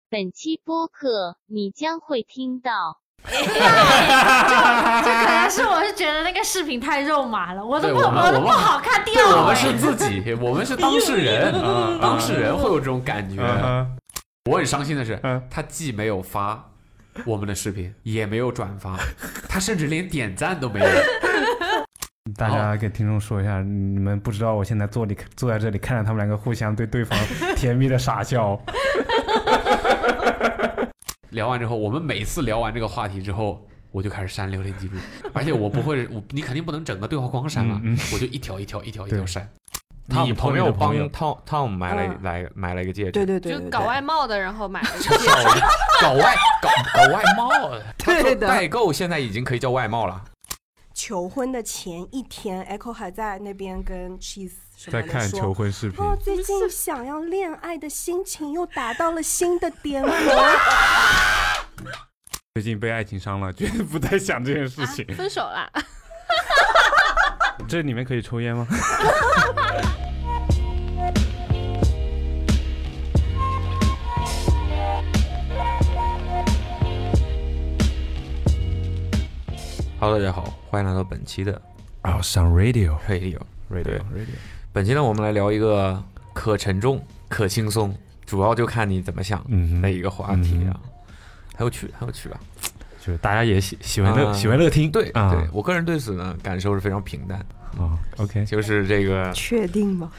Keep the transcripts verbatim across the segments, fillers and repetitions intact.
本期播客你将会听到这这可能是我是觉得那个视频太肉麻了，我都不我我都不好看掉。 对，我们是自己，我们是当事人，啊、当事人会有这种感觉。啊、我很伤心的是，啊、他既没有发我们的视频，也没有转发，他甚至连点赞都没有。 大家给听众说一下，你们不知道我现在坐里坐在这里看着他们两个互相对对方甜蜜的傻笑。 聊完之后，我们每次聊完这个话题之后，我就开始删聊天记录，而且我不会，我你肯定不能整个对话框删了，嗯嗯、我就一条一条一条一条删。 你朋友帮 Tom Tom 买了、嗯、来买了一个戒指， 对对 对, 对， 就搞外贸的，然后买了一个戒指， 搞外搞搞外贸，对的，代购现在已经可以叫外贸了。 求婚的前一天 ，Echo 还在那边跟 Cheese 什么的说， 在看求婚视频。 哦，最近想要恋爱的心情又达到了新的巅峰。 最近被爱情伤了，绝对不再想这件事情。 啊、分手啦！ 这里面可以抽烟吗？ Hello， 大家好，欢迎来到本期的啊上 Radio Radio Radio Radio。本期呢，我们来聊一个可沉重、可轻松，主要就看你怎么想的一个话题啊。很有趣，很有趣吧？ 就是大家也喜喜欢乐、啊、喜欢乐听。 对、 啊、 对，我个人对此呢感受是非常平淡。 啊 ，OK， 就是这个。 确定吗？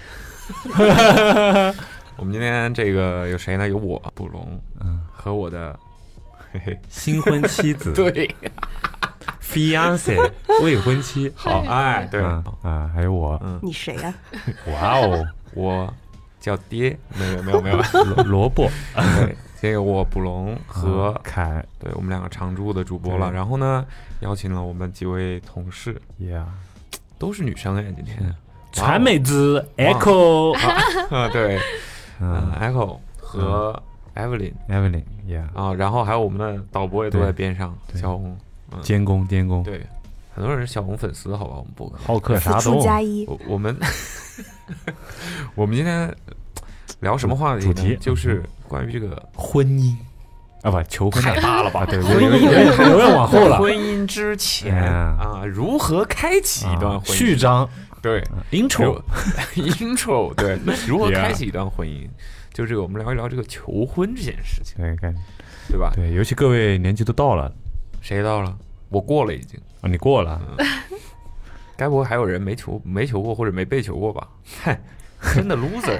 我们今天这个有谁呢？有我卜龙，嗯，和我的嘿嘿新婚妻子。 对。 fiance 未婚妻， 好，哎，对啊、啊，还有我， 嗯，你谁呀、 啊？哇哦， 我叫爹，没有没有没有， 萝卜， 对，这个我卜龙和凯， 对我们两个常驻的主播了。然后呢，邀请了我们几位同事 ，Yeah， 都是女生哎，今天， 传美之 Echo， 啊，对，嗯 ，Echo 和 Evelyn，Evelyn，Yeah， 啊，然后还有我们的导播也都在边上，小红。 监工监工， 对，很多人是小红粉丝，好吧，我们播客好客啥都加一。 我我们我们今天聊什么话题？ 主题就是关于这个婚姻啊，不，求婚太大了吧？ 对，有有有有点往后了。 婚姻之前啊，如何开启一段婚姻？ 序章， 对 ，intro intro， 对，如何开启一段婚姻？就这个，我们聊一聊这个求婚这件事情， 对， 对吧？ 对，尤其各位年纪都到了。 谁到了？我过了已经啊，你过了。 嗯、该不会还有人没求没求过或者没被求过吧？嗨，真的 loser。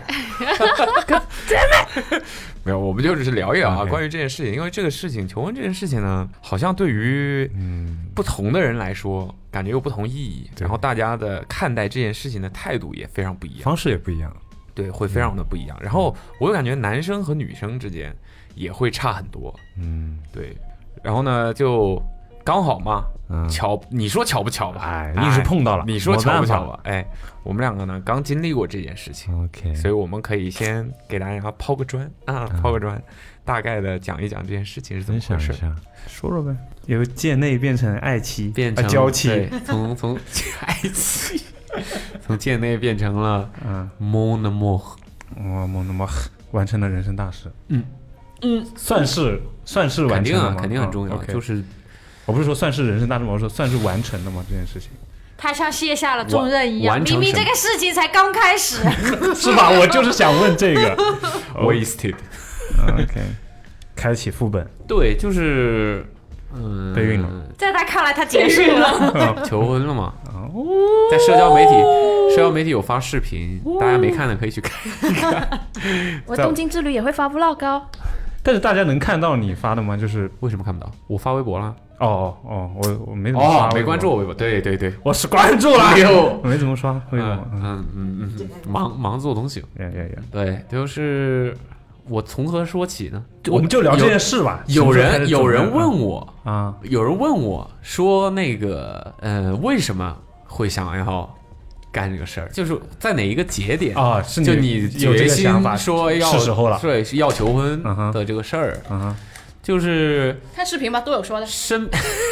没有，我们就只是聊一聊啊， okay. 关于这件事情，因为这个事情，求婚这件事情呢，好像对于不同的人来说，感觉有不同意义，然后大家的看待这件事情的态度也非常不一样， 方式也不一样， 对，会非常的不一样。嗯、然后我就感觉男生和女生之间也会差很多， 嗯， 对。然后呢，就刚好嘛，嗯、巧，你说巧不巧吧？ 哎，硬是碰到了。 你说巧不巧吧？哎，我们两个呢刚经历过这件事情 ，OK， 所以我们可以先给大家抛个砖啊，嗯、抛个砖，大概的讲一讲这件事情是怎么回事， 说说呗。由贱内变成爱妻， 变成、 啊、娇妻， 从从爱妻，从贱内变成了嗯 mon amour， 哦 mon amour， 完成了人生大事， 嗯。 嗯，算是算是完成了吗？ 肯定很重要。 哦 okay、 就是我不是说算是人生大事吗？我说算是完成了吗？这件事情， 他像卸下了重任一样，明明这个事情才刚开始， 是吧？我就是想问这个 ，wasted。 OK， 开启副本， 对，就是嗯， 备孕了。 在他看来，他结束了， 求婚了嘛？哦，在社交媒体，社交媒体有发视频，大家没看的可以去看一看。 我东京之旅也会发 vlog 哦。 但是大家能看到你发的吗？就是为什么看不到？我发微博了。 哦哦哦，我我没怎么刷、 哦，没关注我微博。对对对， 我是关注了， 我没怎么刷微博。 嗯嗯嗯嗯，忙忙做东西。 呀呀呀！ 对，就是我从何说起呢？ 我们就聊这件事吧。 有人有人问我啊， 有人问我说那个呃，为什么会想要干这个事儿，就是在哪一个节点啊？是你就你有这个想法， 说要是时候了， 对，是要求婚的这个事儿， 嗯哼， 就是看视频吧，都有说的。 身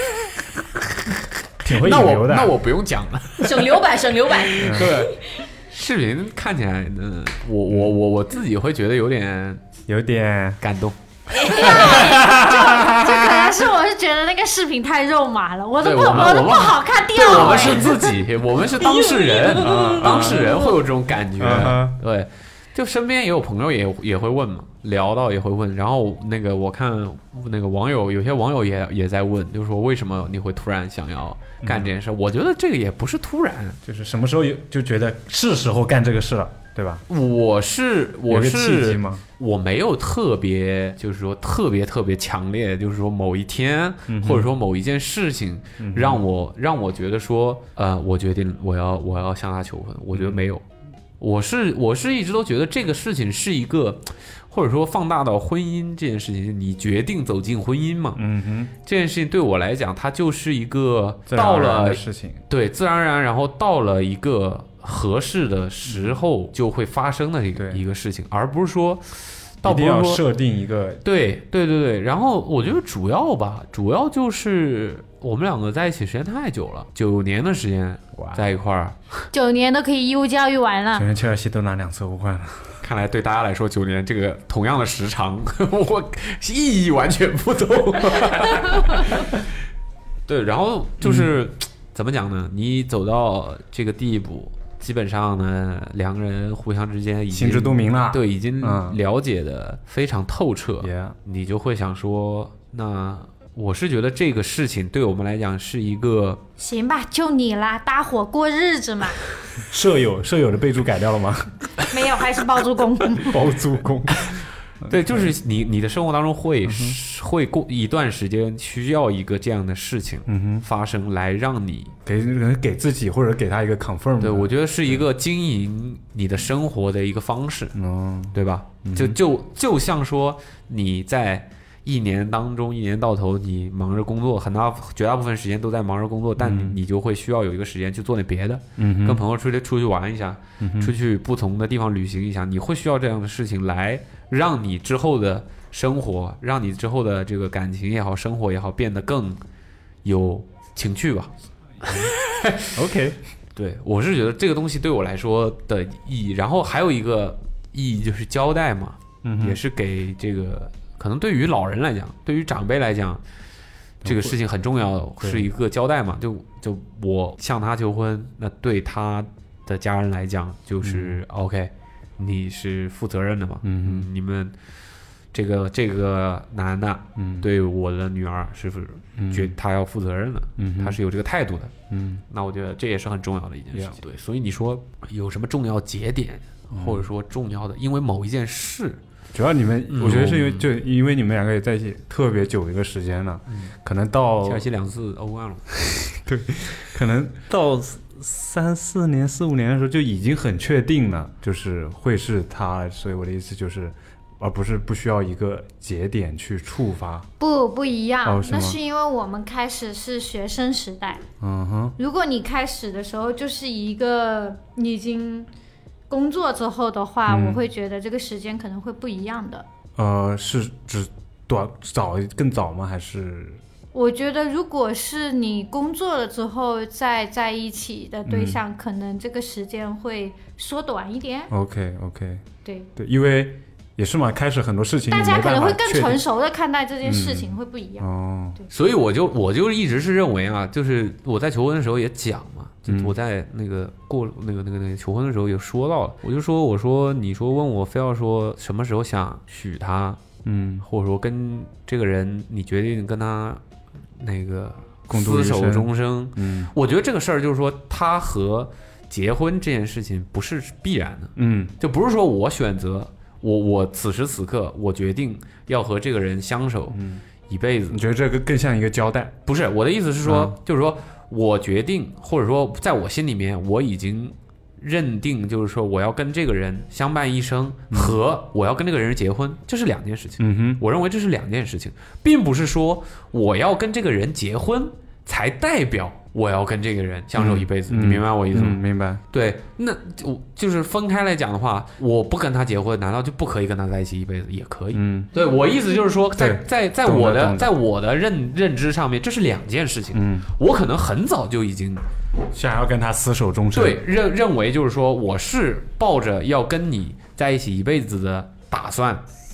挺会引流的， 那我那我不用讲了， 省流版，省流版。 对，视频看起来，嗯，我我我我自己会觉得有点有点感动。 就可能是我是觉得那个视频太肉麻了，我都不我们我都不好看掉。 对，我们是自己，我们是当事人，当事人会有这种感觉。对，就身边也有朋友也也会问嘛，聊到也会问，然后那个我看那个网友有些网友也也在问，就是说为什么你会突然想要干这件事？嗯、我觉得这个也不是突然， 就是什么时候有就觉得是时候干这个事了。对吧？ 我是我是我没有特别就是说特别特别强烈，就是说某一天、嗯、或者说某一件事情让我、嗯、让我觉得说呃我决定我要我要向他求婚，我觉得没有。我是我是一直都觉得这个事情是一个，或者说放大到婚姻这件事情，你决定走进婚姻嘛， 嗯哼， 这件事情对我来讲，它就是一个到了的事情， 对，自然而然，然后到了一个合适的时候就会发生的一个一个事情，而不是说一定要设定一个， 对对对对。然后我觉得主要吧，主要就是我们两个在一起时间太久了，九年的时间在一块儿， 九年都可以义务教育完了， 九年切尔西都拿两次欧冠了。 看来对大家来说，九年这个同样的时长，我意义完全不同。对，然后就是、嗯、怎么讲呢？你走到这个地步，基本上呢，两个人互相之间已经心知肚明了， 对，已经了解的非常透彻。 嗯、 你就会想说，那我是觉得这个事情对我们来讲是一个， 行吧，就你啦，搭伙过日子嘛。 舍友舍友的备注改掉了吗？ 没有，还是包租公。 包租公。 对，就是你你的生活当中会、嗯、会过一段时间需要一个这样的事情发生，来让你给给自己或者给他一个 confirm。 对，我觉得是一个经营你的生活的一个方式， 嗯， 对吧？就就就像说你在一年当中，一年到头你忙着工作，很大绝大部分时间都在忙着工作，但你、嗯、你就会需要有一个时间去做点别的， 嗯， 跟朋友出去出去玩一下、 嗯， 出去不同的地方旅行一下，你会需要这样的事情来让你之后的生活，让你之后的这个感情也好，生活也好，变得更有情趣吧。 OK， 对，我是觉得这个东西对我来说的意义，然后还有一个意义就是交代嘛， 嗯， 也是给这个。可能对于老人来讲，对于长辈来讲，这个事情很重要，是一个交代嘛。就就我向他求婚，那对他的家人来讲，就是、嗯、OK， 你是负责任的嘛。 嗯嗯，你们这个这个男的， 嗯， 对我的女儿是不是觉得他要负责任的？ 嗯， 他是有这个态度的。 嗯， 那我觉得这也是很重要的一件事情。对，所以你说有什么重要节点， 嗯、 或者说重要的，因为某一件事。 主要你们，我觉得是因为就因为你们两个也在一起特别久一个时间了， 嗯、 可能到切尔西两次欧冠了， 对，可能到三四年、四五年的时候就已经很确定了，就是会是他。所以我的意思就是，而不是不需要一个节点去触发。 不不一样、 哦，是那是因为我们开始是学生时代。 嗯哼， 如果你开始的时候就是一个你已经。工作之后的话、嗯、我会觉得这个时间可能会不一样的。 呃，是指多早更早吗？还是？ 我觉得如果是你工作了之后再在一起的对象、嗯、可能这个时间会缩短一点。 OK OK， 对对，因为也是嘛，开始很多事情大家可能会更成熟的看待这件事情，会不一样、 嗯、哦。 对， 所以我就我就一直是认为啊，就是我在求婚的时候也讲嘛，就我在那个过那个那个那个求婚的时候也说到了，我就说我说你说问我非要说什么时候想许他， 嗯， 或者说跟这个人你决定跟他那个厮守终生， 嗯， 我觉得这个事儿就是说他和结婚这件事情不是必然的， 嗯， 就不是说我选择我我此时此刻我决定要和这个人相守， 嗯， 一辈子。 你觉得这个更像一个交代？ 不是，我的意思是说、 嗯、 就是说我决定，或者说在我心里面我已经认定，就是说我要跟这个人相伴一生、嗯、和我要跟这个人结婚，这是两件事情。 嗯哼， 我认为这是两件事情，并不是说我要跟这个人结婚才代表我要跟这个人相守一辈子、 嗯、 你明白我意思吗？ 嗯、明白。 对，那我就是分开来讲的话，我不跟他结婚，难道就不可以跟他在一起一辈子？也可以。 嗯， 对，我意思就是说，在在在我的在我的认认知上面，这是两件事情。 嗯， 我可能很早就已经想要跟他厮守终生。 对，认认为就是说，我是抱着要跟你在一起一辈子的打算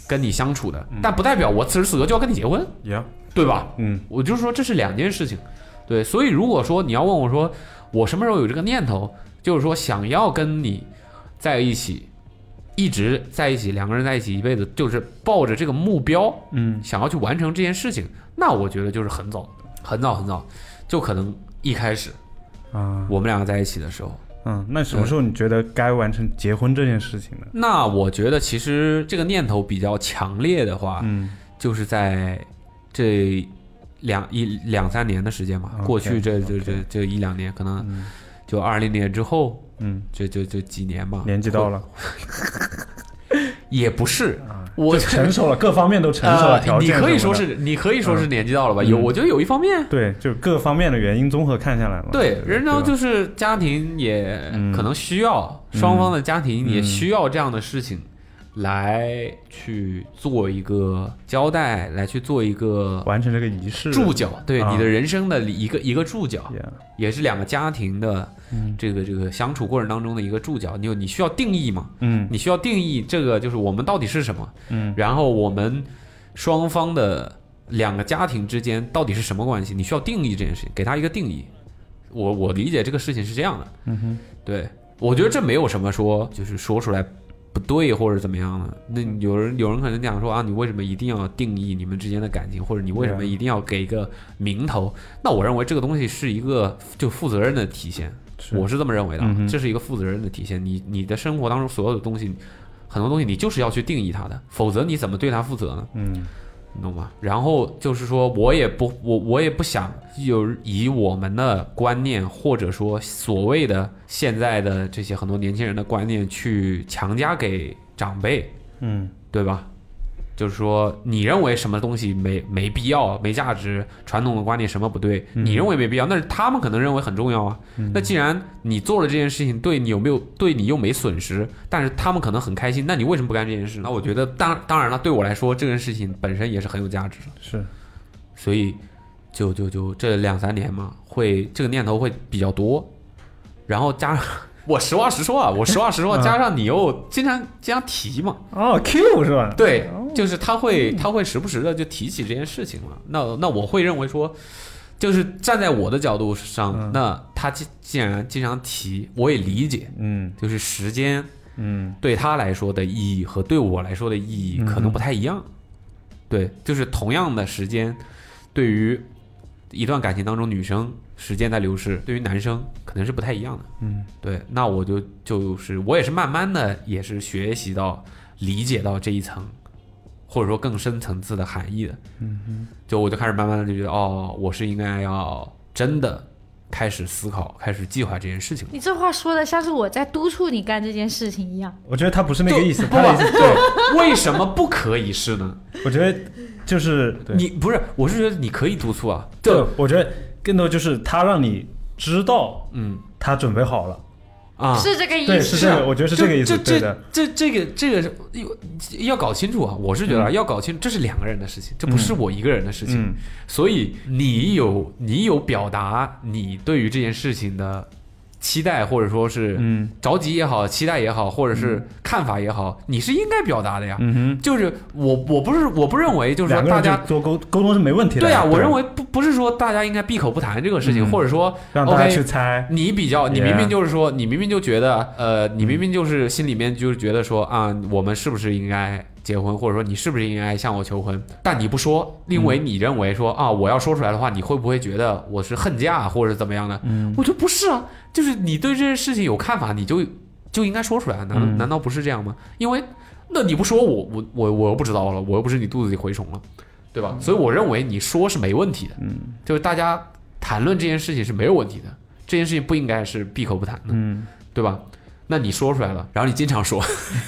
跟你相处的，嗯、但不代表我此时此刻就要跟你结婚， yeah. 对吧？ 嗯， 我就说这是两件事情，对，所以如果说你要问我说我什么时候有这个念头，就是说想要跟你在一起，一直在一起，两个人在一起一辈子，就是抱着这个目标， 嗯， 想要去完成这件事情，那我觉得就是很早，很早很早，就可能一开始， 啊， 我们两个在一起的时候。 嗯，那什么时候你觉得该完成结婚这件事情呢？ 那我觉得其实这个念头比较强烈的话， 嗯， 就是在这两一两三年的时间嘛， okay, 过去这这 okay. 这这一两年，可能就二零年之后， 嗯， 这就就几年嘛， 年纪到了， 也不是， 啊、 我成熟了，各方面都成熟了，条件、 呃、你可以说是，你可以说是年纪到了吧？嗯、有，我觉得有一方面， 对，就各方面的原因综合看下来嘛。 对，然后就是家庭也可能需要，嗯、双方的家庭也需要这样的事情。来去做一个交代，来去做一个完成这个仪式注脚，对、啊、你的人生的一个一个注脚， yeah. 也是两个家庭的这个、嗯、这个相处过程当中的一个注脚。你你需要定义嘛？ 嗯， 你需要定义这个就是我们到底是什么？ 嗯， 然后我们双方的两个家庭之间到底是什么关系？你需要定义这件事情，给他一个定义。我我理解这个事情是这样的， 嗯哼， 对，我觉得这没有什么说就是说出来不对或者怎么样的，那有人有人可能讲说啊，你为什么一定要定义你们之间的感情，或者你为什么一定要给一个名头？那我认为这个东西是一个就负责任的体现， 是我是这么认为的， 嗯、 这是一个负责任的体现。你你的生活当中所有的东西，很多东西你就是要去定义它的，否则你怎么对它负责呢？ 嗯。 你懂吗？然后就是说我也不我我也不想有以我们的观念或者说所谓的现在的这些很多年轻人的观念去强加给长辈， 嗯， 对吧？就是说你认为什么东西没没必要没价值，传统的观念什么不对， 嗯、 你认为没必要，那是他们可能认为很重要啊、 嗯、 那既然你做了这件事情对你有没有对你又没损失，但是他们可能很开心，那你为什么不干这件事？那我觉得当当然了，对我来说这件事情本身也是很有价值的， 是， 所以就就就这两三年嘛，会这个念头会比较多，然后加上我实话实说啊，我实话实说，加上你又经常经常提嘛， 哦 Q 是吧？ 对，就是他会他会时不时的就提起这件事情嘛。那那我会认为说，就是站在我的角度上， 嗯、 那他既既然经常提，我也理解， 嗯， 就是时间， 嗯， 对他来说的意义和对我来说的意义可能不太一样。嗯、对，就是同样的时间，对于一段感情当中，女生时间在流逝，对于男生可能是不太一样的。 嗯， 对，那我就就是我也是慢慢的也是学习到理解到这一层，或者说更深层次的含义的。 嗯哼， 就我就开始慢慢的就觉得，哦，我是应该要真的开始思考，开始计划这件事情。 你这话说的像是我在督促你干这件事情一样。 我觉得他不是那个意思， 他的意思对，为什么不可以是呢？ 我觉得就是你不是，我是觉得你可以督促啊。 对，我觉得更多就是他让你知道， 嗯， 他准备好了。 啊， 是这个意思， 对，是这个，我觉得是这个意思， 对的。 这这个这个要搞清楚啊！我是觉得、啊嗯、要搞清楚，这是两个人的事情，这不是我一个人的事情。 嗯、 所以你有你有表达你对于这件事情的期待，或者说是着急也好，期待也好，或者是看法也好，你是应该表达的呀。 嗯哼， 就是我我不是我不认为就是说大家做沟沟通是没问题的。 对啊，我认为不不是说大家应该闭口不谈这个事情， 嗯、 或者说让大家去猜。 你比较，你明明就是说，你明明就觉得，呃，你明明就是心里面就是觉得说啊，我们是不是应该结婚，或者说你是不是应该向我求婚？但你不说，因为你认为说啊，我要说出来的话，你会不会觉得我是恨嫁或者怎么样的？ 嗯， 我觉得不是啊，就是你对这件事情有看法，你就就应该说出来，难道、嗯、难道不是这样吗？因为那你不说我，我我我我又不知道了，我又不是你肚子里蛔虫了，对吧？所以我认为你说是没问题的， 嗯， 就是大家谈论这件事情是没有问题的，这件事情不应该是闭口不谈的， 嗯，对吧？那你说出来了，然后你经常说。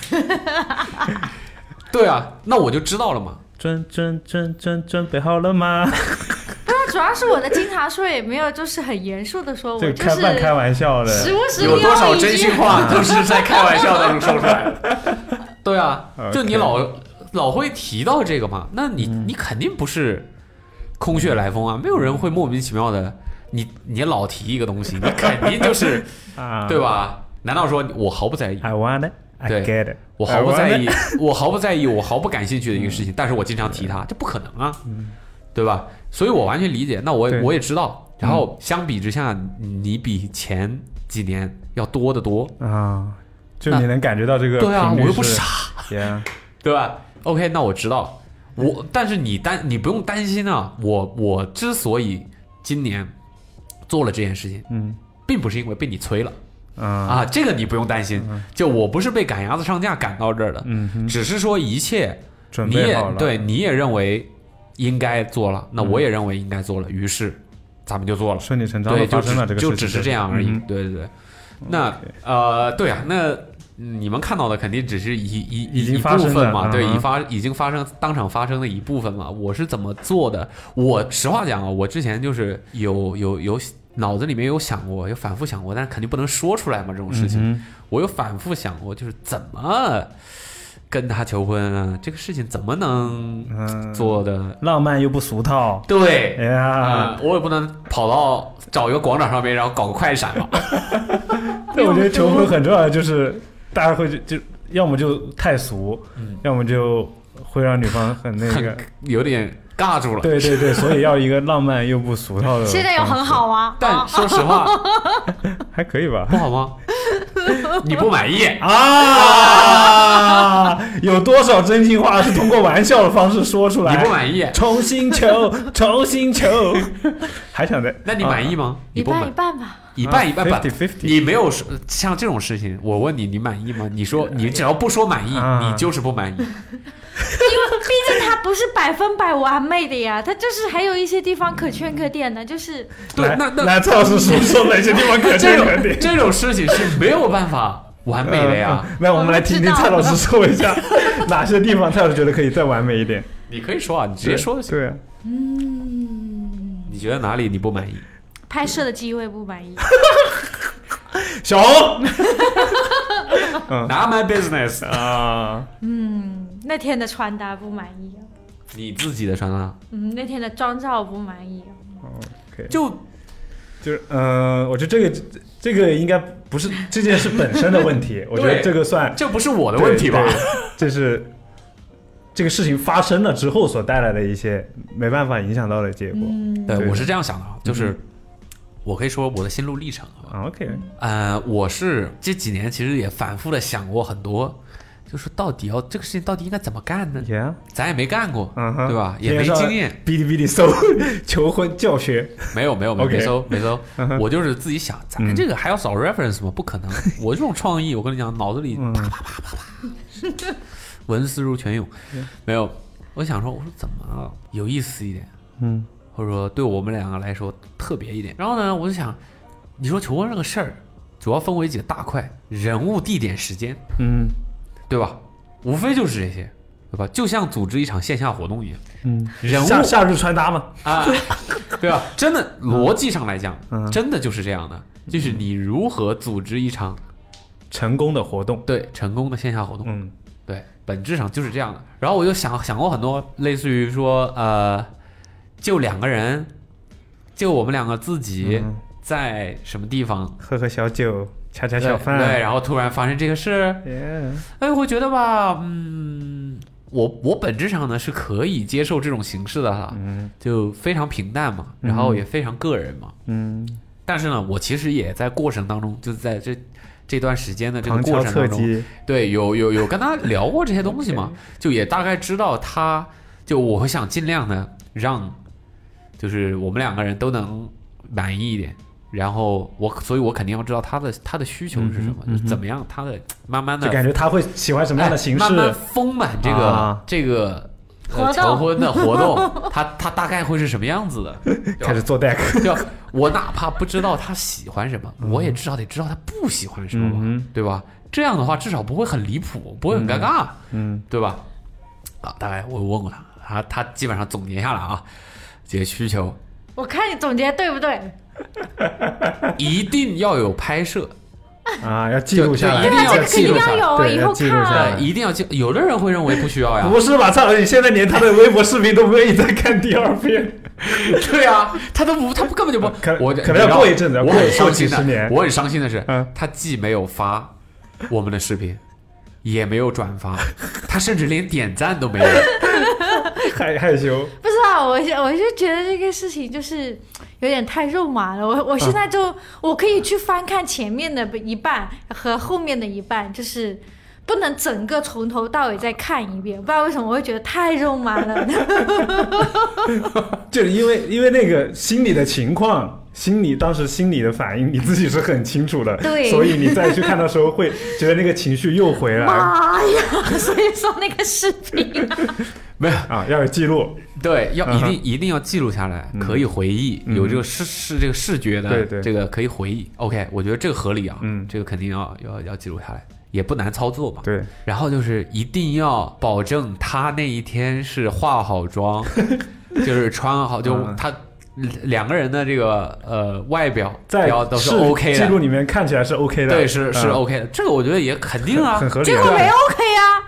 对啊，那我就知道了嘛。 准准准准准备好了吗？ 不是，主要是我的经常说也没有，就是很严肃的说，我就是开半开玩笑的， 时不时有多少真心话都是在开玩笑当中说出来的。对啊，就你老老会提到这个嘛，那你、嗯、你肯定不是空穴来风啊，没有人会莫名其妙的，你你老提一个东西，你肯定就是，对吧？难道说我毫不在意 ？I want it。 对 I get it， 我毫不在意，我毫不在意，我毫不感兴趣的一个事情，但是我经常提它，这不可能啊，对吧？所以我完全理解，那我我也知道。然后相比之下，你比前几年要多得多啊，就你能感觉到这个， 对啊，我又不傻， yeah. 对吧 ？OK， 那我知道，我但是你担你不用担心啊，我我之所以今年做了这件事情，嗯，并不是因为被你催了。啊, 啊，这个你不用担心，嗯、就我不是被赶鸭子上架赶到这儿的，嗯，只是说一切准备好了， 你也对，你也认为应该做了，那我也认为应该做了，嗯、于是咱们就做了， 顺理成章的发生了这个事情， 就只是这样而已，嗯、对对对。那、okay. 呃，对啊，那你们看到的肯定只是一一已经一部分嘛， 嗯、 对，已发已经发生当场发生的一部分嘛。我是怎么做的？我实话讲啊，我之前就是有有有。脑子里面有想过，有反复想过，但是肯定不能说出来嘛。这种事情，嗯、我有反复想过，就是怎么跟他求婚啊？这个事情怎么能做的、嗯、 浪漫又不俗套？ 对， 哎呀、 嗯，我也不能跑到找一个广场上面，然后搞个快闪嘛。 对，我觉得求婚很重要的就是大家会就要么就太俗，嗯、要么就会让女方很那个， 有点。尬住了， 对对对，所以要一个浪漫又不俗套的。 现在有很好啊， 但说实话， 还可以吧？ 不好吗？你不满意啊？有多少真心话是通过玩笑的方式说出来？ 你不满意？ 重新求，重新求，还想再？ 那你满意吗？ 一半一半吧， 一半一半吧。 fifty fifty。 你没有说像这种事情，我问你，你满意吗？你说你只要不说满意，你就是不满意。 因为毕竟它不是百分百完美的呀，它就是还有一些地方可圈可点的，就是对。那那那蔡老师说说哪些地方可圈可点？ 这种事情是没有办法完美的呀。 那、呃、我们来听听蔡老师说一下哪些地方蔡老师觉得可以再完美一点。 你可以说啊，你直接说就行。 对啊。 嗯。 你觉得哪里你不满意？ 拍摄的机会不满意。 小红。 Not my business 啊。 嗯，那天的穿搭不满意、啊。 你自己的穿搭？ 嗯，那天的妆照不满意、啊。 OK， 就就是嗯、呃，我觉得这个这个应该不是这件事本身的问题，我觉得这个算这不是我的问题吧？ 这是这个事情发生了之后所带来的一些没办法影响到的结果。 嗯、 对，对我是这样想的，就是。嗯我可以说我的心路历程啊 ，OK， 呃，我是这几年其实也反复的想过很多，就是到底要这个事情到底应该怎么干呢？ Yeah， 咱也没干过， uh-huh， 对吧？也没经验。 哔哩哔哩搜求婚教学， 没有没有没有、okay， 没搜没搜， uh-huh， 我就是自己想，咱这个还要找 reference 吗？不可能，我这种创意，我跟你讲，脑子里啪啪啪啪啪，文思如泉涌，没有。我想说，我说怎么有意思一点？ 嗯。 或者说对我们两个来说特别一点，然后呢，我就想，你说求婚这个事儿，主要分为几个大块：人物、地点、时间， 嗯， 对吧？无非就是这些，对吧？就像组织一场线下活动一样， 嗯， 人物夏夏日穿搭嘛， 啊，对吧？真的逻辑上来讲，嗯，真的就是这样的，就是你如何组织一场成功的活动， 对，成功的线下活动， 嗯， 对，本质上就是这样的。然后我就想想过很多，类似于说，呃。就两个人，就我们两个自己在什么地方、嗯、 喝喝小酒，恰恰小饭， 对，然后突然发生这个事， yeah. 哎，我觉得吧，嗯，我我本质上呢是可以接受这种形式的哈， 嗯， 就非常平淡嘛，然后也非常个人嘛， 嗯， 但是呢，我其实也在过程当中，就是在这这段时间的这个过程当中，对，有有有跟他聊过这些东西嘛， okay. 就也大概知道他，就我会想尽量的让。就是我们两个人都能满意一点，然后我，所以我肯定要知道他的他的需求是什么，嗯、就是怎么样，他的慢慢的就感觉他会喜欢什么样的形式， 哎、慢慢丰满这个、啊、这个、呃、求婚的活动，他他大概会是什么样子的？ 开始做 deck， 就我哪怕不知道他喜欢什么，嗯、我也至少得知道他不喜欢什么吧， 嗯、 对吧？这样的话至少不会很离谱，不会很尴尬， 嗯， 对吧？啊，大概我问过他，他他基本上总结下来啊。这个需求， 我看你总结对不对？ 一定要有拍摄啊，要记录下来， 一定要记录下来，对， 以后看， 一定要记。有的人会认为不需要呀， 不是吧？蔡老师，你现在连他的微博视频都不愿意再看第二遍。 对啊，他都不，他根本就不，我可能要过一阵子， 我很伤心的， 我很伤心的是， 嗯， 他既没有发我们的视频。 也没有转发，他甚至连点赞都没有， 害害羞。 不知道，我我就觉得这个事情就是有点太肉麻了。我我现在就、嗯、我可以去翻看前面的一半和后面的一半，就是不能整个从头到尾再看一遍，不知道为什么我会觉得太肉麻了。 就是因为因为那个心理的情况。心理当时心理的反应你自己是很清楚的， 对， 所以你再去看的时候会觉得那个情绪又回来。 妈呀！所以说那个视频、啊、 没有啊，要有记录， 对，要一定、uh-huh. 一定要记录下来，可以回忆，嗯、有这个视视这个视觉的， 对对， 这个可以回忆。OK， 我觉得这个合理啊，嗯，这个肯定要要要记录下来，也不难操作嘛。 对， 然后就是一定要保证他那一天是化好妆，就是穿好，就他。两个人的这个呃外表在都是 OK 的， 记录里面看起来是 OK 的， 对，是是 OK 的，嗯、这个我觉得也肯定啊， 很合理。 结果没 OK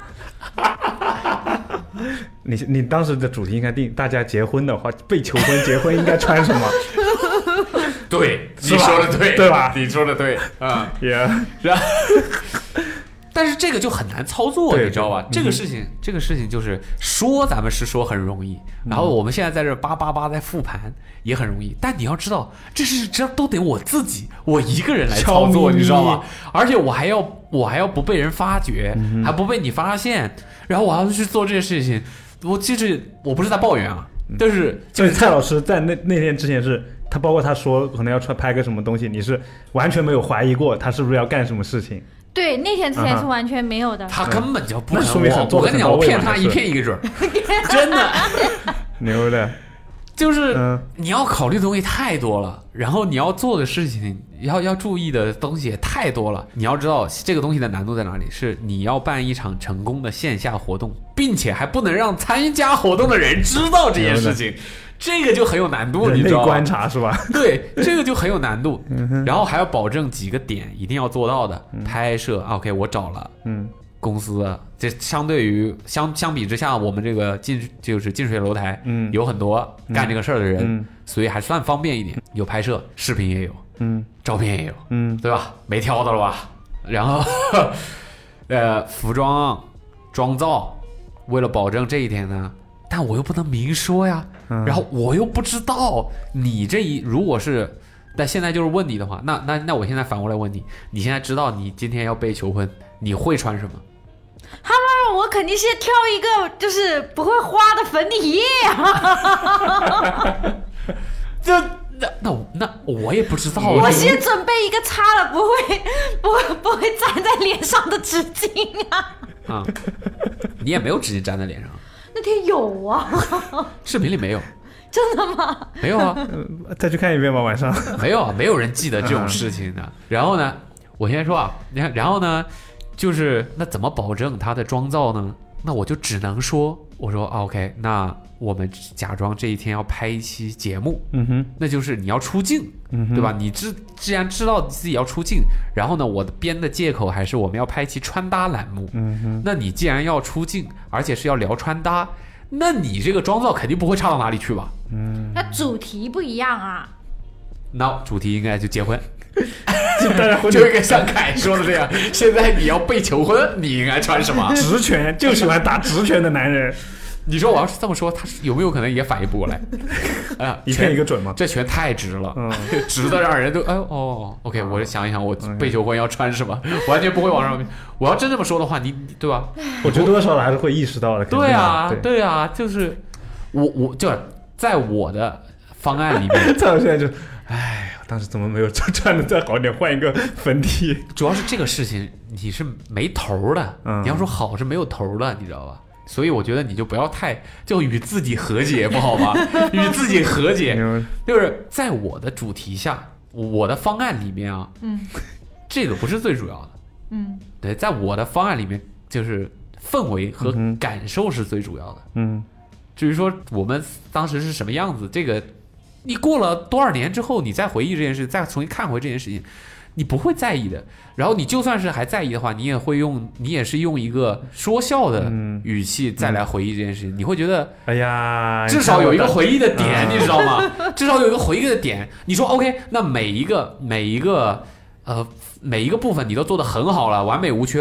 啊。你你当时的主题应该定，大家结婚的话，被求婚结婚应该穿什么？ 对，你说的对， 对吧？ 你说的对啊， 也、yeah. 是吧？但是这个就很难操作，你知道吧？这个事情，这个事情就是说，咱们是说很容易，然后我们现在在这叭叭叭在复盘也很容易，但你要知道，这是这都得我自己，我一个人来操作，你知道吗？而且我还要我还要不被人发觉，嗯、还不被你发现，然后我还要去做这些事情。我其实我不是在抱怨啊，但是就是蔡老师在那那天之前是。他包括他说可能要穿拍个什么东西，你是完全没有怀疑过他是不是要干什么事情？ 对，那天之前是完全没有的。 他根本就不可能。 我我跟你讲，我骗他一骗一个准儿，真的。 牛的， 就是你要考虑的东西太多了，然后你要做的事情要要注意的东西也太多了。你要知道这个东西的难度在哪里，是你要办一场成功的线下活动，并且还不能让参加活动的人知道这件事情。这个就很有难度，你知道吗？ 观察是吧？ 对，这个就很有难度。嗯、然后还要保证几个点一定要做到的，嗯、拍摄。OK， 我找了，嗯，公司，这相对于相相比之下，我们这个近就是近水楼台，嗯，有很多干这个事儿的人，嗯，所以还算方便一点。有拍摄，视频也有，嗯，照片也有，嗯，对吧？没挑的了吧？然后，呃，服装、妆造，为了保证这一点呢。但我又不能明说呀，嗯、然后我又不知道你这一如果是，但现在就是问你的话，那那那我现在反过来问你，你现在知道你今天要被求婚，你会穿什么？ 他们我肯定是挑一个就是不会花的粉底液啊。 这那那我那我也不知道。 我先准备一个擦了不会不会不会粘在脸上的纸巾啊。 啊，你也没有纸巾粘在脸上。 那天有啊， 视频里没有。 真的吗？ 没有啊， 再去看一遍吧，晚上。 没有啊，没有人记得这种事情的。然后呢，我先说啊，你看，然后呢，就是那怎么保证他的妆造呢？那我就只能说，我说 OK， 那我们假装这一天要拍一期节目，嗯哼，那就是你要出镜，嗯、对吧？你知既然知道自己要出镜，然后呢，我的编的借口还是我们要拍一期穿搭栏目，嗯哼，那你既然要出镜，而且是要聊穿搭，那你这个妆造肯定不会差到哪里去吧？ 嗯，那主题不一样啊。 那主题应该就结婚。就跟像凯说的这样，现在你要被求婚，你应该穿什么？ 直拳，就喜欢打直拳的男人。 你说我要是这么说，他有没有可能也反应不过来？哎呀， 一片一个准吗？ 这拳太直了，嗯、直的让人都哎哦 ，OK， 我想一想，我被求婚要穿什么，完全不会往上面。我要真这么说的话，你对吧？ 我觉得多多少少还是会意识到的。 对啊，对, 对啊，就是我我就在我的方案里面， 在我现在就哎。当时怎么没有穿的再好一点，换一个粉底？ 主要是这个事情你是没头的，嗯、你要说好是没有头的，你知道吧？所以我觉得你就不要太就与自己和解，不好吗？与自己和解，就是在我的主题下，我的方案里面啊，嗯，这个不是最主要的，嗯，对，在我的方案里面，就是氛围和感受是最主要的，嗯，至于说我们当时是什么样子，这个。你过了多少年之后，你再回忆这件事，再重新看回这件事情，你不会在意的。然后你就算是还在意的话，你也会用，你也是用一个说笑的语气再来回忆这件事情。嗯、你会觉得， 哎呀， 至少有一个回忆的点，你知道吗？至少有一个回忆的点。你说 OK， 那每一个每一个呃每一个部分你都做得很好了，完美无缺了。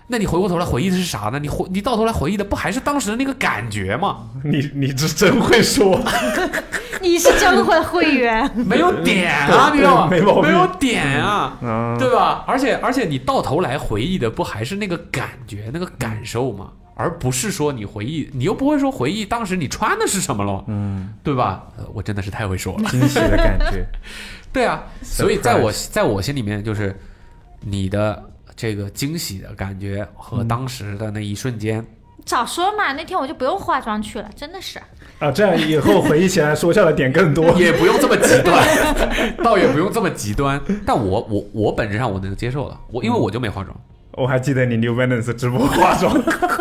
那你回过头来回忆的是啥呢？你回你到头来回忆的不还是当时的那个感觉吗？ 你你这真会说， 你是真会会员， 没有点啊，你知道吗？ 没毛病， 没有点啊， 嗯、 对吧？而且而且你到头来回忆的不还是那个感觉、那个感受吗？而不是说你回忆，你又不会说回忆当时你穿的是什么了，嗯，对吧？呃、我真的是太会说了， 惊喜的感觉。 对啊，所以在我在我心里面，就是你的这个惊喜的感觉和当时的那一瞬间。嗯、 早说嘛，那天我就不用化妆去了，真的是。 啊，这样以后回忆起来说笑的点更多， 也不用这么极端，倒也不用这么极端。但我我我本质上我能接受的，我因为我就没化妆。 我还记得你 New Balance 直播化妆。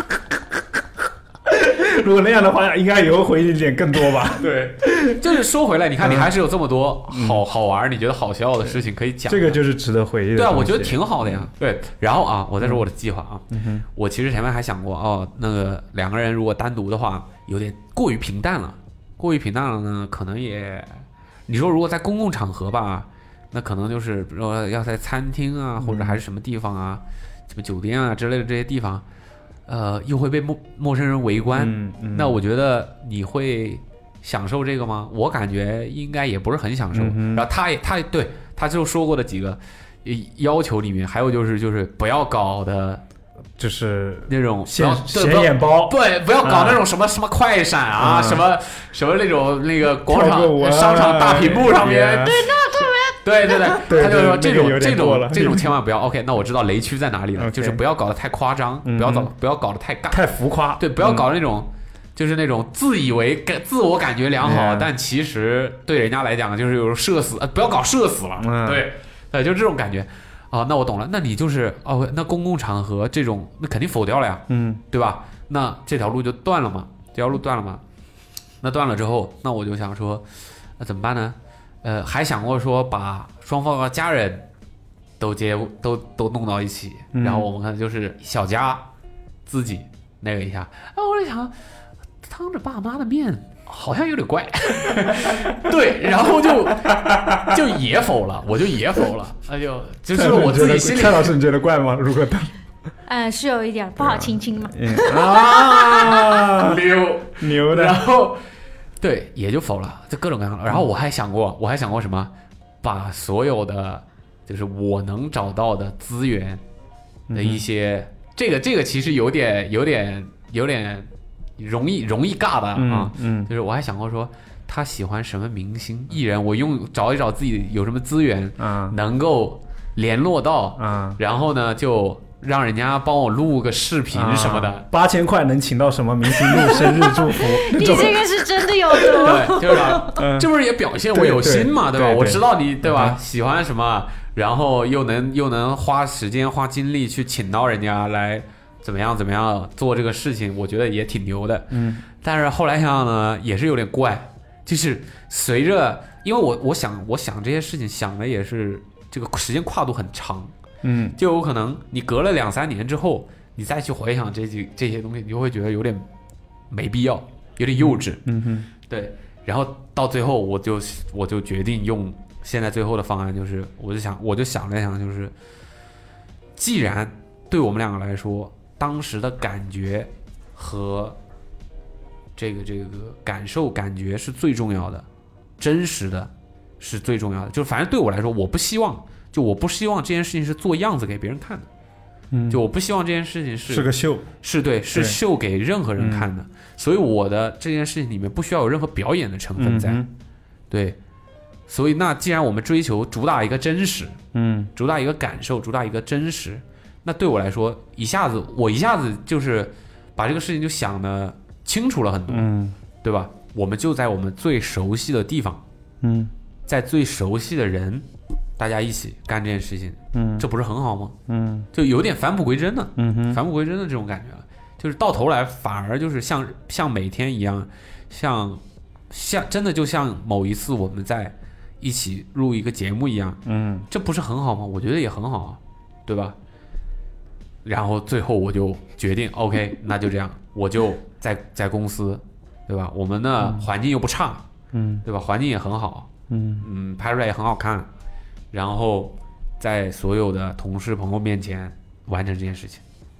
如果那样的话，应该以后回忆点更多吧？ 对，就是说回来，你看你还是有这么多好、嗯、好玩，你觉得好笑的事情可以讲， 这个就是值得回忆的。 对啊，我觉得挺好的呀。对，然后啊，我再说我的计划啊，嗯、我其实前面还想过，哦，那个两个人如果单独的话，有点过于平淡了，过于平淡了呢，可能也，你说如果在公共场合吧，那可能就是比如说要在餐厅啊，或者还是什么地方啊，嗯、什么酒店啊之类的这些地方。呃，又会被陌陌生人围观，嗯嗯、那我觉得你会享受这个吗？我感觉应该也不是很享受。嗯、然后他也他对他就说过的几个要求里面，还有就是就是不要搞的， 就是那种显显眼包， 对，不要搞那种什么、啊、什么快闪啊，嗯、什么什么那种那个广场、啊、商场大屏幕上面， 对，那特别。 对对对， 对他就说这种、那个、这种这种千万不要。OK， 那我知道雷区在哪里了， okay, 就是不要搞得太夸张，嗯、不要搞不要搞得太尬、 太浮夸。 对，不要搞那种、嗯、就是那种自以为自我感觉良好，嗯、但其实对人家来讲就是有社死，呃，不要搞社死了。嗯、对，对，就这种感觉。哦，那我懂了，那你就是哦，那公共场合这种那肯定否掉了呀，嗯，对吧？那这条路就断了嘛，这条路断了嘛。那断了之后，那我就想说，那怎么办呢？呃，还想过说把双方的家人都接都都弄到一起，嗯、然后我们看就是小家自己那个一下。啊，我就想，当着爸妈的面好像有点怪，对，然后就就也否了，我就也否了，那就就是我自己心里。 蔡老师，你觉得怪吗？如果当。 嗯，是有一点不好亲亲嘛。 啊，牛牛的， 然后。对，也就否了，就各种各样的。然后我还想过，我还想过什么，把所有的就是我能找到的资源的一些，嗯、这个这个其实有点有点有点容易容易尬的啊，嗯，嗯就是我还想过说他喜欢什么明星艺人，我用找一找自己有什么资源，嗯、能够联络到，嗯、然后呢就。让人家帮我录个视频什么的，啊、 八千块能请到什么明星录生日祝福？ 你这个是真的有的， 对，就是吧？嗯、这不是也表现我有心嘛，对, 对, 对吧？对对我知道你对吧？嗯、喜欢什么，然后又能又能花时间花精力去请到人家来怎么样怎么样做这个事情，我觉得也挺牛的。嗯，但是后来想想呢，也是有点怪，就是随着，因为我我想我想这些事情想的也是这个时间跨度很长。嗯，就有可能你隔了两三年之后，你再去回想这几这些东西，你就会觉得有点没必要，有点幼稚。嗯哼，对。然后到最后，我就我就决定用现在最后的方案，就是我就想我就想了想，就是既然对我们两个来说，当时的感觉和这个这个感受感觉是最重要的，真实的是最重要的。就反正对我来说，我不希望。就我不希望这件事情是做样子给别人看的，嗯，就我不希望这件事情是是个秀， 是对，是秀给任何人看的，嗯、所以我的这件事情里面不需要有任何表演的成分在，嗯、对，所以那既然我们追求主打一个真实，嗯，主打一个感受，主打一个真实，那对我来说，一下子我一下子就是把这个事情就想得清楚了很多，嗯，对吧？我们就在我们最熟悉的地方，嗯，在最熟悉的人。大家一起干这件事情，嗯，这不是很好吗？嗯，就有点返璞归真的，嗯哼，返璞归真的这种感觉，就是到头来反而就是像像每天一样，像像真的就像某一次我们在一起录一个节目一样，嗯，这不是很好吗？我觉得也很好啊，对吧？然后最后我就决定 ，OK， 那就这样，我就在在公司，对吧？我们的环境又不差，嗯，对吧？环境也很好，嗯嗯，拍出来也很好看。然后在所有的同事朋友面前完成这件事情，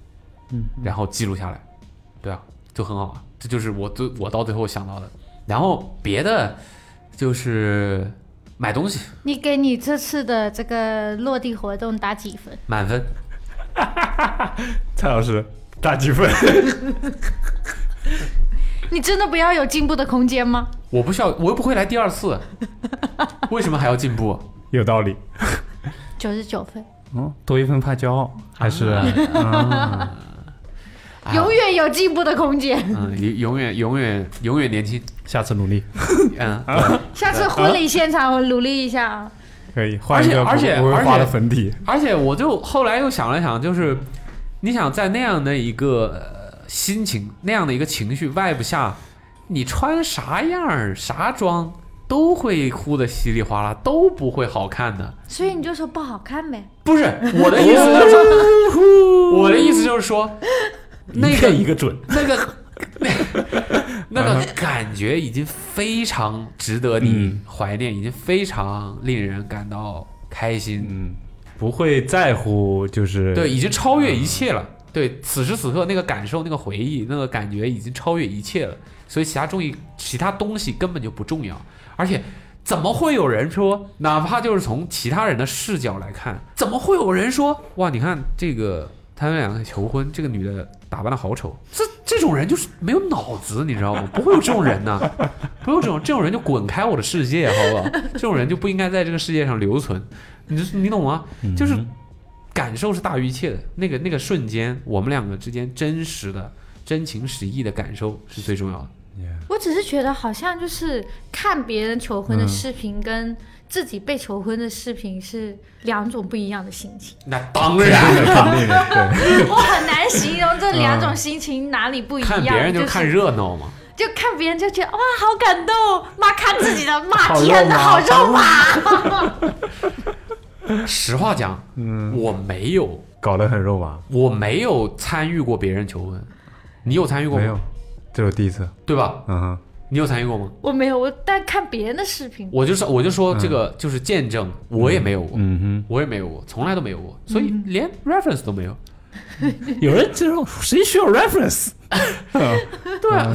嗯， 然后记录下来，对啊，就很好啊，这就是我最我到最后想到的。然后别的就是买东西， 你给你这次的这个落地活动打几分？ 满分。 蔡老师打几分？ 你真的不要有进步的空间吗？ 我不需要，我又不会来第二次，为什么还要进步？ 有道理。 九十九分。 哦，多一分怕骄傲，还是啊？啊永远有进步的空间。 嗯，永远永远永远年轻， 下次努力。 嗯， 下次婚礼现场我努力一下啊。 可以换一个而且不会花的粉底。 而且我就后来又想了想，就是你想在那样的一个心情、那样的一个情绪 vibe 下，你穿啥样啥妆都会哭得稀里哗啦，都不会好看的。 所以你就说不好看呗？ 不是我的意思就是说，我的意思就是说，那个一个准， 那个那个感觉已经非常值得你怀念，已经非常令人感到开心。 嗯，不会在乎，就是对，已经超越一切了。对，此时此刻那个感受、那个回忆、那个感觉已经超越一切了，所以其他东西、其他东西根本就不重要。而且，怎么会有人说，哪怕就是从其他人的视角来看，怎么会有人说，哇，你看这个他们两个求婚，这个女的打扮的好丑，这这种人就是没有脑子，你知道吗？不会有这种人呐、啊，不会有这种这种人就滚开我的世界，好不好？这种人就不应该在这个世界上留存，你你懂吗？就是。感受是大于一切的，那个那个瞬间，我们两个之间真实的、真情实意的感受是最重要的。 我只是觉得好像就是看别人求婚的视频跟自己被求婚的视频是两种不一样的心情。 那当然， 肯定的，对。 我很难形容这两种心情哪里不一样。 看别人就看热闹嘛。 就看别人就觉得哇好感动，妈看自己的妈天哪好肉麻。 实话讲，嗯，我没有搞得很肉麻， 我没有参与过别人求婚，你有参与过吗？ 没有，这是我第一次， 对吧？ 嗯哼， 你有参与过吗？ 我没有，我但看别人的视频， 我就是我就说这个就是见证，嗯、我也没有过， 嗯哼， 我也没有过，从来都没有过，所以连 reference 都没有。 有人这种谁需要 reference？ 对啊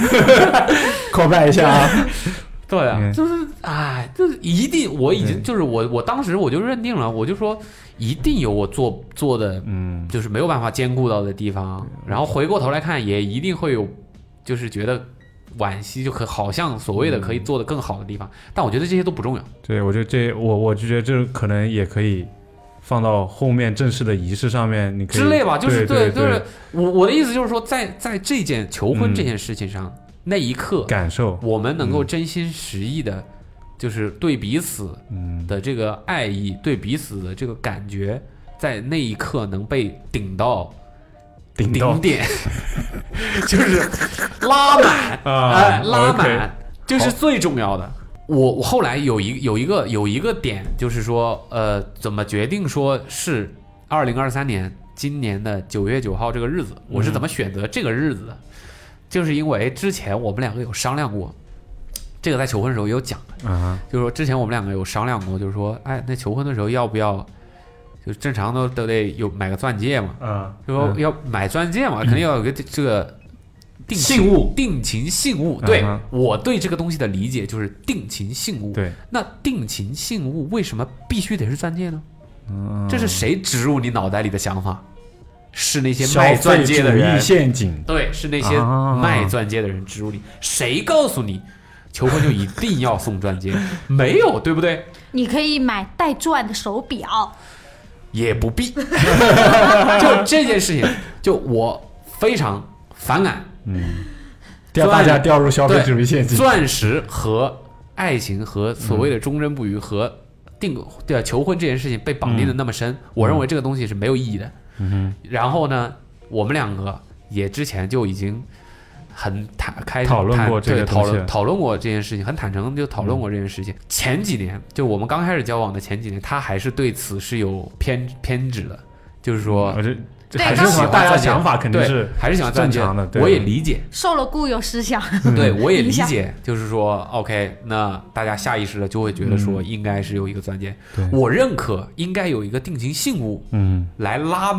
，call back 一下啊。 对啊，就是哎，就是一定，我已经就是我，我当时我就认定了，我就说一定有我做做的，嗯，就是没有办法兼顾到的地方，然后回过头来看，也一定会有，就是觉得惋惜，就可好像所谓的可以做的更好的地方，但我觉得这些都不重要。 对，我觉得这我我就觉得这可能也可以放到后面正式的仪式上面，你可以之类吧，就是对， 就是我我的意思就是说，在在这件求婚这件事情上。嗯那一刻感受， 我们能够真心实意的，就是对彼此的这个爱意，嗯、对彼此的这个感觉，在那一刻能被顶到顶顶点，就是拉满啊、呃，拉满， okay, 就是最重要的。我我后来有一有一个有一个点，就是说，呃，怎么决定说是二零二三年今年的九月九号这个日子，我是怎么选择这个日子的？嗯就是因为之前我们两个有商量过，这个在求婚的时候也有讲的， uh-huh. 就是说之前我们两个有商量过，就是说，哎，那求婚的时候要不要，就正常都都得有买个钻戒嘛，啊、uh-huh. ，就说要买钻戒嘛， uh-huh. 肯定要有个这个定信物、定情信物。对、uh-huh. 我对这个东西的理解就是定情信物。 对， 那定情信物为什么必须得是钻戒呢？嗯、uh-huh. 这是谁植入你脑袋里的想法？是那些卖钻戒的人， 陷阱。 对，是那些卖钻戒的人植入你。谁告诉你求婚就一定要送钻戒？没有，对不对？ 你可以买带钻的手表， 也不必。就这件事情，就我非常反感。 嗯，掉大家掉入消费主义陷阱。 钻石和爱情和所谓的忠贞不渝和定对求婚这件事情被绑定的那么深，嗯、我认为这个东西是没有意义的。 嗯哼， 然后呢，我们两个也之前就已经很坦开讨论过这个讨论讨论过这件事情，很坦诚就讨论过这件事情。嗯、前几年就我们刚开始交往的前几年，他还是对此是有偏偏执的，就是说， 嗯、还是喜欢大家想法肯定是还是喜欢正常的， 我也理解， 受了固有思想， 对我也理解，就是说 ，OK， 那大家下意识的就会觉得说应该是有一个钻戒， 嗯、 我认可应该有一个定情信物， 嗯， 来拉满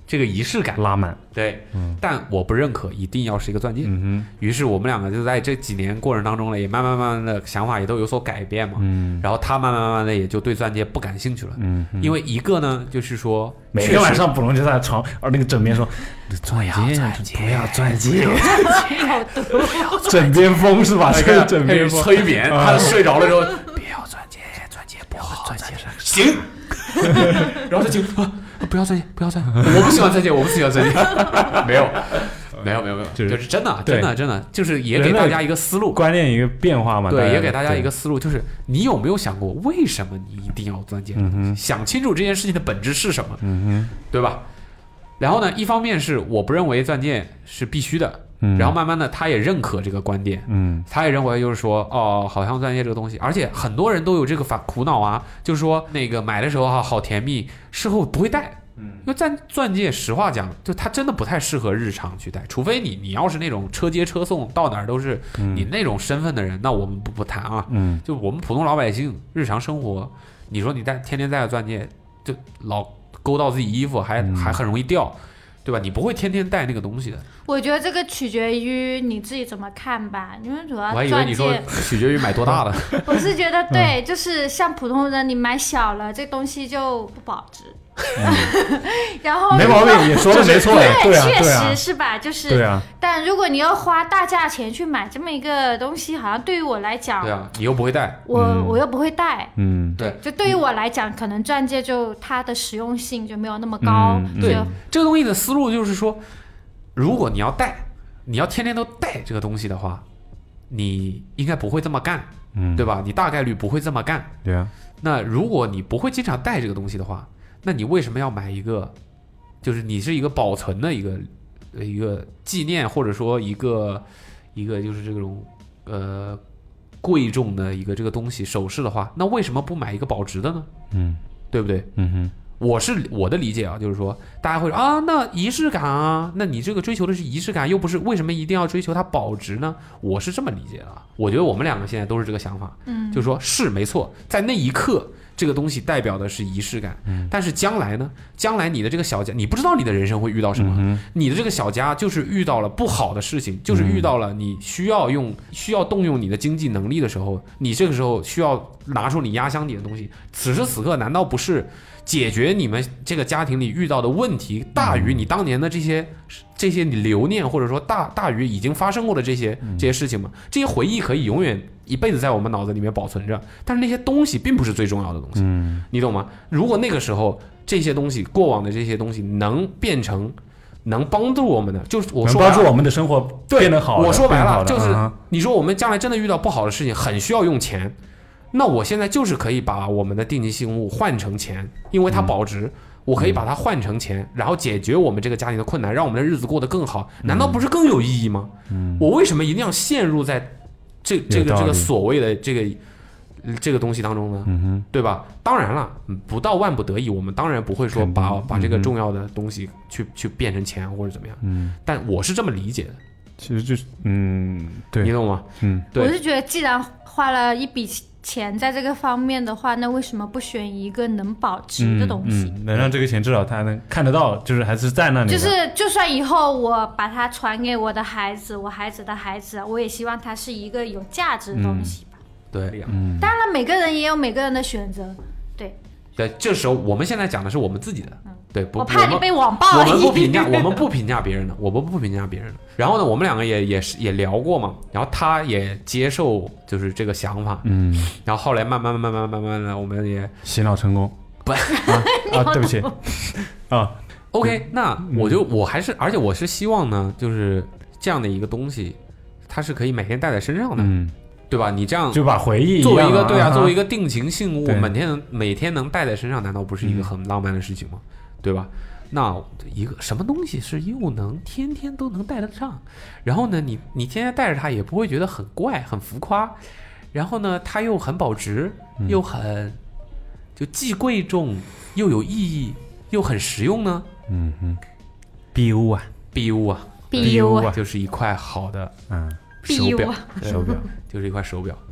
这个仪式感拉满， 对， 嗯， 但我不认可一定要是一个钻戒。 嗯于是我们两个就在这几年过程当中呢，也慢慢慢慢的想法也都有所改变嘛。 嗯， 然后他慢慢慢慢的也就对钻戒不感兴趣了。 嗯， 因为一个呢，就是说每天晚上卜龙就在床而那个枕边说，钻戒不要钻戒， 好毒， 枕边风是吧？这个枕边风催眠，他睡着了之后，不要钻戒，钻戒不要钻戒上，行。然后他就啊，不要钻戒，不要钻戒，我不喜欢钻戒，我不喜欢钻戒，没有。没有没有没有，就是真的真的真的，就是也给大家一个思路， 观念一个变化嘛。 对，也给大家一个思路，就是你有没有想过，为什么你一定要钻戒？ 嗯、 想清楚这件事情的本质是什么， 嗯、 对吧？然后呢，一方面是我不认为钻戒是必须的， 嗯、 然后慢慢的他也认可这个观点， 嗯， 他也认为就是说，哦，好像钻戒这个东西，而且很多人都有这个烦苦恼啊，就是说那个买的时候哈好甜蜜，事后不会戴。嗯，因为钻钻戒，实话讲，就它真的不太适合日常去戴，除非你你要是那种车接车送，到哪儿都是你那种身份的人，嗯、那我们不不谈啊。嗯，就我们普通老百姓日常生活，你说你戴天天戴个钻戒，就老勾到自己衣服，还、嗯、还很容易掉，对吧？你不会天天戴那个东西的。 我觉得这个取决于你自己怎么看吧，因为主要我还以为你说取决于买多大的。 我是觉得对，嗯、就是像普通人，你买小了，这东西就不保值。嗯、然后没毛病，也说的没错， 对， 对啊， 确实啊是吧？就是， 对啊。 但如果你要花大价钱去买这么一个东西，好像对于我来讲， 对啊，你又不会戴， 我、 嗯、 我又不会戴， 嗯， 对， 就对于我来讲，可能钻戒就它的实用性就没有那么高。 嗯、 对，这个东西的思路就是说，如果你要戴，你要天天都戴这个东西的话，你应该不会这么干，嗯，对吧？你大概率不会这么干， 对啊。 那如果你不会经常戴这个东西的话，那你为什么要买一个，就是你是一个保存的一个一个纪念，或者说一个一个就是这种呃贵重的一个这个东西首饰的话，那为什么不买一个保值的呢？嗯，对不对？ 嗯哼， 我是我的理解啊，就是说大家会说啊，那仪式感啊，那你这个追求的是仪式感，又不是为什么一定要追求它保值呢？我是这么理解的，我觉得我们两个现在都是这个想法，嗯，就是说是没错，在那一刻。这个东西代表的是仪式感，嗯、但是将来呢？将来你的这个小家，你不知道你的人生会遇到什么。嗯、你的这个小家就是遇到了不好的事情，就是遇到了你需要用、需要动用你的经济能力的时候，你这个时候需要拿出你压箱底的东西。此时此刻，难道不是解决你们这个家庭里遇到的问题大于你当年的这些这些你留念，或者说大大于已经发生过的这些这些事情吗？这些回忆可以永远一辈子在我们脑子里面保存着，但是那些东西并不是最重要的东西，嗯，你懂吗？如果那个时候这些东西过往的这些东西能变成能帮助我们的，就是我说能帮助我们的生活变得好。 我说白了就是，你说我们将来真的遇到不好的事情，很需要用钱，那我现在就是可以把我们的定期信物换成钱，因为它保值。嗯，我可以把它换成钱，然后解决我们这个家庭的困难，让我们的日子过得更好，难道不是更有意义吗？嗯，我为什么一定要陷入在这这个这个所谓的这个这个东西当中呢？嗯哼，对吧？当然了，不到万不得已，我们当然不会说把把这个重要的东西去去变成钱或者怎么样。嗯，但我是这么理解的。 其实就是，嗯，对， 你懂吗？ 嗯，对。我是觉得，既然花了一笔钱在这个方面的话，那为什么不选一个能保值的东西？ 嗯嗯、能让这个钱至少他能看得到，就是还是在那里。 就是就算以后我把它传给我的孩子，我孩子的孩子，我也希望它是一个有价值的东西吧。 嗯、对， 嗯。当然了，每个人也有每个人的选择，对。 对，这时候我们现在讲的是我们自己的，嗯、对，不， 我怕你被网暴。 我们不评价，我们不评价别人的，我们不评价别人的。然后呢，我们两个也也是也聊过嘛，然后他也接受就是这个想法，嗯，然后后来慢慢慢慢慢慢的，我们也洗脑成功， 不啊, 啊，对不起啊 ，OK， 那我就我还是，而且我是希望呢，就是这样的一个东西，它是可以每天带在身上的，嗯。对吧？你这样就把回忆作为一个对啊，作为一个定情信物，每天能每天能带在身上，难道不是一个很浪漫的事情吗？嗯、对吧？那一个什么东西是又能天天都能带得上？然后呢，你你天天带着它也不会觉得很怪、很浮夸，然后呢，它又很保值，又很就既贵重又有意义，又很实用呢？ 嗯哼 ，B U 啊 ，B U 啊 ，B U 啊，就是一块好的嗯。手表，手表就是一块手表，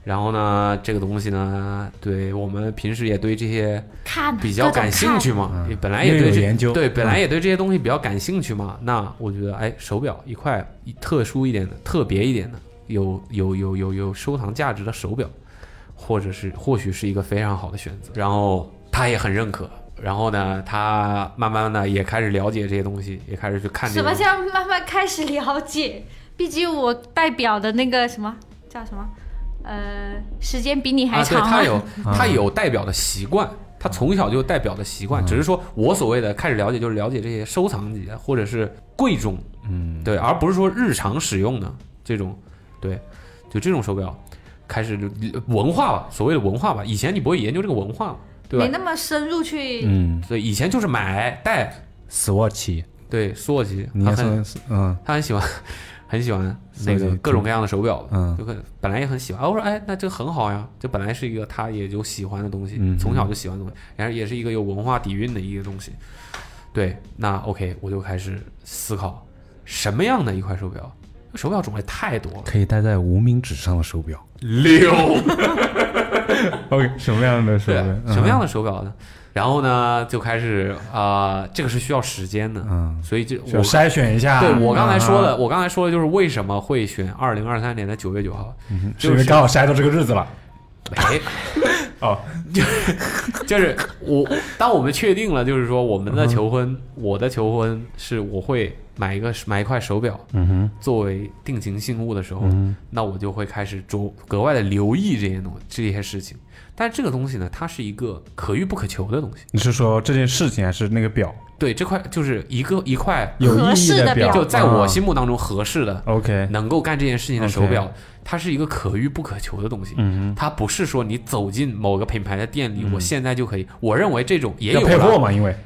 然后呢，这个东西呢，对我们平时也对这些看比较感兴趣嘛， 嗯、 本来也对这研究， 对，本来也对这些东西比较感兴趣嘛。嗯、那我觉得，哎，手表一块特殊一点的、特别一点的、有有有有有收藏价值的手表，或者是或许是一个非常好的选择。然后他也很认可。然后呢，他慢慢的也开始了解这些东西，也开始去看这什么叫慢慢开始了解？毕竟我代表的那个什么叫什么？呃，时间比你还长、 啊。对，他有他有代表的习惯，他从小就代表的习惯，嗯、只是说我所谓的开始了解，就是了解这些收藏级的或者是贵重，嗯，对，而不是说日常使用的这种，对，就这种手表开始文化吧，所谓的文化吧。以前你不会研究这个文化，对吧？ 没那么深入去， 嗯， 对，以前就是买戴斯沃琪， 对，斯沃琪， 他很嗯， 他很喜欢。很喜欢那个各种各样的手表， 嗯， 就本来也很喜欢。我说，哎，那这个很好呀，这本来是一个他也就喜欢的东西， 嗯、 从小就喜欢的东西，然后也是一个有文化底蕴的一个东西。对，那 OK， 我就开始思考什么样的一块手表，手表种类太多了， 可以戴在无名指上的手表。 六 ，OK， 什么样的手表？ 对，什么样的手表呢？然后呢，就开始啊、呃，这个是需要时间的，嗯，所以就我筛选一下。 对我刚才说的，嗯、我刚才说的就是为什么会选二零二三年的九月九号， 嗯就是因为刚好筛到这个日子了。 没， 哦， 就就是我，当我们确定了，就是说我们的求婚，嗯、我的求婚是我会买一个买一块手表， 嗯哼， 作为定情信物的时候， 嗯、 那我就会开始着格外的留意这些东这些事情。但这个东西呢，它是一个可遇不可求的东西。 你是说这件事情还是那个表？ 对，这块就是一个一块有意义的表， 就在我心目当中合适的、 哦、，OK， 能够干这件事情的手表， okay. 它是一个可遇不可求的东西。 嗯， 它不是说你走进某个品牌的店里， 嗯、 我现在就可以。我认为这种也有要配货嘛，因为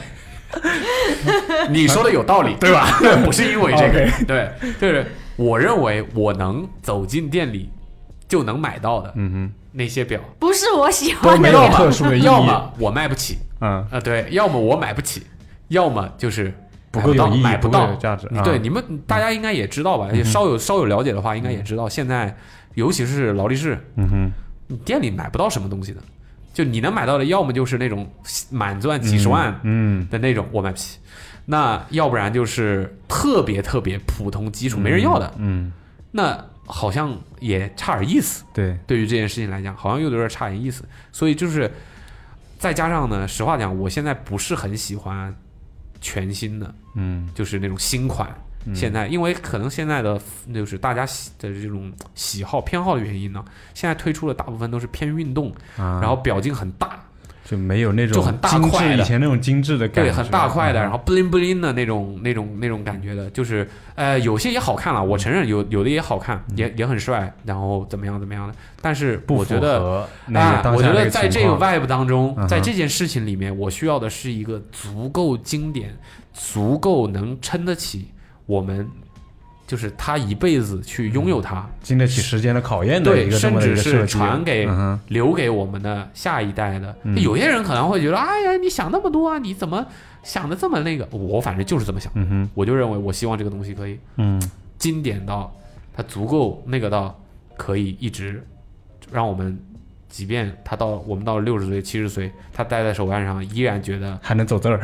你说的有道理，对吧？不是因为这个， okay. 对，就是我认为我能走进店里就能买到的， 嗯哼。 那些表不是我喜欢的， 都没有特殊的意义， 要么我卖不起， 嗯啊对，要么我买不起，要么就是不够有意义， 买不到， 不够有价值。 对， 嗯、 你们大家应该也知道吧？嗯、稍有稍有了解的话，应该也知道，现在尤其是劳力士， 嗯哼， 你店里买不到什么东西的，就你能买到的，要么就是那种满钻几十万， 嗯的那种，我买不起。那要不然就是特别特别普通基础没人要的， 嗯，嗯那好像也差点意思。 对， 对于这件事情来讲，好像又有点差点意思。所以就是再加上呢，实话讲，我现在不是很喜欢全新的， 嗯， 就是那种新款。嗯、现在因为可能现在的就是大家的这种喜好偏好的原因呢，现在推出的大部分都是偏运动， 啊、 然后表径很大。 就没有那种就很大块的以前那种精致的感觉， 对，很大块的， 嗯、 然后 bling bling 的那种、那种、那种感觉的，就是呃，有些也好看了，我承认有有的也好看， 嗯、 也也很帅，然后怎么样怎么样的，但是我觉得啊， 我觉得在这个 vibe 当中， 嗯、 在这件事情里面，我需要的是一个足够经典、足够能撑得起我们。就是他一辈子去拥有它， 经得起时间的考验的一个这么的一个设计， 甚至是传给、 嗯、 留给我们的下一代的。 嗯、 有些人可能会觉得，哎呀，你想那么多啊，你怎么想的这么那个？我反正就是这么想， 嗯哼， 我就认为我希望这个东西可以， 嗯， 经典到它足够那个到可以一直让我们，即便他到我们到了六十岁、七十岁，他戴在手腕上，依然觉得还能走字儿。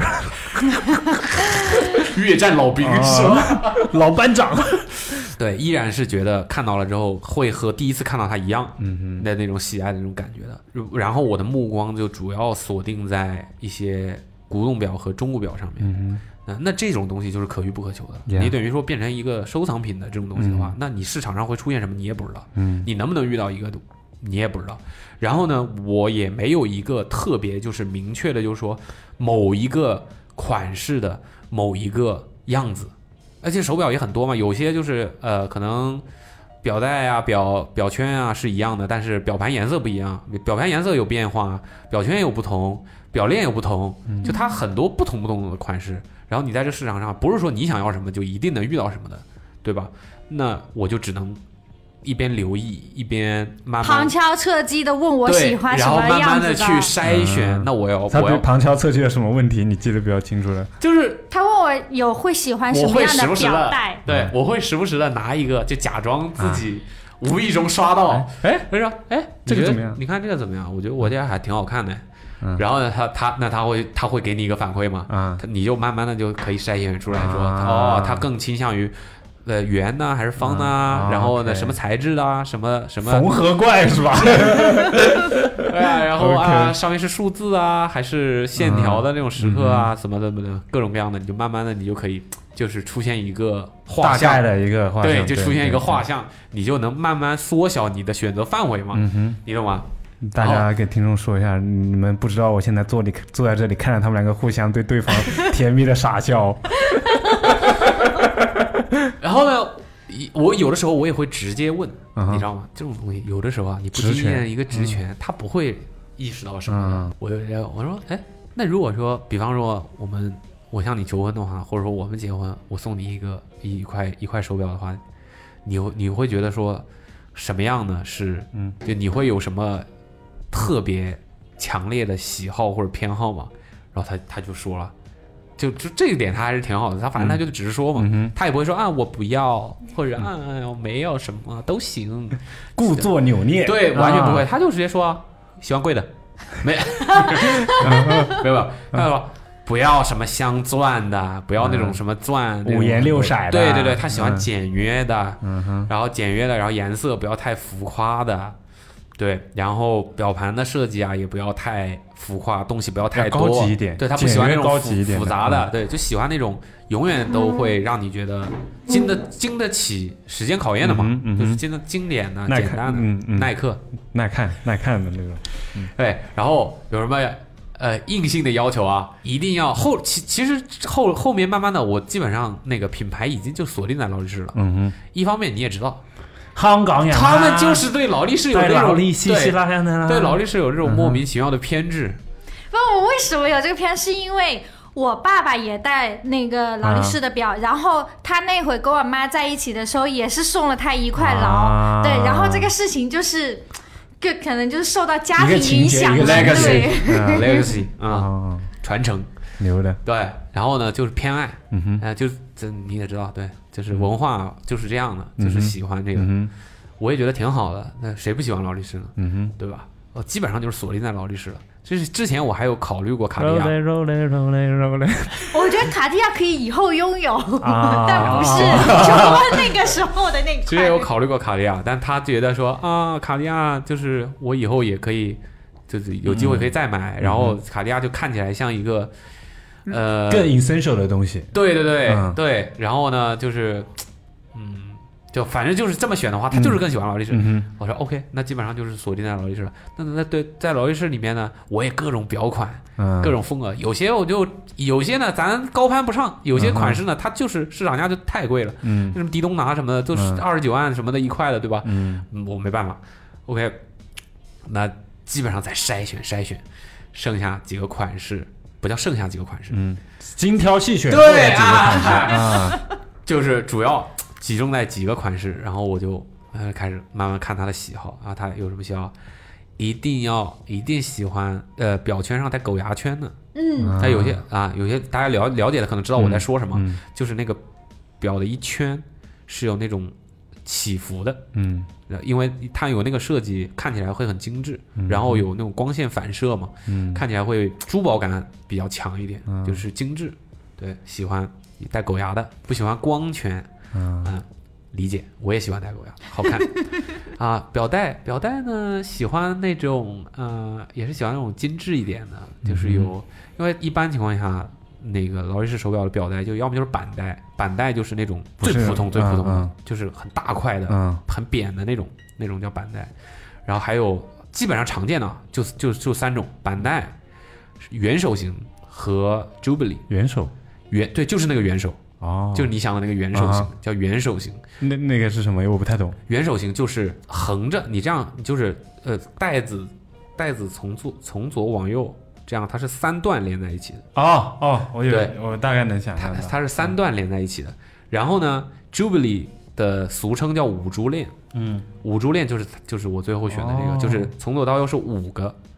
越战老兵是吧？ 老班长， 对，依然是觉得看到了之后会和第一次看到他一样， 嗯哼， 的那种喜爱的那种感觉的。然后我的目光就主要锁定在一些古董表和中古表上面。 嗯哼，那这种东西就是可遇不可求的。 Yeah. 你等于说变成一个收藏品的这种东西的话， 嗯、 那你市场上会出现什么你也不知道， 嗯， 你能不能遇到一个你也不知道。然后呢，我也没有一个特别就是明确的，就是说某一个款式的某一个样子，而且手表也很多嘛，有些就是呃可能表带啊表表圈啊是一样的，但是表盘颜色不一样，表盘颜色有变化，表圈有不同，表链有不同，就它很多不同不同的款式，然后你在这市场上不是说你想要什么就一定能遇到什么的，对吧？那我就只能一边留意一边慢慢旁敲侧击的问我喜欢什么样子的， 然后慢慢的去筛选。嗯、那我要他我要旁敲侧击了什么问题？你记得比较清楚了。 就是他问我有会喜欢什么样的表带， 对，我会时不时的拿一个，就假装自己。嗯无意中刷到， 哎， 他说哎这个怎么样？ 你看这个怎么样？我觉得我这还挺好看的。嗯、然后呢，他他那他会他会给你一个反馈嘛？啊、嗯，你就慢慢的就可以筛选出来说，啊、哦，他更倾向于。呃，圆呢还是方呢？啊、然后呢， okay. 什么材质的啊？什么什么？ 缝合怪是吧？ 对啊，然后啊， okay. 上面是数字啊，还是线条的那种时刻啊，嗯、什么的，的各种各样的，你就慢慢的，你就可以就是出现一个画像， 大概的一个画像， 对，就出现一个画像，你就能慢慢缩小你的选择范围嘛， 嗯哼， 你懂吗？ 大家给听众说一下，你们不知道我现在坐里坐在这里看着他们两个互相对对方甜蜜的傻笑。 然后呢，我有的时候我也会直接问，uh-huh. 你知道吗？这种东西有的时候啊，你不经验一个职权，嗯、他不会意识到什么。嗯、我就我说，哎，那如果说，比方说我们我向你求婚的话，或者说我们结婚，我送你一个一块一块手表的话，你你会觉得说什么样呢？是，嗯，就你会有什么特别强烈的喜好或者偏好吗？然后他他就说了。就就这一点他还是挺好的，他反正他就直说嘛，嗯、他也不会说啊我不要，或者啊我没有什么都行， 故作扭捏， 对，完全不会，啊、他就直接说、啊、喜欢贵的，没，没有，他说不要什么镶钻的，不要那种什么钻、 嗯、五颜六色的， 对对对，他喜欢简约的， 嗯、 然后简约的，然后颜色不要太浮夸的。对，然后表盘的设计啊，也不要太浮夸，东西不要太多， 高级一点。 对，他不喜欢那种高级一点复杂的， 嗯、 对，就喜欢那种永远都会让你觉得经得经得起时间考验的嘛， 嗯嗯、 就是经得经典的、 耐简单的， 嗯嗯、 耐克、 耐看、耐看的那种。 嗯、对，然后有什么呃硬性的要求啊？一定要后其其实后后面慢慢的，我基本上那个品牌已经就锁定在劳力士了。 嗯哼， 一方面你也知道。 香港人、啊， 他们就是对劳力士有这种劳力稀稀拉拉的啦， 对劳力士有这种莫名其妙的偏执。 不、嗯，我为什么有这个偏？是因为我爸爸也戴那个劳力士的表，啊、然后他那会跟我妈在一起的时候，也是送了他一块劳，啊、对，然后这个事情就是，就可能就是受到家庭影响的， 对 ，legacy 啊，传承。 牛的， 对，然后呢就是偏爱， 嗯哼， 呃，就这你也知道，对，就是文化就是这样的， 嗯、 就是喜欢这个， 嗯、 我也觉得挺好的。那谁不喜欢劳力士呢？ 嗯哼， 对吧？我基本上就是锁定在劳力士了。就是之前我还有考虑过卡地亚， 我觉得卡地亚可以以后拥有， 啊、 但不是就那个时候的那个。 之前有考虑过卡地亚，但他觉得说啊，卡地亚就是我以后也可以，就是有机会可以再买，嗯、然后卡地亚就看起来像一个。呃， 更 essential 的东西， 对对对、 嗯、 对，然后呢，就是，嗯，就反正就是这么选的话，他就是更喜欢劳力士。 嗯、 我说 OK， 那基本上就是锁定在劳力士了。那那对，在劳力士里面呢，我也各种表款， 嗯、 各种风格，有些我就有些呢，咱高攀不上，有些款式呢，嗯、它就是市场价就太贵了， 嗯， 什么迪东拿什么的，都是二十九万什么的一块的，对吧？ 嗯， 我没办法 ，OK， 那基本上再筛选筛选，剩下几个款式。不叫剩下几个款式， 嗯，精挑细选， 对啊，啊就是主要集中在几个款式，然后我就呃开始慢慢看他的喜好啊，他有什么喜好，一定要一定喜欢呃表圈上带狗牙圈的， 嗯， 他有些啊有些大家了了解的可能知道我在说什么， 嗯嗯、 就是那个表的一圈是有那种起伏的， 嗯。 因为它有那个设计，看起来会很精致， 嗯、 然后有那种光线反射嘛， 嗯、 看起来会珠宝感比较强一点， 嗯、 就是精致。对，喜欢带狗牙的，不喜欢光圈， 嗯， 嗯理解，我也喜欢带狗牙，好看啊。表带，表带呢，喜欢那种呃，也是喜欢那种精致一点的，就是有， 嗯、 因为一般情况下。那个劳力士手表的表带就要么就是板带，板带就是那种最普通最普通的， 嗯、 就是很大块的、 嗯、 很扁的那种，那种叫板带。然后还有基本上常见的就就就三种：板带、圆手型和 Jubilee。 圆手， 圆对，就是那个圆手哦， 就是你想的那个圆手型，啊、叫圆手型。 那那个是什么？我不太懂。 圆手型就是横着，你这样就是呃带子带子从左从左往右。这样它是三段连在一起的哦哦，我有对， 我大概能想象它它是三段连在一起的。嗯、然后呢 ，Jubilee 的俗称叫五珠链， 嗯， 五珠链就是就是我最后选的那个，哦、就是从左到右是五个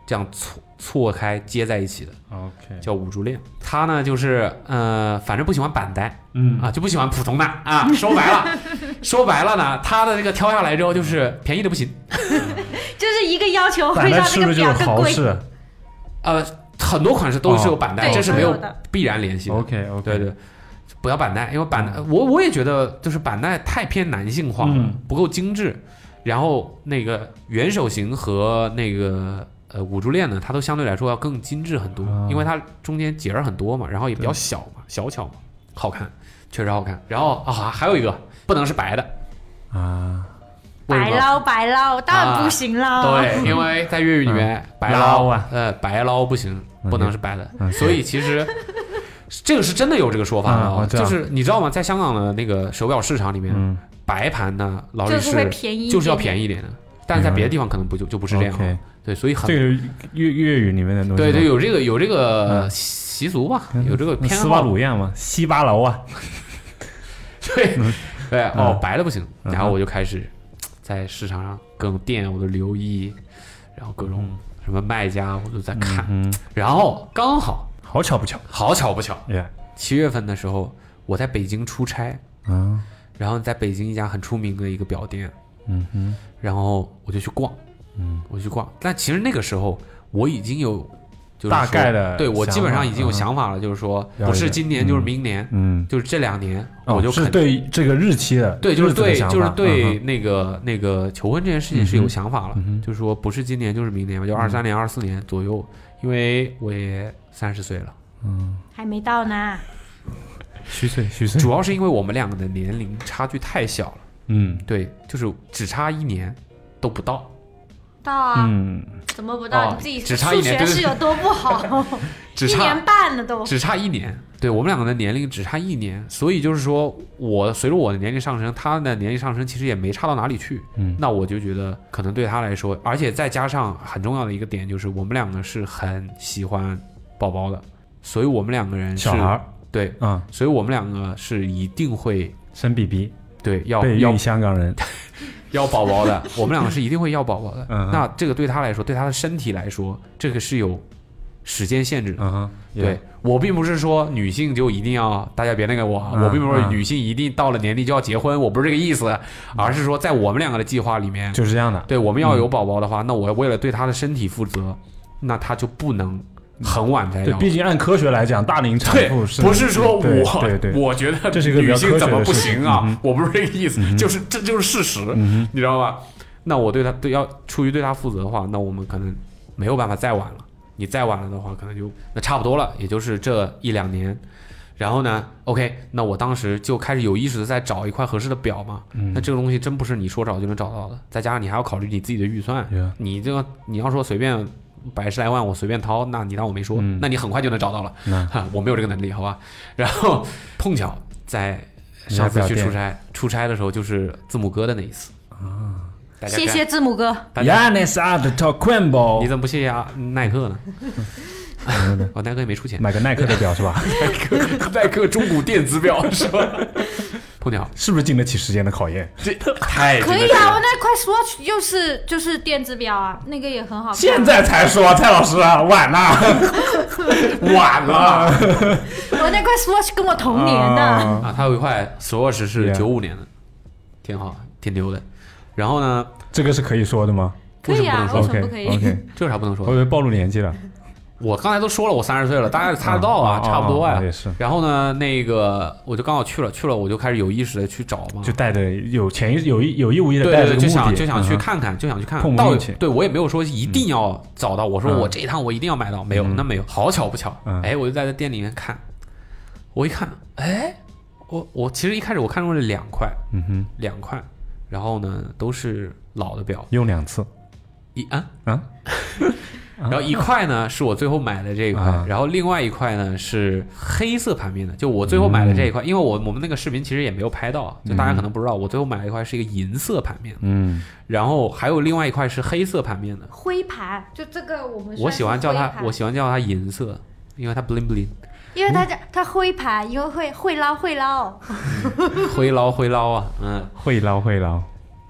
这样错错开接在一起的 ，OK， 叫五珠链。它呢就是呃，反正不喜欢板带， 嗯啊，就不喜欢普通的啊。说白了，说白了呢，它的这个挑下来之后就是便宜的不行， 就是一个要求会板带让这个是不是就是表更贵。 豪士呃，很多款式都是有板带， 哦这是没有对的必然联系的。 ？OK OK， 对对，不要板带，因为板带我我也觉得就是板带太偏男性化了， 嗯不够精致。然后那个圆手型和那个呃五珠链呢，它都相对来说要更精致很多， 啊因为它中间节儿很多嘛，然后也比较小嘛，小巧嘛，好看，确实好看。然后啊还有一个不能是白的， 啊， 为什么白捞白捞当然不行啦。 对，因为在粤语里面，白捞捞啊呃，白捞不行，不能是白的， 嗯所以其实这个是真的有这个说法的哦， 嗯我知道就是你知道吗？在香港的那个手表市场里面， 嗯白盘呢，劳力就是会士便宜一点点就是要便宜一点的，但是在别的地方可能不就就不是这样了 OK， 对，所以很这个粤粤语里面的东西吗， 对对有这个有这个嗯习俗吧，有这个偏斯巴好， 鲁一样嘛，西巴楼啊， 对对哦嗯， 白的不行， 嗯然后我就开始在市场上各种店我都留意，然后各种什么卖家我都在看， 嗯， 然后刚好好巧不巧好巧不巧， 耶， 七月份的时候我在北京出差， 嗯然后在北京一家很出名的一个表店， 嗯哼， 然后我就去逛， 嗯， 我就去逛，但其实那个时候我已经有就是说大概的对我基本上已经有想想法了，就是说了解不是今年就是明年， 嗯， 就是这两年哦我就是肯对这个日期的， 对，就是对， 日子的想法就是对嗯那个那个求婚这件事情是有想法了， 嗯哼就是说不是今年就是明年嘛，就二三年、二四年左右，因为我也三十岁了， 嗯， 还没到呢。 虚岁虚岁， 主要是因为我们两个的年龄差距太小了， 嗯对，就是只差一年都不到， 到啊？ 嗯， 怎么不到？ 哦你自己只差数一年对对学是有多不好？ 只差一年半了都。 只差一年，对我们两个的年龄只差一年，所以就是说我随着我的年龄上升，他的年龄上升其实也没差到哪里去， 嗯那我就觉得可能对他来说，而且再加上很重要的一个点就是我们两个是很喜欢宝宝的，所以我们两个人是小孩儿， 对， 嗯， 所以我们两个是一定会生 B B， 对要要被孕香港人， 要宝宝的，我们两个是一定会要宝宝的。 嗯那这个对他来说，对他的身体来说，这个是有时间限制的。 嗯哼， 对我并不是说女性就一定要，大家别那个我， 嗯我并不是说嗯女性一定到了年龄就要结婚，我不是这个意思，而是说在我们两个的计划里面， 就是这样的， 对我们要有宝宝的话，那我为了对他的身体负责，那他就不能很晚才对， 要。 毕竟按科学来讲，大龄产对， 妇是不是说我对对对， 我觉得这是一个比较女性怎么不科学的事情行啊？ 嗯哼我不是这个意思， 嗯哼就是这就是事实， 嗯你知道吧？那我对他对要出于对他负责的话，那我们可能没有办法再晚了。你再晚了的话，可能就那差不多了，也就是这一两年。然后呢 ，OK，那我当时就开始有意识的在找一块合适的表嘛。 嗯那这个东西真不是你说找就能找到的，再加上你还要考虑你自己的预算。 Yeah 你这个你要说随便百十来万我随便掏，那你当我没说， 嗯那你很快就能找到了。 那哈，我没有这个能力，好吧？然后碰巧在上次去出差，出差的时候就是字母哥的那一次啊。 谢谢字母哥。 大家 Yanis Antetokounmpo， 你怎么不谢谢啊耐克呢？哦，耐克也没出钱， 买个耐克的表是吧？ 耐克耐克中古电子表是吧？碰巧是不是经得起时间的考验？ 这太可以啊，我那块 Swatch 就是就是电子表啊，那个也很好看。 现在才说，蔡老师啊，晚了，晚了。 我那块 Swatch 跟我同年的。 啊啊，他有一块 Swatch 是 Yeah 九五年的，挺好，挺牛的。然后呢， 这个是可以说的吗可以啊，为什么 ？OK 不可以？ OK， 这有啥不能说我以？为暴露年纪了， 我刚才都说了，我三十岁了，大家猜得到啊，差不多呀、 啊也是， 然后呢，那个我就刚好去了，去了我就开始有意识的去找嘛， 就带着有潜意有意有意无意的对对对，就带着这个目的， 想就想去嗯看看，就想去看到碰碰运气对我也没有说一定要找到，我说嗯我这一趟我一定要买到，没有， 嗯那没有，好巧不巧， 嗯哎，我就在这店里面看，我一看，哎，我我其实一开始我看中了两块， 嗯哼， 两块，然后呢都是老的表， 用两次一啊。 啊， 然后一块呢是我最后买的这一块， 啊然后另外一块呢是黑色盘面的，就我最后买的这一块，因为我我们那个视频其实也没有拍到，就大家可能不知道，我最后买的一块是一个银色盘面， 嗯， 然后还有另外一块是黑色盘面的， 灰盘，就这个我们我喜欢叫它算是灰盘我喜欢叫它银色，因为它 bling bling， 因为它叫它灰盘，因为会会捞会捞。 灰捞灰捞啊，嗯， 会捞会捞，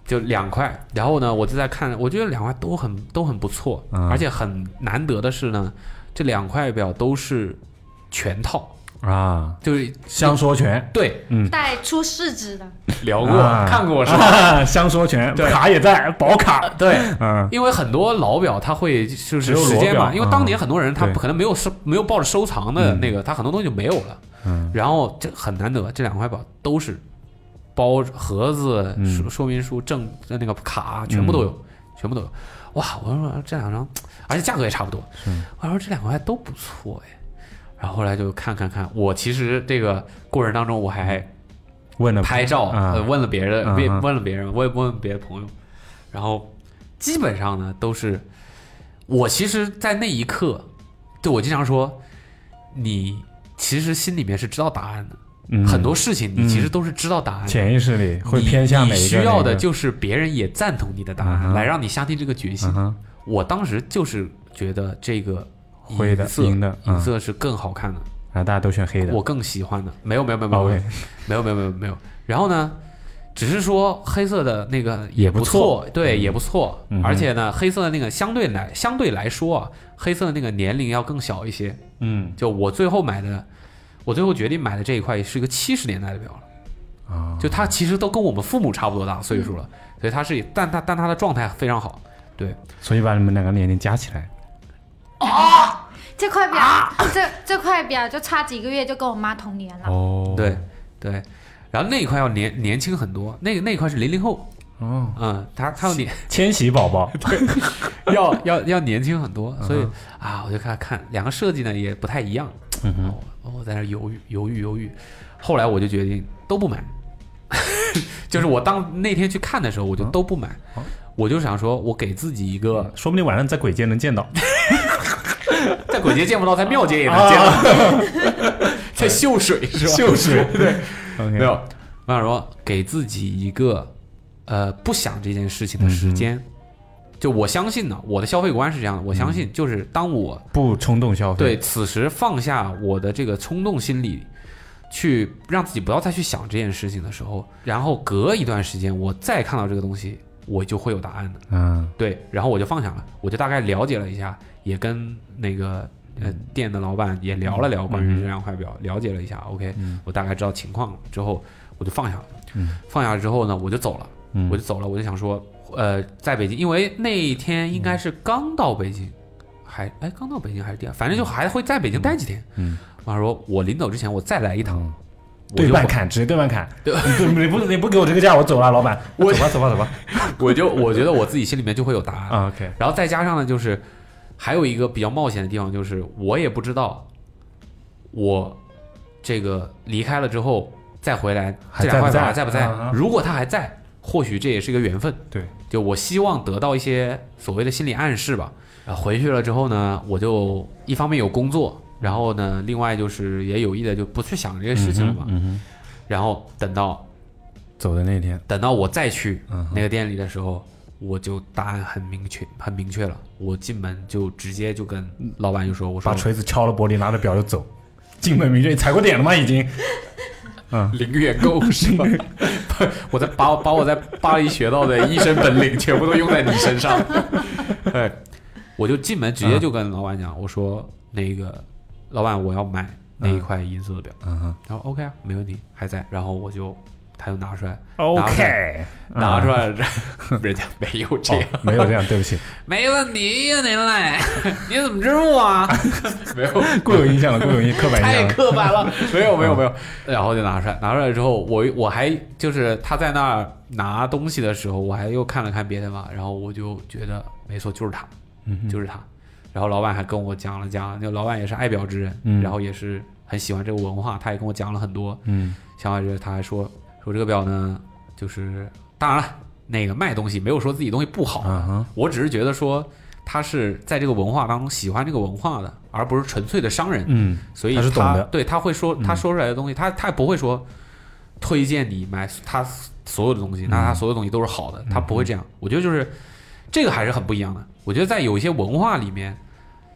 就两块。然后呢，我就在看，我觉得两块都很都很不错， 嗯、 而且很难得的是呢，这两块表都是全套。 啊， 就是相说全， 对， 嗯， 带出市值的， 聊过、啊、看过是吧？ 啊、相说全，卡也在，保卡， 对， 嗯， 因为很多老表他会就是时间嘛，因为当年很多人他可能没有收、嗯、没有抱着收藏的那个，他很多东西就没有了，嗯，然后这很难得，这两块表都是包盒子、嗯、说明书、证那个卡全部都有，嗯、全部都有，哇！我说这两张，而且价格也差不多，我说这两块都不错哎。然后后来就看看看，我其实这个过程当中我还问了拍照， 嗯、 呃，问了别人，问、 嗯、 问了别人，我也问别的朋友，然后基本上呢都是我其实，在那一刻，就我经常说，你其实心里面是知道答案的，嗯、很多事情你其实都是知道答案的， 潜意识里会偏向哪一个？ 你需要的就是别人也赞同你的答案，嗯、来让你下定这个决心。 嗯、 我当时就是觉得这个。 灰的、银的， 银色是更好看的， 然后大家都选黑的， 我更喜欢的。没有没有没有没有、okay. 没有没有没有没有。然后呢，只是说黑色的那个也不错，对，也不错。 嗯、 而且呢，黑色的那个相对来相对来说啊，黑色的那个年龄要更小一些。 嗯， 就我最后买的，我最后决定买的这一块是一个七十年代的表了。 啊， 就它其实都跟我们父母差不多大岁数了，所以它是，但它但它的状态非常好。对， 所以把你们两个年龄加起来。 啊，这块表，啊、这这块表就差几个月就跟我妈同年了。 哦， 对对，然后那一块要年年轻很多，那个那一块是零零后。 哦， 嗯，他他要年千禧宝宝， 对，要要要年轻很多，所以、嗯、啊，我就看看两个设计呢也不太一样。 嗯哼， 我我在那犹豫犹豫犹豫，后来我就决定都不买。就是我当那天去看的时候，我就都不买。嗯、我就想说，我给自己一个， 说不定晚上在鬼街能见到。 在鬼街见不到，在庙街也能见到。啊、在秀水是吧？ 秀水对， okay. 没有。我想说，给自己一个呃不想这件事情的时间。嗯、就我相信呢，我的消费观是这样的，我相信就是当我不冲动消费， 对，此时放下我的这个冲动心理，去让自己不要再去想这件事情的时候，然后隔一段时间我再看到这个东西，我就会有答案的。 嗯， 对，然后我就放下了，我就大概了解了一下，也跟那个呃店的老板也聊了聊关于这两块表，嗯、了解了一下。OK， 嗯、 我大概知道情况了之后，我就放下了。 嗯， 放下了之后呢，我就走了。 嗯， 我就走了，我就想说，呃，在北京，因为那一天应该是刚到北京，还哎刚到北京还是第二，反正就还会在北京待几天。 嗯， 我说我临走之前我再来一趟， 嗯、对半砍，直接对半砍。 对， 你不你不给我这个价，我走了，老板，我走吧走吧走吧。 我就我觉得我自己心里面就会有答案。 啊 OK， 然后再加上呢，就是还有一个比较冒险的地方，就是我也不知道我这个离开了之后再回来，这两块表还在不在？ 啊、 如果他还在。或许这也是一个缘分， 对， 就我希望得到一些所谓的心理暗示吧。然后回去了之后呢，我就一方面有工作，然后呢，另外就是也有意的就不去想这些事情了嘛。 嗯嗯、 然后等到走的那天， 等到我再去那个店里的时候，我就答案很明确，很明确了。我进门就直接就跟老板就说：“我说把锤子敲了玻璃，拿着表就走。”进门明确，踩过点了吗？已经。 嗯，零元购是吧？我在把把我在巴黎学到的医生本领全部都用在你身上。对，我就进门直接就跟老板讲，我说那个老板我要买那一块银色的表。 嗯哼， 然后 OK 啊，没问题，还在。然后我就他就拿出来 ，OK， 拿出来，人家没有这样， 没有这样，对不起， 没问题呀，您来，你怎么知道啊？没有， 固有印象了，固有印刻板印象， 太刻板了，没有没有没有。然后就拿出来，拿出来之后，我我还就是他在那儿拿东西的时候，我还又看了看别的嘛，然后我就觉得没错，就是他， 嗯， 就是他。然后老板还跟我讲了讲，那个老板也是爱表之人， 嗯， 然后也是很喜欢这个文化，他也跟我讲了很多， 嗯，想法， 就是他还说说这个表呢，就是当然了。那个卖东西没有说自己东西不好， uh-huh. 我只是觉得说他是在这个文化当中喜欢这个文化的，而不是纯粹的商人。 嗯， 所以他是懂的， 对他会说他说出来的东西，嗯、他他不会说推荐你买他所有的东西，嗯、那他所有东西都是好的，他不会这样。我觉得就是这个还是很不一样的。我觉得在有一些文化里面，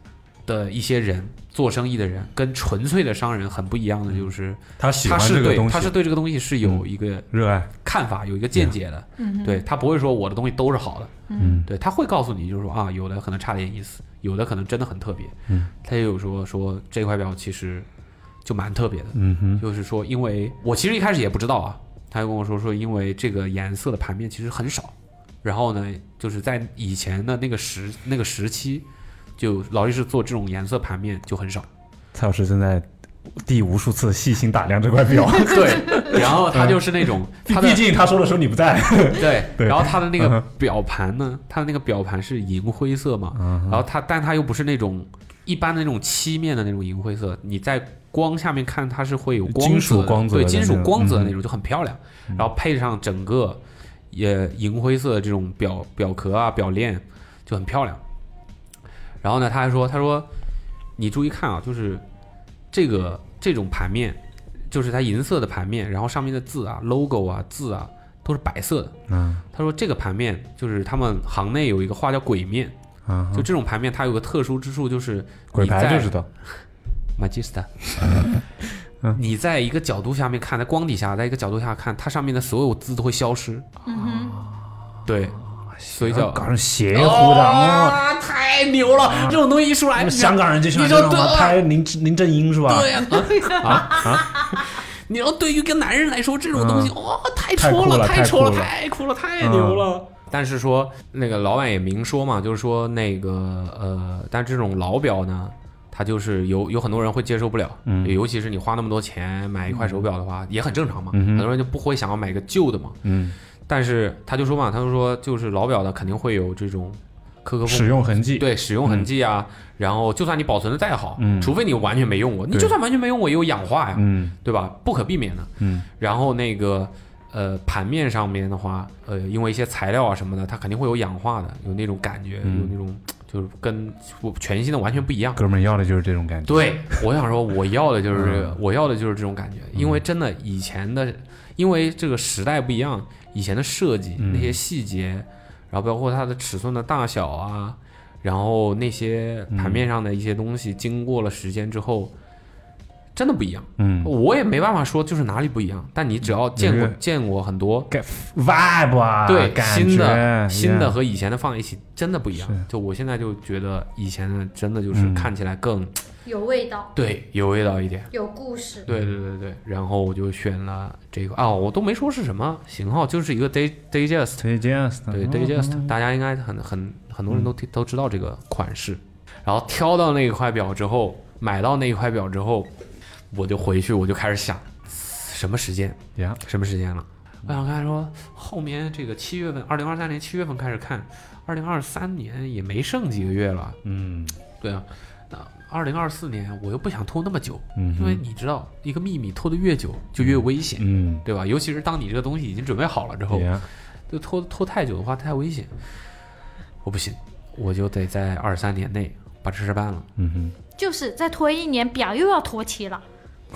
的一些人，做生意的人，跟纯粹的商人很不一样的，就是他喜欢这个东西， 他是对这个东西是有一个热爱看法，有一个见解的。 嗯， 对，他不会说我的东西都是好的。 嗯， 对，他会告诉你，就是说啊，有的可能差点意思，有的可能真的很特别。 嗯， 他也有说说这块表其实就蛮特别的。 嗯哼， 就是说，因为我其实一开始也不知道啊，他就跟我说说，因为这个颜色的盘面其实很少。然后呢，就是在以前的那个时那个时期，就劳力士做这种颜色盘面就很少。 蔡老师正在第无数次细心打量这块表， 对，然后他就是那种， 嗯、毕竟他说的时候你不在， 对， 对， 然后他的那个表盘呢，他的那个表盘是银灰色嘛， 嗯、 然后他，但他又不是那种一般的那种漆面的那种银灰色，你在光下面看它是会有光泽的， 金属光泽的， 对，金属光泽的那种、 嗯、 就很漂亮，然后配上整个也银灰色的这种表表壳啊、表链就很漂亮。然后呢，他还说，他说你注意看啊，就是这个这种盘面，就是它银色的盘面，然后上面的字啊、logo 啊、字啊都是白色的。 嗯， 他说这个盘面就是他们行内有一个话叫鬼面， 嗯， 就这种盘面它有个特殊之处，就是鬼牌就知道 ，Magista。你在一个角度下面看，在光底下，在一个角度下看，它上面的所有字都会消失。 嗯哼， 对，所以叫搞成邪乎的啊，太牛了！这种东西一出来， 香港人就喜欢这种嘛，拍林林正英是吧？ 对呀，啊啊！你要对于一个男人来说，这种东西哇，太戳了，太戳了，太酷了，太牛了。但是说那个老板也明说嘛，就是说那个呃，但这种老表呢。他就是有有很多人会接受不了， 嗯， 尤其是你花那么多钱买一块手表的话，嗯、也很正常嘛。 嗯、 很多人就不会想要买个旧的嘛。 嗯， 但是他就说嘛，他就说就是老表的肯定会有这种磕磕碰碰使用痕迹， 对使用痕迹啊。嗯、然后就算你保存的再好， 嗯， 除非你完全没用过，你就算完全没用过也有氧化呀， 嗯， 对吧？不可避免的。 嗯， 然后那个呃盘面上面的话，呃，因为一些材料啊什么的，它肯定会有氧化的，有那种感觉， 嗯、 有那种。就是跟全新的完全不一样， 哥们儿要的就是这种感觉。 对，我想说我要的就是这个， 嗯、 我要的就是这种感觉，因为真的以前的，因为这个时代不一样，以前的设计、嗯、那些细节，然后包括它的尺寸的大小啊，然后那些盘面上的一些东西，嗯、经过了时间之后，真的不一样。 嗯， 我也没办法说就是哪里不一样，但你只要见过、嗯、见过很多 vibe 啊， 对，新的新的 yeah. 和以前的放在一起真的不一样。就我现在就觉得以前的真的就是看起来更、 嗯、有味道， 对，有味道一点， 有故事。 对对对对，然后我就选了这个啊，我都没说是什么型号，就是一个 Day Datejust Datejust， 对 Datejust，、嗯、大家应该很很很多人都、嗯、都知道这个款式。然后挑到那一块表之后，买到那一块表之后。我就回去，我就开始想，什么时间呀？ Yeah. 什么时间了？我想看说后面这个七月份，二零二三年七月份开始看，二零二三年也没剩几个月了。 嗯， 对啊，那二零二四年我又不想拖那么久， 嗯， 因为你知道，一个秘密拖得越久就越危险， 嗯， 对吧？尤其是当你这个东西已经准备好了之后， yeah. 就拖拖太久的话太危险。我不行，我就得在二三年内把这事办了。 嗯哼， 就是再拖一年，表又要拖齐了。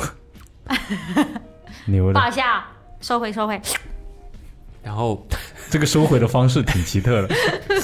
牛的， 放下，收回，收回。 然后这个收回的方式挺奇特的，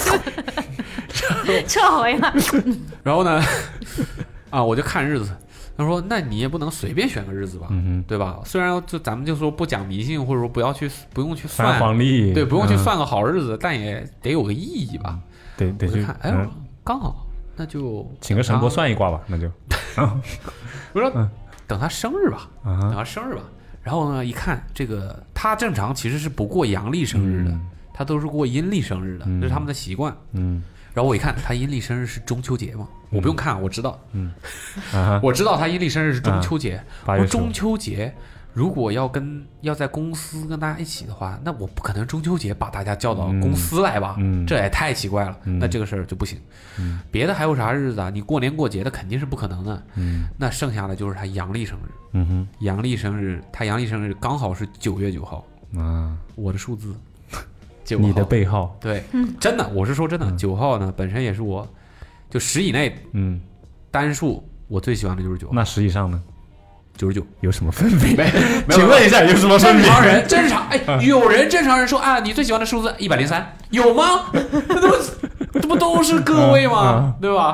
撤回了。 然后呢，啊，我就看日子。他说：“那你也不能随便选个日子吧， 嗯、 对吧？虽然就咱们就说不讲迷信，或者说不要去不用去算黄历， 对，不用去算个好日子，嗯、但也得有个意义吧？ 对，得去看，哎，嗯、刚好，那就请个神婆算一卦吧，那就。 我说。嗯等他生日吧， 啊、 等他生日吧。然后呢，一看这个，他正常其实是不过阳历生日的， 嗯、 他都是过阴历生日的， 嗯、 这是他们的习惯。 嗯。 然后我一看，他阴历生日是中秋节嘛，嗯、我不用看，我知道。 嗯。啊、 我知道他阴历生日是中秋节。 啊、 我中秋节如果要跟要在公司跟大家一起的话，那我不可能中秋节把大家叫到公司来吧？ 嗯、 这也太奇怪了。 嗯、 那这个事儿就不行。 嗯、 别的还有啥日子啊？你过年过节的肯定是不可能的。 嗯。 那剩下的就是他阳历生日。 嗯哼。 阳历生日，他阳历生日刚好是九月九号。 啊。 我的数字。九号。 你的背号。 对。嗯、真的，我是说真的，九、嗯、号呢本身也是我，就十以内， 嗯， 单数我最喜欢的就是九号。 那十以上呢？ 九十九有什么分别？ 没， 请问一下有什么分别？ 正常人，正常哎，有人正常人说啊，你最喜欢的数字一百零三，有吗？那都这不都是个位吗？ 啊、 对吧？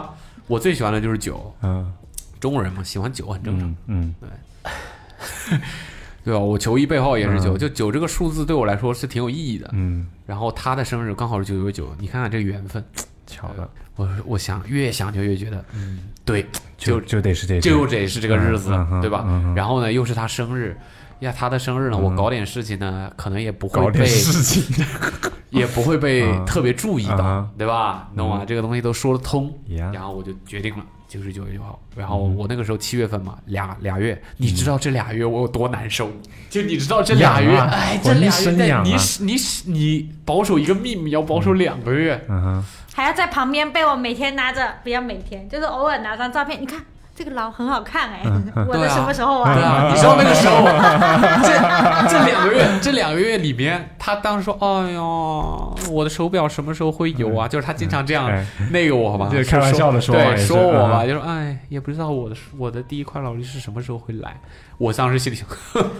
我最喜欢的就是酒， 嗯， 中国人嘛，喜欢酒很正常， 嗯， 对，对吧？我球衣背后也是九、嗯，就九这个数字对我来说是挺有意义的。嗯，然后他的生日刚好是九九九，你看看这个缘分， 巧的。 我我想越想就越觉得，嗯，对， 就就得是这， 就得是这个日子， 嗯、 对吧、 嗯？ 然后呢，又是他生日，呀，他的生日呢，嗯、我搞点事情呢，可能也不会被搞点事情， 也不会被特别注意到， 嗯、 对吧？懂吗、嗯？这个东西都说得通， 嗯、 然后我就决定了。就是九月九号，然后我那个时候七月份嘛，俩俩月，你知道这俩月我有多难受？就你知道这俩月，哎，这俩月，你你你保守一个秘密要保守两个月， 嗯哼， 还要在旁边被我每天拿着，不要每天，就是偶尔拿张照片，你看这个牢很好看哎，我的什么时候啊？ 对啊，你知道那个时候，这这两个月，这两个月里面，他当时说，哎呀，我的手表什么时候会有啊？就是他经常这样那个我吧， 就开玩笑的说， 对，说我吧，就说哎，也不知道我的我的第一块劳力士什么时候会来。我当时心里想，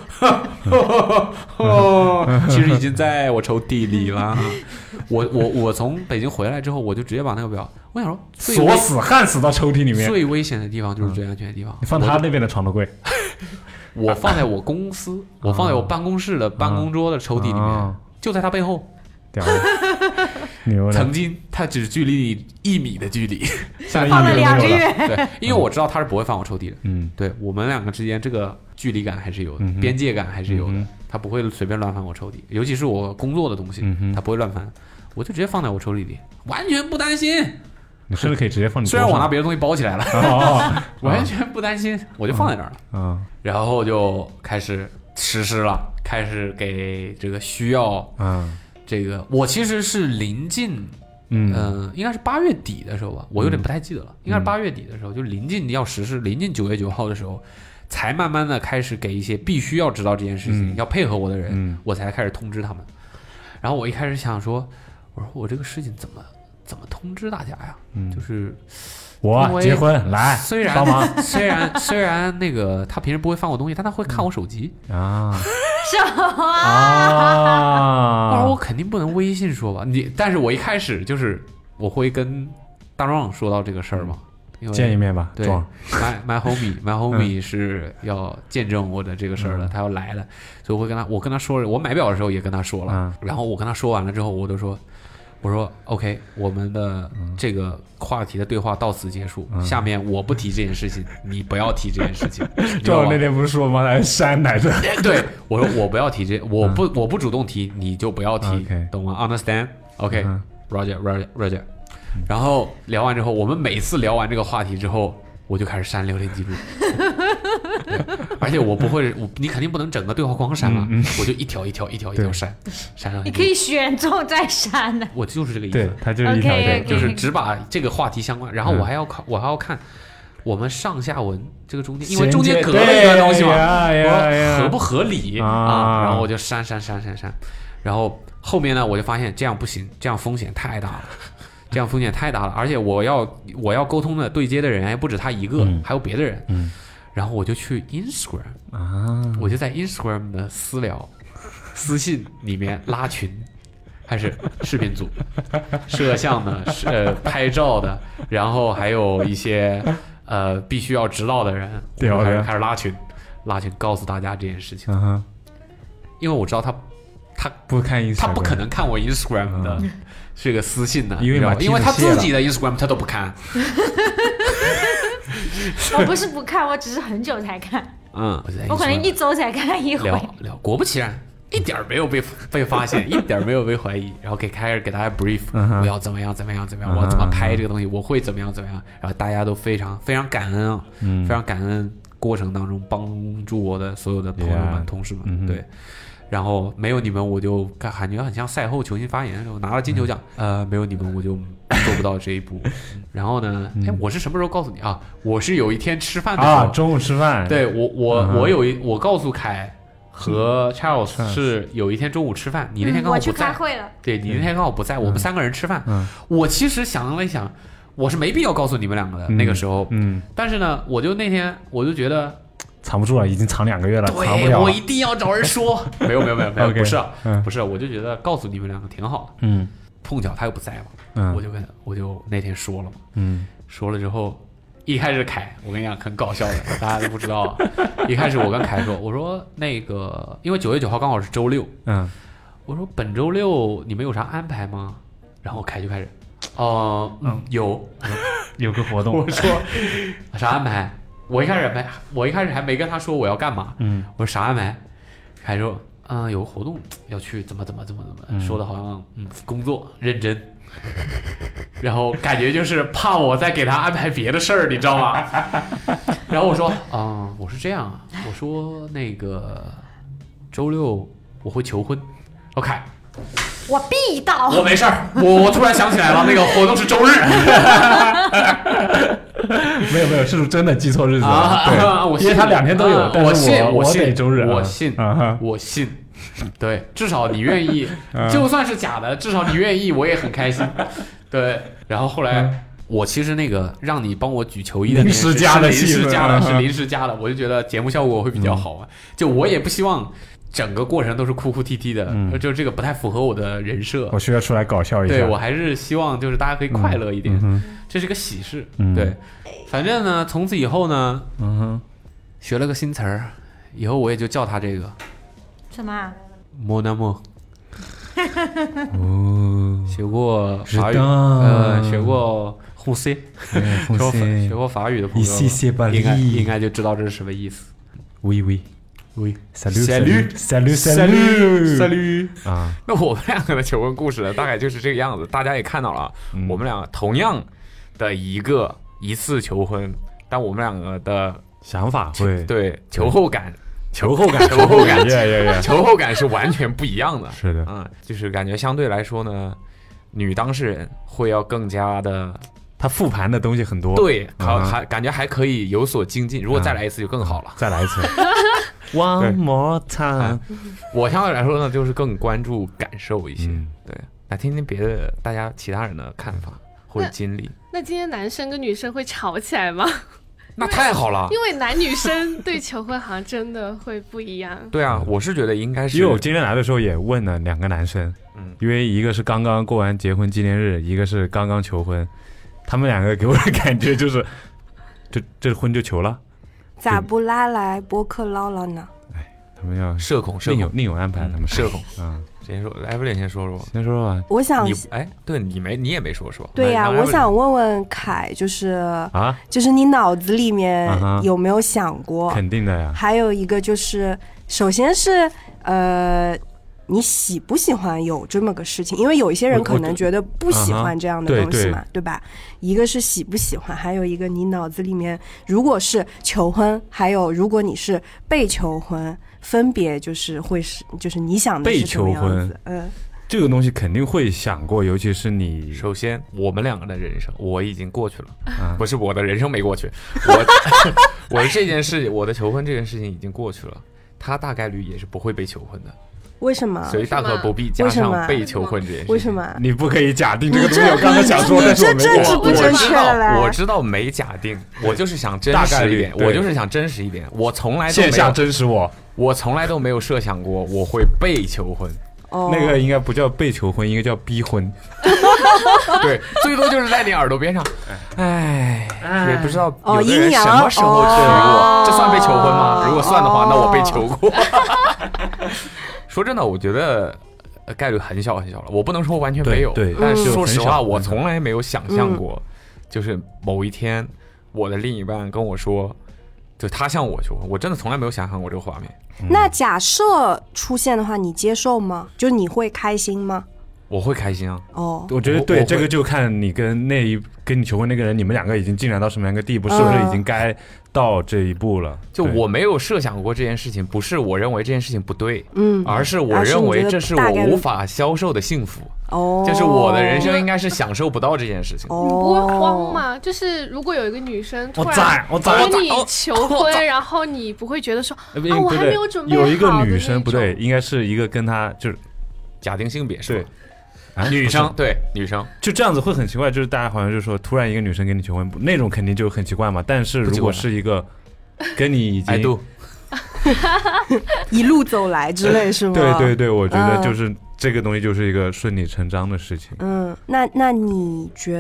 其实已经在我抽屉里了。我我我从北京回来之后，我就直接把那个表，我想说锁死焊死到抽屉里面。 最危险的地方就是最安全的地方。 你放他那边的床头柜， 我放在我公司，我放在我办公室的办公桌的抽屉里面，就在他背后。曾经他只距离一米的距离， 放了两个月。 对，因为我知道他是不会放我抽屉的。嗯，对我们两个之间这个距离感还是有的，边界感还是有的。他不会随便乱翻我抽屉，尤其是我工作的东西，他不会乱翻，我就直接放在我抽屉里，完全不担心。 你甚至可以直接放你。 虽然我拿别的东西包起来了，哦、完全不担心，我就放在那儿了。嗯，然后就开始实施了，开始给这个需要。嗯。这个我其实是临近，嗯、呃，应该是八月底的时候吧，我有点不太记得了，嗯、应该是八月底的时候，就临近要实施，临近九月九号的时候，才慢慢的开始给一些必须要知道这件事情、嗯、要配合我的人、嗯，我才开始通知他们。然后我一开始想说，我说我这个事情怎么怎么通知大家呀？嗯、就是我结婚来虽然帮忙， 虽然虽然那个他平时不会放我东西，但他会看我手机、嗯、啊。 什么啊？我肯定不能微信说吧？你，但是我一开始就是我会跟大壮说到这个事儿嘛， 见一面吧。 对 ，my my homie my homie 是要见证我的这个事儿的、嗯，他要来了，所以我会跟他，我跟他说，我买表的时候也跟他说了，嗯、然后我跟他说完了之后，我都说。我说 OK， 我们的这个话题的对话到此结束。嗯、下面我不提这件事情，你不要提这件事情。 就我那天不是说吗？来删来着。 对，我说我不要提这，我不、嗯、我不主动提，你就不要提， okay. 懂吗 ？Understand？OK，Roger，Roger，Roger、okay. 嗯。Roger, Roger. 然后聊完之后，我们每次聊完这个话题之后，我就开始删聊天记录。而且我不会，我你肯定不能整个对话框删了、嗯嗯，我就一条一条一条一条删，删上。 你可以选中再删的。 我就是这个意思， 对，他就是一条一条， okay, okay. 就是只把这个话题相关，然后我还要看，我还要看我们上下文这个中间，因为中间隔了一段东西嘛，我合不合理啊, 啊？然后我就删删删删删，然后后面呢，我就发现这样不行，这样风险太大了。这样风险太大了，而且我要我要沟通的对接的人还不止他一个，嗯、还有别的人。嗯，然后我就去 Instagram 啊，我就在 Instagram 的私聊、私信里面拉群，还是视频组、摄像的、呃拍照的，然后还有一些呃必须要知道的人，我开始开始拉群，拉群告诉大家这件事情。嗯、因为我知道他他不看 Instagram， 他不可能看我 Instagram 的。嗯是个私信的， 因为因为他自己的 Instagram 他都不看。 我不是不看，我只是很久才看。嗯，我可能一周才看一回。 聊聊，果不其然，一点没有被被发现，一点没有被怀疑。然后给开始给大家 brief，、嗯、我要怎么样怎么样怎么样，我要怎么拍这个东西，我会怎么样怎么样。然后大家都非常非常感恩啊，嗯、非常感恩过程当中帮助我的所有的朋友们、yeah, 同事们，嗯、对。然后没有你们，我就感觉很像赛后球星发言的时候拿了金球奖。呃，没有你们，我就做不到这一步。然后呢，哎，我是什么时候告诉你啊？我是有一天吃饭的时候， 啊，中午吃饭。 对我，我、嗯、我有一，我告诉凯和 Charles 是有一天中午吃饭，你那天刚好不在。 嗯、我去开会了。 对，你那天刚好不在，我们三个人吃饭。嗯、我其实想了一想，我是没必要告诉你们两个的、嗯、那个时候。嗯。但是呢，我就那天我就觉得。 藏不住了，已经藏两个月了， 对， 藏不了。 我一定要找人说。没有没有没有没有， okay, 不是、啊嗯，不是，我就觉得告诉你们两个挺好的。嗯，碰巧他又不在嘛，嗯，我就跟我就那天说了嘛，嗯， 说了之后，一开始凯，我跟你讲很搞笑的，大家都不知道。一开始我跟凯说，我说那个，因为九月九号刚好是周六， 嗯， 我说本周六你们有啥安排吗？然后凯就开始，哦、呃，嗯，有， 有个活动。 我说啥安排？我一开始没，我一开始还没跟他说我要干嘛。嗯，我说啥安排？凯说，啊、呃，有个活动要去，怎么怎么怎么怎么，嗯、说的好像嗯工作认真。然后感觉就是怕我再给他安排别的事儿，你知道吗？然后我说，啊、呃，我是这样，我说那个周六我会求婚。OK， 我必到。 我没事儿，我我突然想起来了，那个活动是周日。 没有没有，是真的记错日子了。 啊， 对啊我信因为他两天都有， 啊、 但是我信， 我信， 得周日， 我信， 啊、 我信。对，至少你愿意，就算是假的，至少你愿意，我也很开心。对，然后后来、嗯、我其实那个让你帮我举球衣的临时加的， 临时加的，是临时加的，我就觉得节目效果会比较好啊。嗯、就我也不希望整个过程都是哭哭啼啼的，嗯、就这个不太符合我的人设。 我需要出来搞笑一下。 对，我还是希望就是大家可以快乐一点，嗯、这是个喜事。嗯、对，反正呢，从此以后呢，嗯哼，学了个新词儿，以后我也就叫他这个什么莫那莫。哦，学过法语，呃，学过呼吸，学过学过法语的朋友，应该应该就知道这是什么意思。 Oui oui oui salut salut salut salut salut 啊！那我们两个的求婚故事呢，大概就是这个样子。大家也看到了，嗯、我们两个同样的一个一次求婚，但我们两个的想法会对求后感。 求后感， 求后感， yeah, yeah, yeah. 求后感是完全不一样的。 是的， 嗯，就是感觉相对来说呢，女当事人会要更加的， 她复盘的东西很多， 对，还还感觉还可以有所精进。如果再来一次就更好了， 再来一次。One more time。 我相对来说呢，就是更关注感受一些，嗯、对，来听听别的大家其他人的看法或者经历。 那今天男生跟女生会吵起来吗？ 那太好了， 因为男女生对求婚好像真的会不一样。 对啊，我是觉得应该是， 因为我今天来的时候也问了两个男生，嗯，因为一个是刚刚过完结婚纪念日，一个是刚刚求婚，他们两个给我的感觉就是，这这婚就求了， 咋不拉来播客唠唠呢？ 哎，他们要社恐，社另有另有安排， 嗯、 他们社恐， 嗯。 先说，来不了，先说说， 先说说吧。 我想， 你哎，对你没，你也没说说。 对呀、啊，我想问问凯，就是啊，就是你脑子里面有没有想过？ 肯定的呀。 还有一个就是，首先是呃，你喜不喜欢有这么个事情？因为有一些人可能觉得不喜欢这样的东西嘛，啊、对, 对吧？一个是喜不喜欢，还有一个你脑子里面如果是求婚，还有如果你是被求婚。分别就是会是，就是你想的是什么样子？嗯， 这个东西肯定会想过，尤其是你。 首先，我们两个的人生我已经过去了，啊、不是我的人生没过去，我我这件事，我的求婚这件事情已经过去了，他大概率也是不会被求婚的。 为什么？ 所以大可不必加上被求婚这件事情。 为什么？ 你不可以假定这个东西。我刚刚想说，但是我没我我知道，我知道没假定，我就是想真实一点，我就是想真实一点。我从来都没有线下真实我， 我从来都没有设想过我会被求婚。 哦， 那个应该不叫被求婚，应该叫逼婚。 对，最多就是在你耳朵边上。哎，也不知道有的人什么时候至于我，这算被求婚吗？如果算的话，那我被求过。说真的，我觉得概率很小很小了。我不能说完全没有， 对， 但是说实话，我从来没有想象过，就是某一天我的另一半跟我说，就他向我求婚，我真的从来没有想象过这个画面。 那假设出现的话，你接受吗？就你会开心吗？ 我会开心啊。 哦， 我觉得对，这个就看你跟那一跟你求婚那个人，你们两个已经进展到什么样一个地步，是不是已经该到这一步了？ 就我没有设想过这件事情，不是我认为这件事情不对，嗯，而是我认为这是我无法销售的幸福。哦，就是我的人生应该是享受不到这件事情。 你不会慌吗？就是如果有一个女生突然跟你求婚，然后你不会觉得说啊，我还没有准备好的那种。 有一个女生不对，应该是一个跟她就是假定性别是吧？ 啊、 女生对女生就这样子会很奇怪，就是大家好像就说突然一个女生跟你求婚，那种肯定就很奇怪嘛。但是如果是一个跟你已经一路走来之类是吗？ 对对对，我觉得就是、嗯、这个东西就是一个顺理成章的事情。 嗯，那那你觉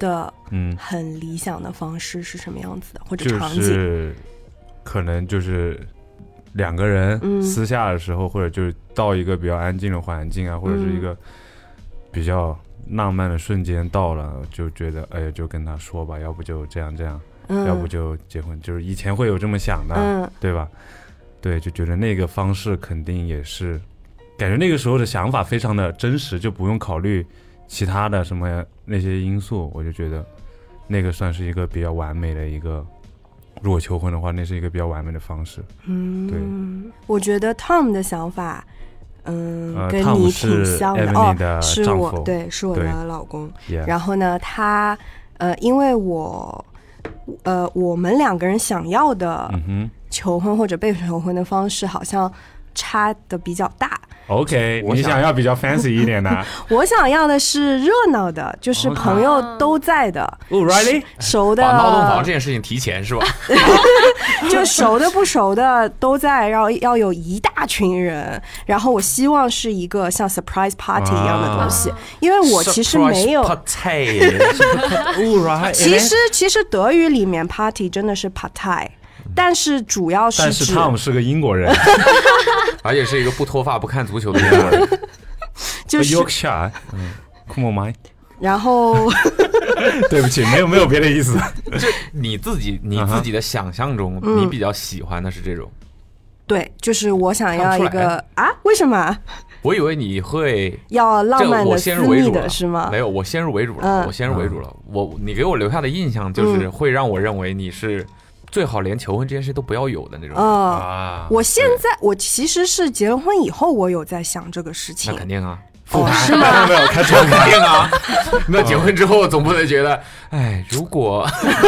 的嗯很理想的方式是什么样子的，或者场景？ 就是可能就是两个人私下的时候，嗯、或者就是到一个比较安静的环境啊，或者是一个比较浪漫的瞬间到了，就觉得哎呀，就跟他说吧，要不就这样这样，嗯、要不就结婚，就是以前会有这么想的，嗯、对吧？对，就觉得那个方式肯定也是，感觉那个时候的想法非常的真实，就不用考虑其他的什么那些因素，我就觉得那个算是一个比较完美的一个，如果求婚的话，那是一个比较完美的方式。嗯，对， 我觉得 Tom 的想法，嗯，呃、跟你挺像的。 哦， 是我，对，是我的老公。然后呢，他，呃，因为我，呃，我们两个人想要的求婚或者被求婚的方式，好像差的比较大。 OK， 你想要比较 fancy 一点的？ 我想要的是热闹的，就是朋友都在的。 哦、oh, ，really？ 熟的。 把闹洞房这件事情提前是吧？ 就熟的不熟的都在，然后要有一大群人，然后我希望是一个像 surprise party 一样的东西，啊、因为我其实没有。其实其实德语里面 party 真的是 Partei。但是主要是， 但是 Tom 是个英国人， 而且是一个不脱发不看足球的英国人， 就是 Yorkshire， 嗯 ，Come on my， 然后对不起，没有没有别的意思， 就你自己你自己的想象中，嗯、你比较喜欢的是这种， 对，就是我想要一个啊？为什么？ 我以为你会要浪漫的、私密的是吗？ 没有，我先入为主了，嗯、我先入为主了。我你给我留下的印象就是会让我认为你是。最好连求婚这件事都不要有的那种、呃、啊！ 我现在我其实是结了婚以后，我有在想这个事情。 那肯定啊， 复盘、哦、是吗？ 没有开始肯定啊。那结婚之后总不能觉得，哎，如果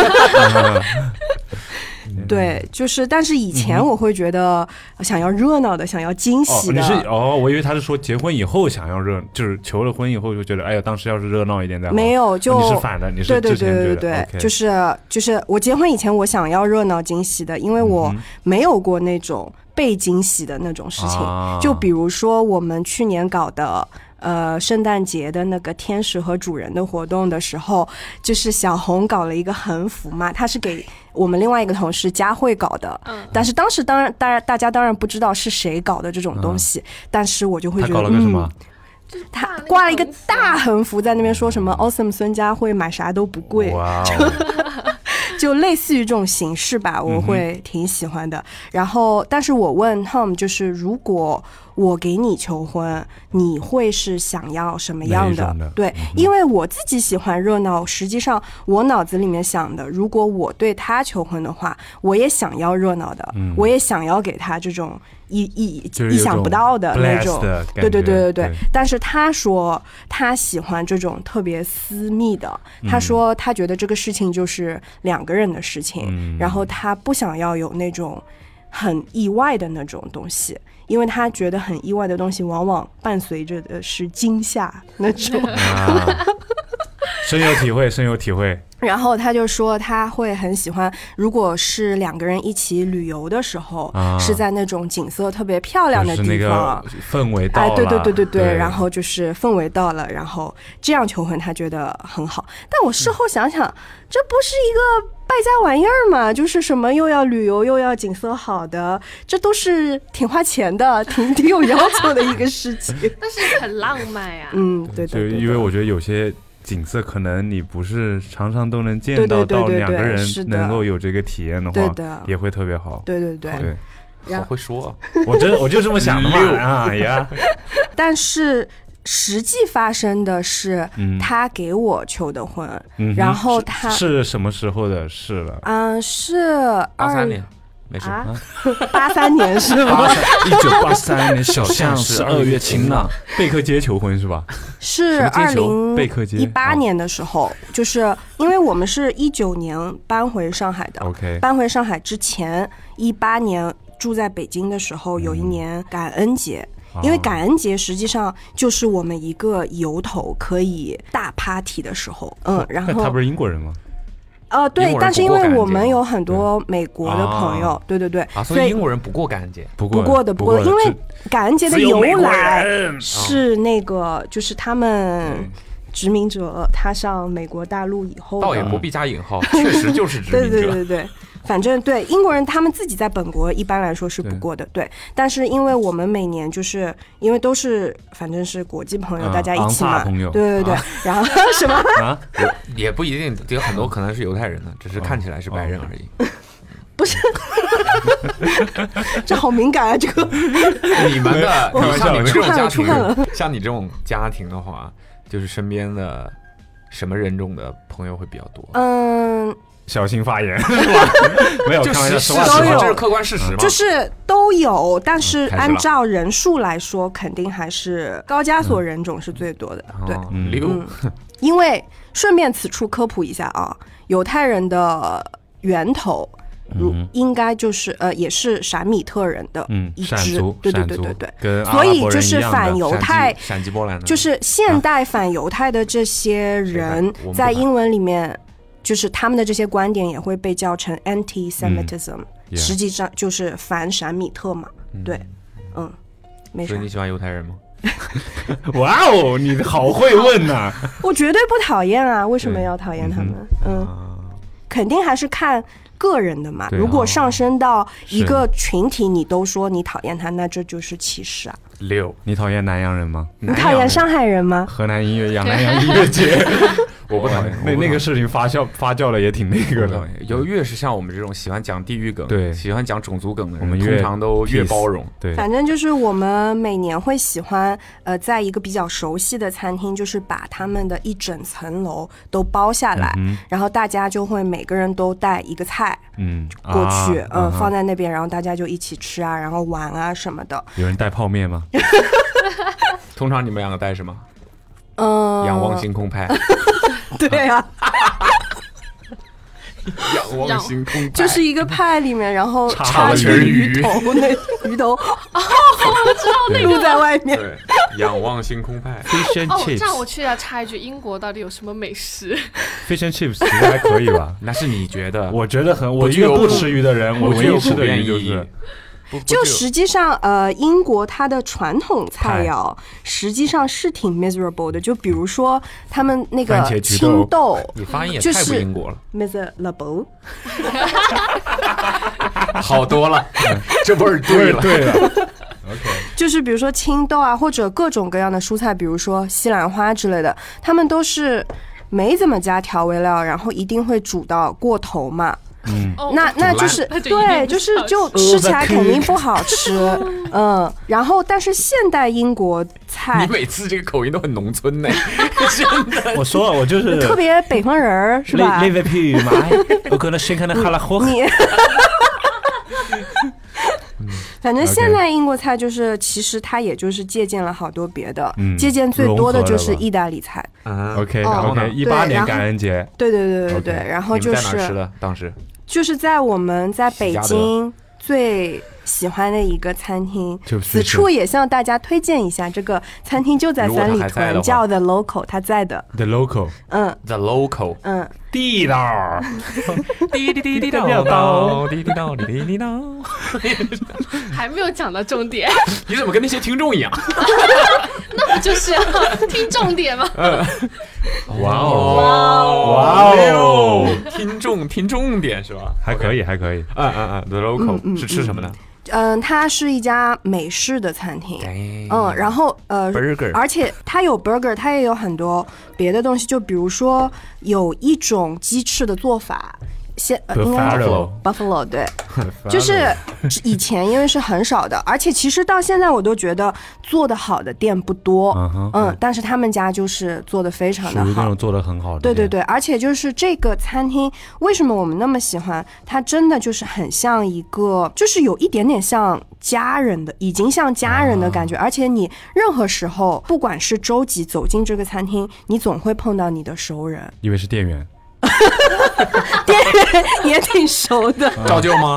对，就是，但是以前我会觉得想要热闹的，想要惊喜的。 哦，你是哦，我以为他是说结婚以后想要热，就是求了婚以后就觉得，哎呀，当时要是热闹一点再好。 没有，就、 哦、你是反的，你是之前觉得对对对对对， okay 就是就是我结婚以前我想要热闹惊喜的，因为我没有过那种被惊喜的那种事情。啊、就比如说我们去年搞的。呃，圣诞节的那个天使和主人的活动的时候，就是小红搞了一个横幅嘛，他是给我们另外一个同事佳慧搞的，嗯，但是当时当然大家大家当然不知道是谁搞的这种东西，嗯、但是我就会觉得， 他搞了个什么？ 嗯、他挂了一个大横幅在那边说什么 Awesome 孙佳慧买啥都不贵，哇、哦，就类似于这种形式吧，我会挺喜欢的。嗯、然后，但是我问 Tom， 就是如果我给你求婚，你会是想要什么样的？ 的对、嗯，因为我自己喜欢热闹。实际上，我脑子里面想的，如果我对他求婚的话，我也想要热闹的，嗯、我也想要给他这种意意意想不到的那种。对对对对对。但是他说他喜欢这种特别私密的，嗯、他说他觉得这个事情就是两个人的事情，嗯、然后他不想要有那种很意外的那种东西。因为他觉得很意外的东西往往伴随着的是惊吓那种、啊、 深有体会深有体会。 然后他就说他会很喜欢，如果是两个人一起旅游的时候、啊、是在那种景色特别漂亮的地方， 氛围到了、 哎、对对对对 对, 对然后就是氛围到了，然后这样求婚他觉得很好。但我事后想想、嗯、这不是一个败家玩意儿嘛，就是什么又要旅游又要景色好的，这都是挺花钱的，挺挺有要求的一个事情。 但是很浪漫呀、啊。 嗯，对 对, 对, 对， 因为我觉得有些景色可能你不是常常都能见到，到两个人能够有这个体验的话，对的也会特别好。 对对对对，好会说、啊， 我真我就这么想的嘛啊呀！ 但是实际发生的是，嗯、他给我求的婚，嗯、然后他是, 是什么时候的事了？ 嗯，是八三年。没事啊，八三年是吗？ 一九八三年，小象十二月晴朗，贝克街求婚是吧？ 是二零一八年的时候，就是因为我们是一九年搬回上海的 ，OK， 搬回上海之前一八年住在北京的时候，有一年感恩节。嗯，因为感恩节实际上就是我们一个由头可以大 party 的时候，嗯，然后他不是英国人吗？ 呃，对，但是因为我们有很多美国的朋友，对对对， 啊，所以英国人不过感恩节， 不过不过的不过的，因为感恩节的由来是那个，就是他们殖民者踏上美国大陆以后， 倒也不必加引号，确实就是殖民者。 对对对对，反正对英国人他们自己在本国一般来说是不过的， 对, 对。但是因为我们每年就是因为都是反正是国际朋友，啊、大家一起嘛，对对对。啊、然后什么啊？ 也不一定，有很多可能是犹太人呢，只是看起来是白人而已。哦不是，这好敏感啊！这个你们的，你像你们这种家庭，像你这种家庭的话，就是身边的什么人种的朋友会比较多？ 嗯， 小心发言，没有， 就开玩笑， 都有， 这是客观事实嘛？ 就是都有，但是按照人数来说，肯定还是高加索人种是最多的。嗯、对， 嗯嗯， 因为顺便此处科普一下啊，犹太人的源头。嗯、应该就是呃，也是闪米特人的一支，嗯、对对对对对， 跟所以就是反犹太， 闪击波兰的， 就是现代反犹太的这些人，啊、在英文里面，就是他们的这些观点也会被叫成 anti-Semitism，嗯、实际上就是反闪米特嘛，嗯、对，嗯，没事。 所以你喜欢犹太人吗？ 哇哦，你好会问呐，啊！ 我绝对不讨厌啊，为什么要讨厌他们？嗯，嗯肯定还是看。个人的嘛，如果上升到一个群体，你都说你讨厌他，那这就是歧视啊。 六， 你讨厌南洋人吗？ 你讨厌上海人吗？ 河南音乐洋南洋音乐节， 我不讨厌。 那那个事情发酵发酵了也挺那个的。 有越是像我们这种喜欢讲地域梗、 对， 喜欢讲种族梗的人， 我们通常都越包容。 对， 反正就是我们每年会喜欢呃，在一个比较熟悉的餐厅，就是把他们的一整层楼都包下来，嗯、然后大家就会每个人都带一个菜，嗯，过去，啊、嗯，放在那边，然后大家就一起吃啊，然后玩啊什么的。 有人带泡面吗？ 通常你们两个带什么？ 嗯， 仰望星空派。 对啊。 仰望星空派就是一个派里面，然后插的全是鱼头，那鱼头哦， 我知道那个露在外面。 对，仰望星空派。 Fish and chips。哦，这样我去要插一句，英国到底有什么美食 ？Fish and chips 其实还可以吧？ 那是你觉得？ 我觉得很，我一个不吃鱼的人，我唯一吃的鱼就是。 就实际上，呃，英国它的传统菜肴实际上是挺 miserable 的。就比如说他们那个青豆， 你发音也太不英国了 ，miserable， 好多了，这味儿对了， 对了。OK， 就是比如说青豆啊，或者各种各样的蔬菜，比如说西兰花之类的，他们都是没怎么加调味料，然后一定会煮到过头嘛。嗯，那那就是对，就是就吃起来肯定不好吃，嗯。然后，但是现代英国菜， 你每次这个口音都很农村呢，真的。 我说了，我就是特别北方人儿，是吧？ 你我可能先看到哈拉火。 你。反正现在英国菜就是，其实它也就是借鉴了好多别的，嗯、借鉴最多的就是意大利菜。 嗯 ，OK， 然后呢，一八年感恩节， 对对对对对，然后就是你们在哪吃的？当时就是在我们在北京最喜欢的一个餐厅，此处也向大家推荐一下，这个餐厅就在三里屯，叫 The Local， 它在的 The Local， 嗯 ，The Local， 嗯。 地道， 滴滴滴滴道道，滴滴道滴滴道， 还没有讲到重点。 你怎么跟那些听众一样？ 那不就是要听重点吗？ 哇哦， 哇哦，听众听重点是吧？ 还可以，还可以。 嗯嗯嗯 ，The Local 是吃什么的？ 嗯，它是一家美式的餐厅，嗯，然后呃 burger， 而且它有 burger， 它也有很多别的东西，就比如说有一种鸡翅的做法。现呃，应该 Buffalo Buffalo 对，就是以前因为是很少的，而且其实到现在我都觉得做的好的店不多，嗯, 嗯，但是他们家就是做的非常的好， 属于那种做的很好的。 对对对，而且就是这个餐厅为什么我们那么喜欢它，真的就是很像一个，就是有一点点像家人的，已经像家人的感觉，啊、而且你任何时候不管是周几走进这个餐厅，你总会碰到你的熟人， 以为是店员。 店员也挺熟的， 照旧吗？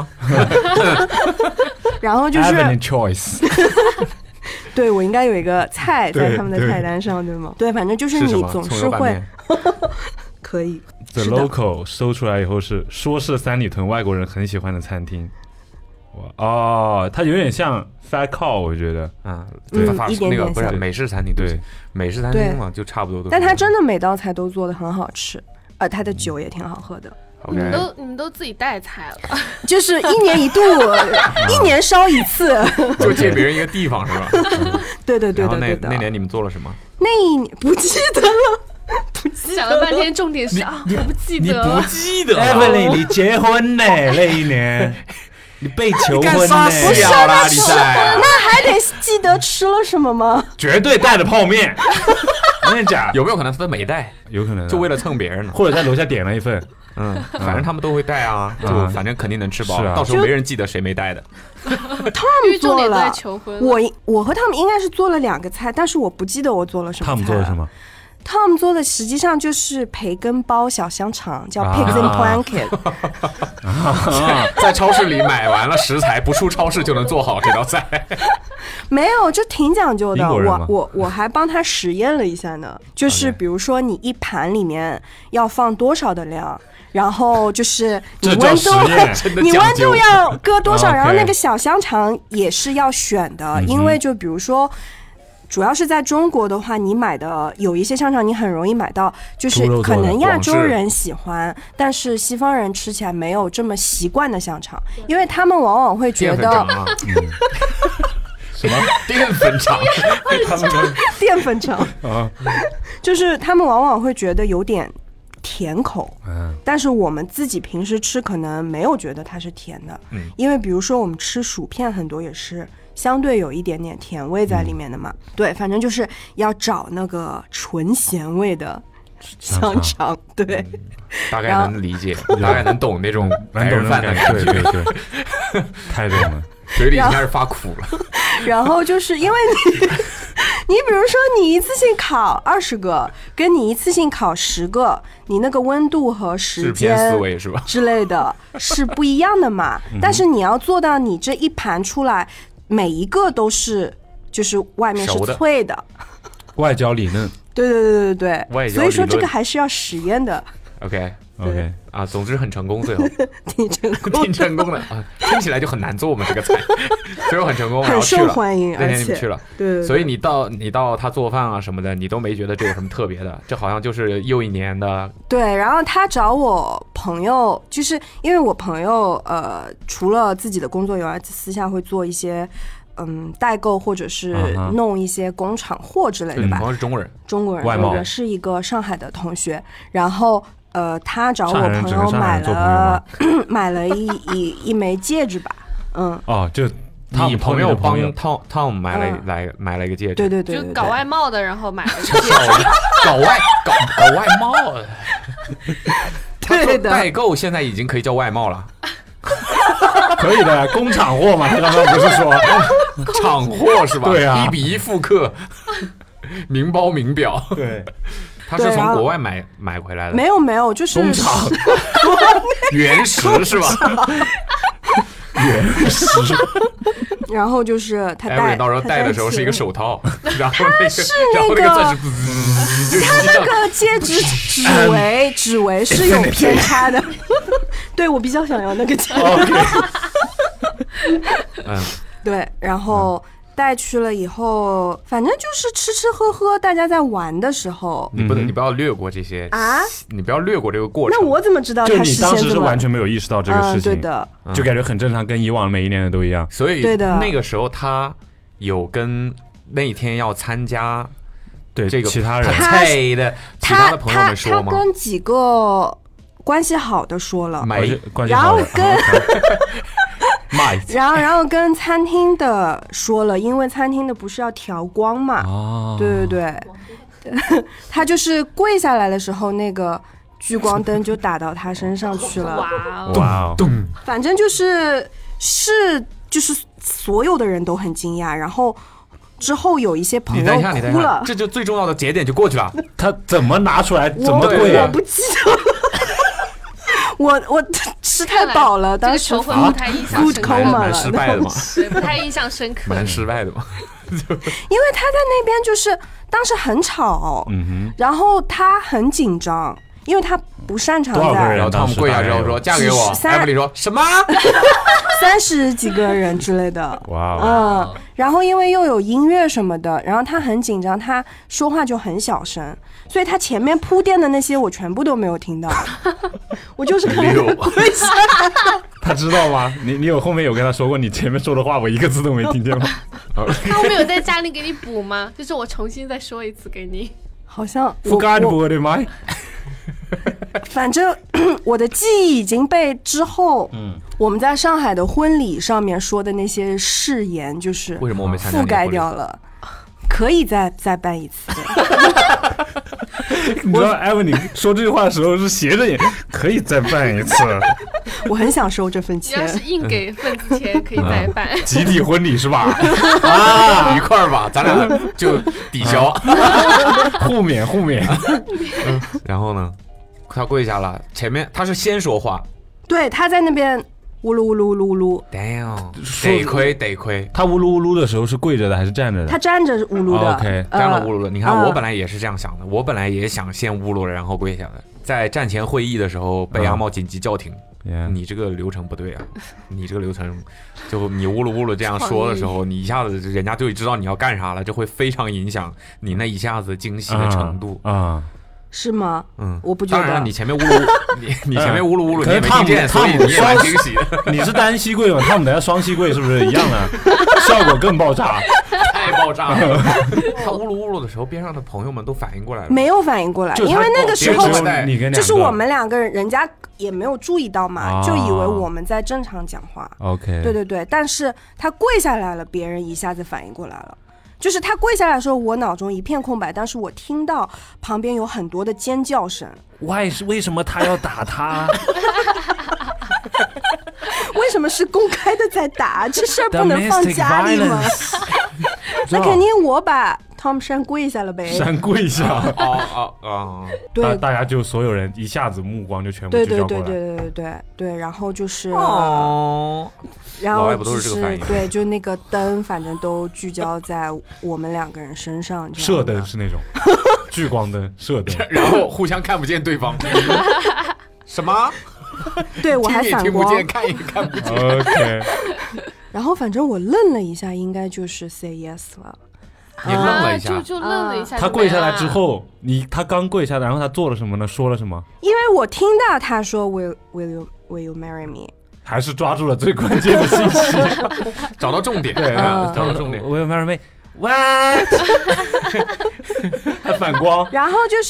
然后就是 choice， 对，我应该有一个菜在他们的菜单上，对吗？对，反正就是你总是会可以。 The Local 搜出来以后是说是三里屯外国人很喜欢的餐厅。 哦，它有点像 Fat Cow， 我觉得啊， 嗯， 法一点点那个不是美式餐厅， 对， 美式餐厅嘛，就差不多都。 但它真的每道菜都做的很好吃，呃，它的酒也挺好喝的。 你们都你们都自己带菜了， 就是一年一度，一年烧一次， 就借别人一个地方是吧？ 对对对对对的。 那年你们做了什么？ 那一年不记得了，不记得。 讲了半天，重点是啊，我不记得了。 你不记得 ？Evelyn， 你结婚呢？那一年你被求婚呢？ 不是啦，你在那还得记得吃了什么吗？ 绝对带着泡面。我跟你讲， 有没有可能他没带？ 有可能， 就为了蹭别人呢， 或者在楼下点了一份。 嗯，反正他们都会带啊，就反正肯定能吃饱，到时候没人记得谁没带的。 他们做了，我我和他们应该是做了两个菜，但是我不记得我做了什么菜。 他们做了什么？ 他们做的实际上就是培根包小香肠，叫 Pigs in Blanket。 在超市里买完了食材，不出超市就能做好这道菜。 没有，就挺讲究的。我我我还帮他实验了一下呢，就是比如说你一盘里面要放多少的量。然后就是你温度，你温度要搁多少？然后那个小香肠也是要选的，因为就比如说，主要是在中国的话，你买的有一些香肠你很容易买到，就是可能亚洲人喜欢，但是西方人吃起来没有这么习惯的香肠，因为他们往往会觉得什么淀粉肠， 淀粉肠啊，就是他们往往会觉得有点。甜口，嗯，但是我们自己平时吃可能没有觉得它是甜的，嗯，因为比如说我们吃薯片很多也是相对有一点点甜味在里面的嘛，嗯、对，反正就是要找那个纯咸味的香肠，对、 嗯，大概能理解，大概能懂那种白人饭的感觉， 对对对，太懂了， 嘴里应该是发苦了。 然后就是因为你，你比如说你一次性烤二十个，跟你一次性烤十个，你那个温度和时间之类的是不一样的嘛。但是你要做到你这一盘出来，每一个都是就是外面是脆的， 外焦里嫩。 对对对对对，所以说这个还是要实验的。 OK OK 啊，总之很成功，最后挺成功， 挺成功的啊，听起来就很难做嘛这个菜，最后很成功， 很受欢迎， 那天你们去了， 对, 对, 对， 所以你到你到他做饭啊什么的，你都没觉得这有什么特别的，这好像就是又一年的。 对，然后他找我朋友，就是因为我朋友呃，除了自己的工作以外，私下会做一些。嗯，代购或者是弄一些工厂货之类的吧。 好像是中国人， 中国人，中国人是一个上海的同学。然后呃，他找我朋友买了买了一一一枚戒指吧。嗯， 哦，就你朋友帮 Tom Tom 买了来买了一个戒指。 对对对， 就搞外贸的，然后买了一个戒指。 搞外搞搞外贸。 对的， 代购现在已经可以叫外贸了。 可以的，工厂货嘛，他刚刚不是说厂货是吧？ 对啊， 一比一复刻，名包名表。 对， 他是从国外买买回来的。 没有没有，就是工厂原石是吧？ 原石。 然后就是他戴， 到时候戴的时候是一个手套，然后那个， 是那个， 然后那个钻石，他那个戒指指围指围是有偏差的。对，我比较想要那个戒指。 嗯， 对，然后带去了以后，反正就是吃吃喝喝，大家在玩的时候， 你不能，你不要略过这些啊， 你不要略过这个过程。 那我怎么知道他就你当时是完全没有意识到这个事情？ 对的， 就感觉很正常，跟以往每一年的都一样。 所以对的， 那个时候他有跟那一天要参加对这个其他人菜的其他的朋友们说吗？ 他跟几个关系好的说了， 然后跟。然后，然后跟餐厅的说了，因为餐厅的不是要调光嘛， 哦、 对对对，他就是跪下来的时候，那个聚光灯就打到他身上去了， 哇哦， 反正就是是就是所有的人都很惊讶，然后之后有一些朋友哭了， 这就最重要的节点就过去了， 他怎么拿出来，怎么跪？ 我不记得了。我我吃太饱了，当时求婚不太印象深刻了， 蛮失败的嘛， 对，不太印象深刻， 蛮失败的嘛。 因为他在那边就是当时很吵， 嗯哼， 然后他很紧张，因为他不擅长在。 多少个人？ 然后汤姆跪下之后说：“嫁给我。”艾弗里说什么？ 三十几个人之类的。 哇、wow 嗯，然后因为又有音乐什么的，然后他很紧张，他说话就很小声，所以他前面铺垫的那些我全部都没有听到。我就是看着跪下。 他知道吗？你你有后面有跟他说过你前面说的话我一个字都没听见吗？ 他后面有在家里给你补吗？就是我重新再说一次给你。 好像覆盖的不对吗？ 反正我的记忆已经被之后，嗯，我们在上海的婚礼上面说的那些誓言，就是为什么我没参加覆盖掉了。可以再再办一次。 你知道艾文你说这句话的时候是斜着眼，可以再办一次。 我很想收这份钱。 你要是硬给份子钱，可以再办。 嗯、集体婚礼是吧？ 啊，一块儿吧，咱俩就抵消， 互免互免。 嗯，然后呢，他跪下了，前面他是先说话， 对，他在那边。呜噜呜噜呜噜呜噜 ，damn， 得亏得亏。 他呜噜呜噜的时候是跪着的还是站着的？ 他站着呜噜的。 哦、OK， 站了呜噜的。你看，我本来也是这样想的，我本来也想先呜噜然后跪下的。在战前会议的时候，被阿茂紧急叫停。 嗯、 你这个流程不对啊！你这个流程，就你呜噜呜噜这样说的时候，你一下子人家就知道你要干啥了，就会非常影响你那一下子惊喜的程度啊。啊是吗？ 嗯， 我不觉得。 当然，你前面呜噜，你你前面呜噜呜噜，你也没听见，所以你也蛮惊喜的。 你是单膝跪嘛？他们等下双膝跪是不是一样的？效果更爆炸， 太爆炸了！他呜噜呜噜的时候，边上的朋友们都反应过来了， 没有反应过来，因为那个时候就是我们两个人，人家也没有注意到嘛， 啊、 就以为我们在正常讲话。 OK， 对对对，但是他跪下来了，别人一下子反应过来了。就是他跪下来的时候，我脑中一片空白，但是我听到旁边有很多的尖叫声。 为为什么他要打他？ 为什么是公开的在打？这事儿不能放家里吗？那肯定我把Tom 扇跪下了呗。 扇跪下。 哦哦哦。 对， 大家就所有人一下子目光就全部聚焦过来。 对对对对对对对，然后就是。 哦。 然后就是对，就那个灯，反正都聚焦在我们两个人身上。 射灯是那种聚光灯，射灯， 然后互相看不见对方。什么？ 对我还反光， 听不见，看也看不见。 OK。 然后反正我愣了一下，应该就是 say yes 了。 你愣了一下， 就就愣了一下。 他跪下来之后，你他刚跪下来，然后他做了什么呢？说了什么？ 因为我听到他说 Will Will you Will you marry me？ 还是抓住了最关键的信息， 找到重点， 对， 嗯、 找到重点。Will you marry me？ What？ 还反光。 然后就是，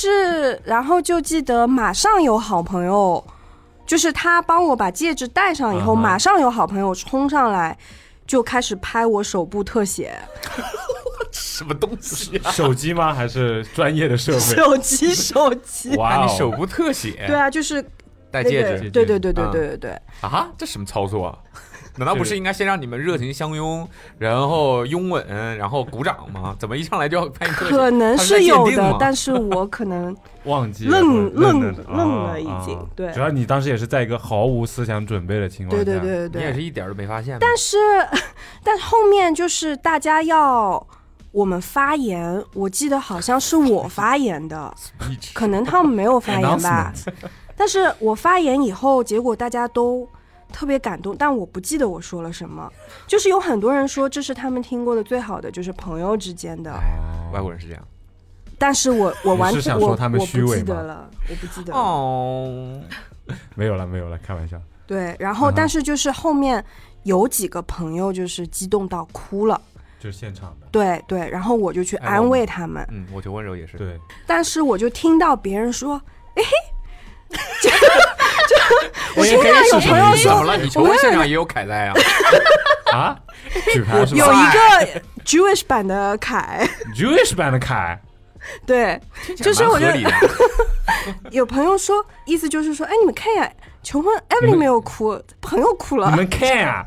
然后就记得马上有好朋友，就是他帮我把戒指戴上以后， uh-huh. 马上有好朋友冲上来，就开始拍我手部特写。 什么东西啊？ 手机吗？还是专业的设备？ 手机，手机。 哇，你手部特写？ 对啊，就是。 戴戒指， 对对对对对对对啊！这什么操作啊？难道不是应该先让你们热情相拥，然后拥吻，然后鼓掌吗？怎么一上来就要拍特写？ 可能是有的，但是我可能忘记愣愣愣了，已经对。 主要你当时也是在一个毫无思想准备的情况下， 对对对对， 你也是一点都没发现。 但是，但后面就是大家要我们发言，我记得好像是我发言的，可能他们没有发言吧。但是我发言以后，结果大家都特别感动，但我不记得我说了什么。就是有很多人说这是他们听过的最好的，就是朋友之间的。 外国人是这样， 但是我我完全我他们虚伪我不记得了，我不记得了。 哦， 没有了没有了，开玩笑。 对，然后但是就是后面有几个朋友就是激动到哭了。 就是现场的。 对对，然后我就去安慰他们。 嗯，我就温柔也是。 对。 但是我就听到别人说，哎。就就我听到有朋友说， 怎么了？你求婚现场也有凯在啊？ 啊？举牌是吧？ 有一个 Jewish 版的凯 ，Jewish 版的凯， 对，就是我就有朋友说，意思就是说，哎，你们看呀，求婚 Evelyn 没有哭，朋友哭了。 你们看啊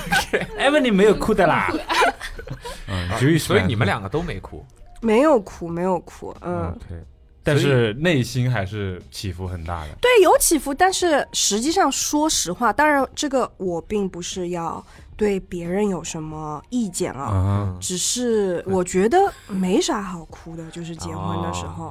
，Evelyn 没有哭的啦。嗯 ，Jewish， 所以你们两个都没哭， 没有哭，没有哭，嗯。 Okay.但是内心还是起伏很大的。 对，有起伏，但是实际上说实话，当然这个我并不是要对别人有什么意见啊，嗯、只是我觉得没啥好哭的，就是结婚的时候。哦、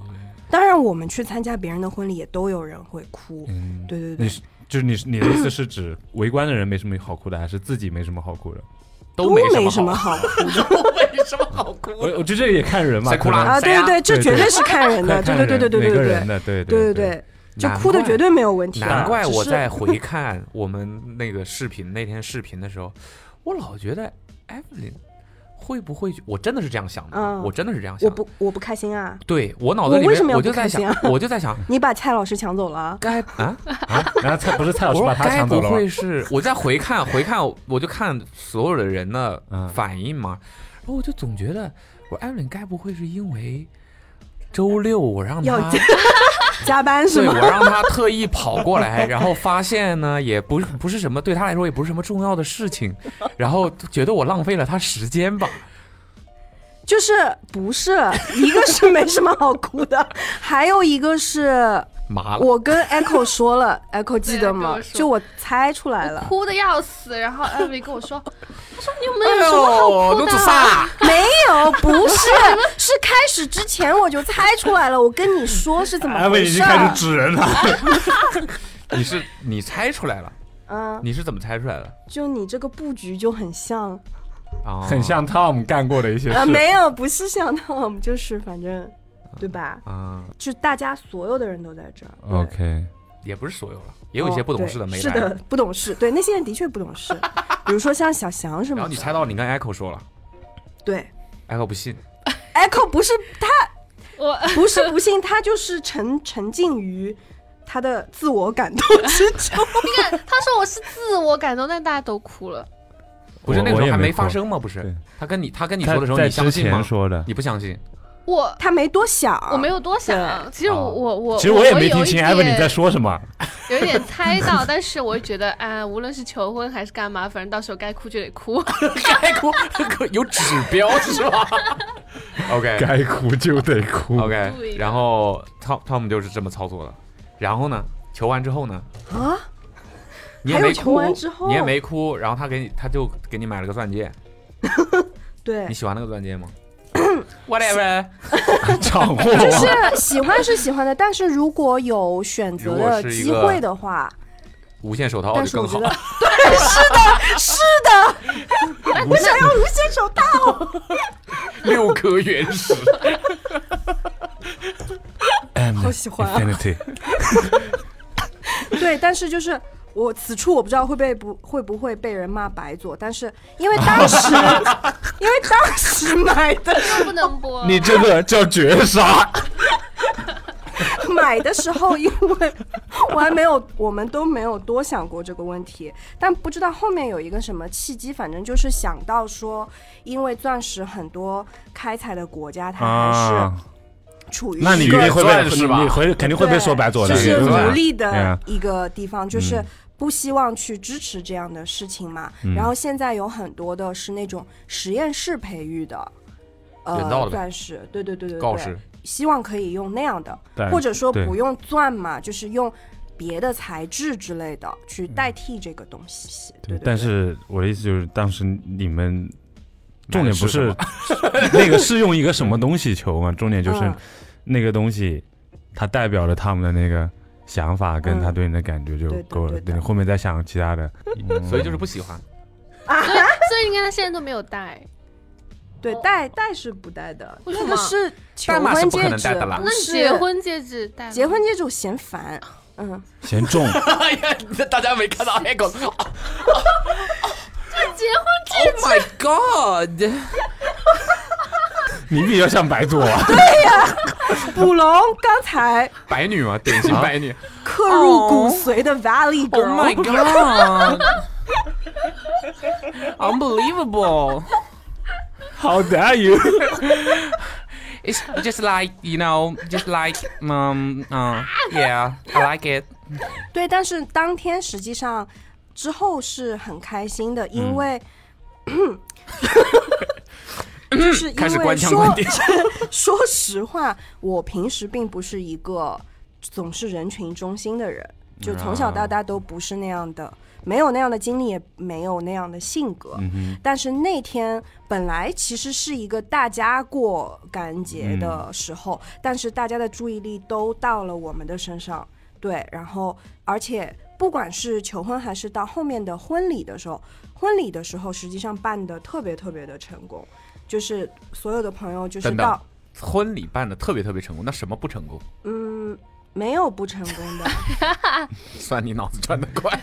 当然我们去参加别人的婚礼也都有人会哭，嗯，对对对。 你就是你你的意思是指围观的人没什么好哭的，还是自己没什么好哭的？ 都没什么好哭的， 都没什么好哭的。 我我觉得这个也看人嘛， 哭了啊，对对对，这绝对是看人的，对对对对对对对对对对对对，就哭的绝对没有问题。 难怪我在回看我们那个视频那天视频的时候，我老觉得 Evelyn 会不会？我真的是这样想的，嗯、我真的是这样想的。 我不，我不开心啊！ 对我脑子里面， 我为什么要我就在想，我就在想， 你把蔡老师抢走了， 该啊啊！然后蔡不是蔡老师把他抢走了， 该不会是？我在回看回看，我就看所有的人的反应嘛，然后我就总觉得，我艾伦该不会是因为周六我让他加班是吗？ 对，我让他特意跑过来，然后发现呢，也不不是什么对他来说也不是什么重要的事情，然后觉得我浪费了他时间吧。 就是不是一个是没什么好哭的，还有一个是麻了。 我跟 Echo 说了，Echo 记得吗？就我猜出来了， 哭的要死。然后 Evelyn 跟我说，他说你有没有什么好哭的？ 哎、没有，不是，是开始之前我就猜出来了。我跟你说是怎么回事？ 已经开始指人了。 你是你猜出来了？ 嗯， 你是怎么猜出来的？ 就你这个布局就很像。 哦、 很像 Tom 干过的一些事、 啊、没有，不是像 Tom， 就是反正对吧？ 啊， 就大家所有的人都在这儿。 OK， 也不是所有了，也有一些不懂事的没来、哦。 是的，不懂事，对那些人的确不懂事。比如说像小翔什么的。 然后你猜到，你跟 Echo 说了， 对 ，Echo 不信 ，Echo 不是他， 我不是不信，他就是沉沉浸于他的自我感动之中。 你看，他说我是自我感动，但大家都哭了。 不是那个时候还没发生吗？不是，他跟你他跟你说的时候，你相信吗？ 说的， 你不相信？ 我他没多想， 我没有多想。其实我我我， 其实我也没听清艾文你在说什么， 有一点猜到，但是我觉得，啊，无论是求婚还是干嘛，反正到时候该哭就得哭， 该哭有指标是吧 ？OK， 该哭就得哭。 OK， 然后汤汤姆就是这么操作的。然后呢，求完之后呢？ 啊？ 你也没哭， 你也没哭，然后他给你，他就给你买了个钻戒。 对， 你喜欢那个钻戒吗 ？Whatever， 抢货。 就是喜欢是喜欢的，但是如果有选择的机会的话， 无线手套就更好。 对，是的，是的，我想要无线手套， 六颗原石。 好喜欢啊！对，但是就是。我此处我不知道会被不会不会被人骂白左，但是因为当时因为当时买的不能播， 你这个叫绝杀。 买的时候，因为我还没有，我们都没有多想过这个问题，但不知道后面有一个什么契机，反正就是想到说，因为钻石很多开采的国家，它还是。啊处于一个那你会被是吧？你会肯定会被说白左的， 就是无力的一个地方，就是不希望去支持这样的事情嘛。嗯、然后现在有很多的是那种实验室培育的，呃，钻石，对对对对对，希望可以用那样的，或者说不用钻嘛，就是用别的材质之类的去代替这个东西。对, 对, 对, 对， 但是我的意思就是，当时你们。重点不是那个是用一个什么东西求嘛，重点就是那个东西它代表了他们的那个想法跟他对你的感觉就够了，对，后面再想其他的， 所以就是不喜欢啊，所以你看他现在都没有戴， 对，戴戴是不戴的， 为什么是求婚戒指？ 那结婚戒指戴， 结婚戒指我嫌烦，嗯， 嫌重。 哎呀，大家没看到那个。 结婚戒指 ，Oh my God！ 你比较像白左啊。 对呀、啊，捕龙刚才白女嘛，典型白女， 刻入骨髓的 Valley Girl。 Oh my God！Unbelievable！ How dare you？ It's just like you know, just like um, uh, yeah, I like it。 对，但是当天实际上。之后是很开心的，因为、嗯、就是因为说说实话，我平时并不是一个总是人群中心的人， 就从小到大都不是那样的，没有那样的经历，也没有那样的性格。 嗯、 但是那天本来其实是一个大家过感恩节的时候，嗯、但是大家的注意力都到了我们的身上，对，然后而且不管是求婚还是到后面的婚礼的时候，婚礼的时候实际上办的特别特别的成功，就是所有的朋友就是到等等婚礼办的特别特别成功，那什么不成功？ 嗯。没有不成功的， 算你脑子转得快。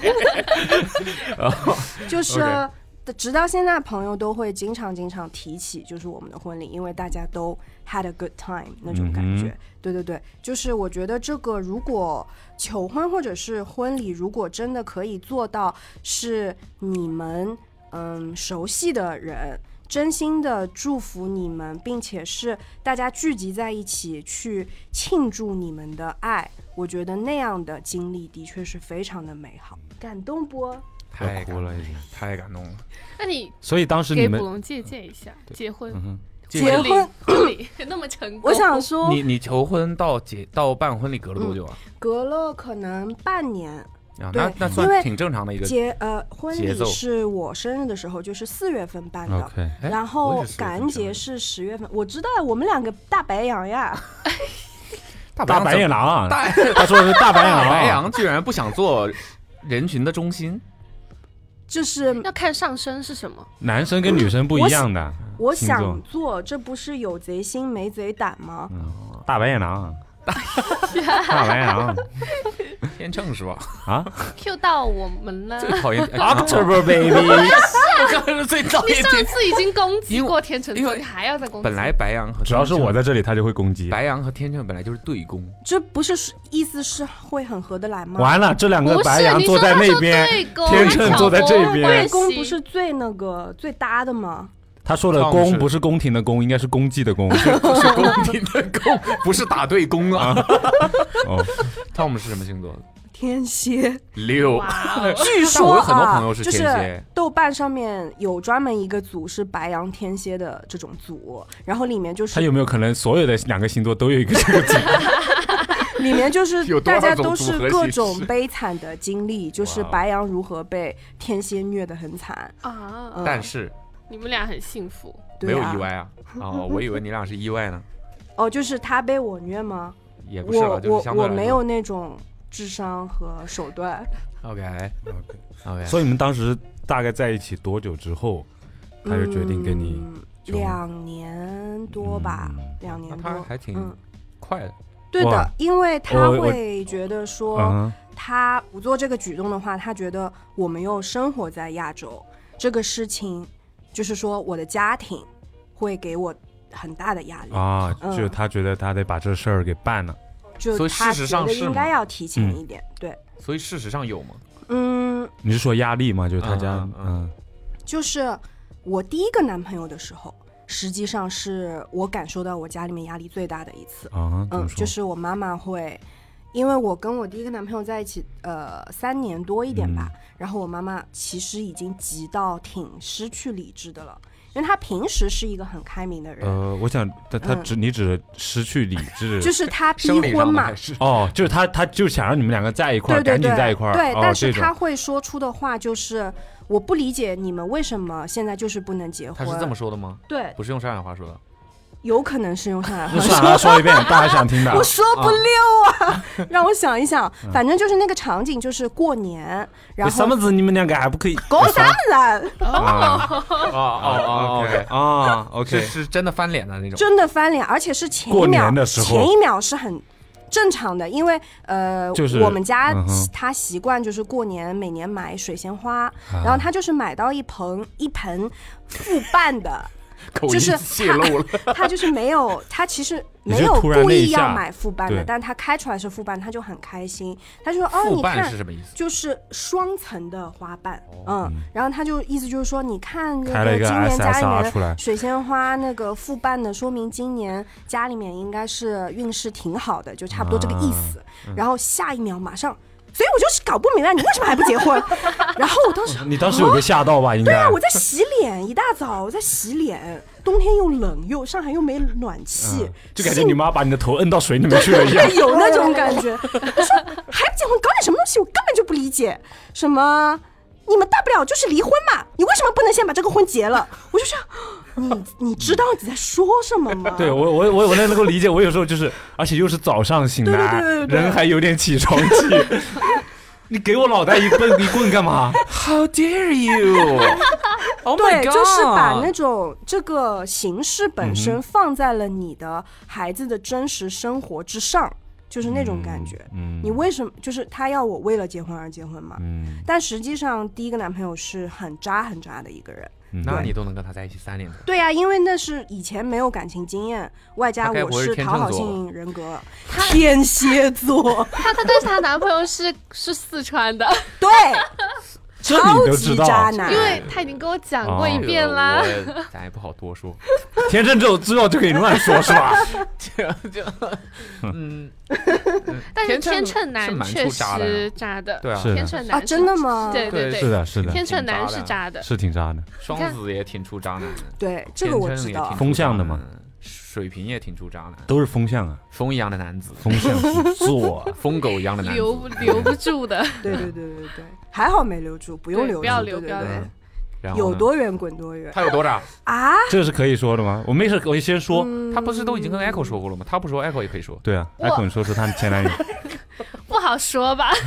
就是、okay. 直到现在，朋友都会经常经常提起，就是我们的婚礼，因为大家都 had a good time 那种感觉。嗯、对对对，就是我觉得这个如果求婚或者是婚礼，如果真的可以做到是你们嗯熟悉的人。真心的祝福你们，并且是大家聚集在一起去庆祝你们的爱，我觉得那样的经历的确是非常的美好，感动不？ 太哭了，已经太感动了。 那你所以当时你们给卜龙借鉴一下结婚， 嗯、 结婚婚礼那么成功， 我想说， 你你求婚到结到办婚礼隔了多久啊？ 嗯、隔了可能半年。 啊、那那算挺正常的一个节呃，婚礼是我生日的时候，就是四月份办的， okay. 然后感恩节是十月份。我知道我们两个大白羊呀， 大白眼狼， 大他说的是大白眼狼， 白羊居然不想做人群的中心， 就是要看上升是什么。 男生跟女生不一样的， 我, 我想做，这不是有贼心没贼胆吗？ 嗯、大白眼狼。大白羊， 天秤是吧？ 啊 ，Q 到我们了。 最讨厌 October baby， 我刚才是最讨厌。 你上次已经攻击过天秤座，你还要再攻击？ 本来白羊和主要是我在这里，他就会攻击。 白羊和天秤本来就是对攻， 这不是意思是会很合得来吗？ 完了，这两个白羊坐在那边，天秤坐在这边， 对攻不是最那个最搭的吗？ 他说的宫不是宫廷的宫，应该是公祭的宫， 是宫廷的宫，不是打对宫啊。 哦， 汤姆是什么星座的？ 天蝎六。 据说我有很多朋友是天蝎， 就是豆瓣上面有专门一个组是白羊天蝎的这种组，然后里面就是他有没有可能所有的两个星座都有一个这个组？ 里面就是大家都是各种悲惨的经历，就是白羊如何被天蝎虐得很惨啊、 嗯！ 但是。 你们俩很幸福， 没有意外啊！哦，我以为你俩是意外呢。 哦，就是他被我虐吗？ 也不是了，就是相对来说我我没有那种智商和手段。 OK OK OK。 所以你们当时大概在一起多久之后，他就决定跟你、 嗯、两年多吧，嗯、两年多， 他还挺快的。 嗯、对的，因为他会觉得说，他不做这个举动的话，他觉得我们又生活在亚洲，这个事情。就是说，我的家庭会给我很大的压力啊， 嗯、 就他觉得他得把这事儿给办了， 就他觉得应该要提前一点，对。 所以事实上有吗？ 嗯， 你是说压力吗？就是他家，嗯，嗯嗯就是我第一个男朋友的时候，实际上是我感受到我家里面压力最大的一次啊， 嗯，就是我妈妈会。因为我跟我第一个男朋友在一起，呃，三年多一点吧、嗯，然后我妈妈其实已经急到挺失去理智的了，因为她平时是一个很开明的人。 呃，我想她她指、嗯、你指失去理智， 就是她逼婚嘛。 哦，就是她她就想让你们两个在一块儿，赶紧在一块儿。 对， 哦、 但是她会说出的话就是我不理解你们为什么现在就是不能结婚。 她是这么说的吗？ 对， 不是用上海话说的。 有可能是用上海话说，说, 说一遍，大家想听的。 我说不溜啊，啊让我想一想，反正就是那个场景，就是过年，然后什么子你们两个还不可以？ 搞啥了？ 哦哦哦 ，OK 啊 ，OK， 是是真的翻脸的那种， 真的翻脸，而且是前一秒的时候，前一秒是很正常的，因为呃， 就是我们家、 嗯、 他习惯就是过年每年买水仙花，啊、然后他就是买到一盆一盆复办的。就是泄露了， 他, 他就是没有，他其实没有故意要买复办的，但他开出来是复办，他就很开心，他就说哦，你看是什么意思？ 就是双层的花瓣，哦、嗯，然后他就意思就是说，你看那个今年家里面水仙花那个复办的，说明今年家里面应该是运势挺好的，就差不多这个意思。啊嗯、然后下一秒马上所以我就是搞不明白你为什么还不结婚。然后我当时， 你当时有被吓到吧？应该。 对啊，我在洗脸，一大早我在洗脸，冬天又冷，又上海又没暖气， 嗯、就感觉你妈把你的头摁到水里面去了一样， 有那种感觉。我说还不结婚，搞点什么东西，我根本就不理解。什么？你们大不了就是离婚嘛，你为什么不能先把这个婚结了？我就说，你你知道你在说什么吗？ 对我我我我能够理解，我有时候就是，而且又是早上醒来， 对对对对对， 人还有点起床气。你给我脑袋一棍一棍干嘛 ？How dare you！ Oh my god！ 对，就是把那种这个形式本身放在了你的孩子的真实生活之上。就是那种感觉、嗯嗯、你为什么就是他要我为了结婚而结婚嘛、嗯、但实际上第一个男朋友是很渣很渣的一个人、 嗯、那你都能跟他在一起三年的？ 对啊，因为那是以前没有感情经验，外加我是讨好性人格，天蝎座。 他他但是他男朋友是是四川的， 对。超级渣男， 因为他已经跟我讲过一遍啦。 哦、咱也不好多说， 天生之后知道就可以乱说，是吧？ 就就嗯， 但是天秤男确实渣的， 对啊， 天秤男啊，真的吗？ 对对对， 是的，是的， 天秤男是渣的， 是挺渣的。 双子也挺出渣男的， 对，这个我知道。 风向的嘛。 水瓶也挺出渣男， 都是风向啊， 风一样的男子， 风向座， 疯狗一样的男子， 留留不住的。 对对对对对，还好没留住，不用留住， 不要留， 对对对。 有多远滚多远。 他有多渣啊？ 这是可以说的吗？我没事，我先说。 嗯、 他不是都已经跟 Echo 说过了吗？他不说 Echo 也可以说。 对啊 ，Echo 你说说他前男友。 不好说吧。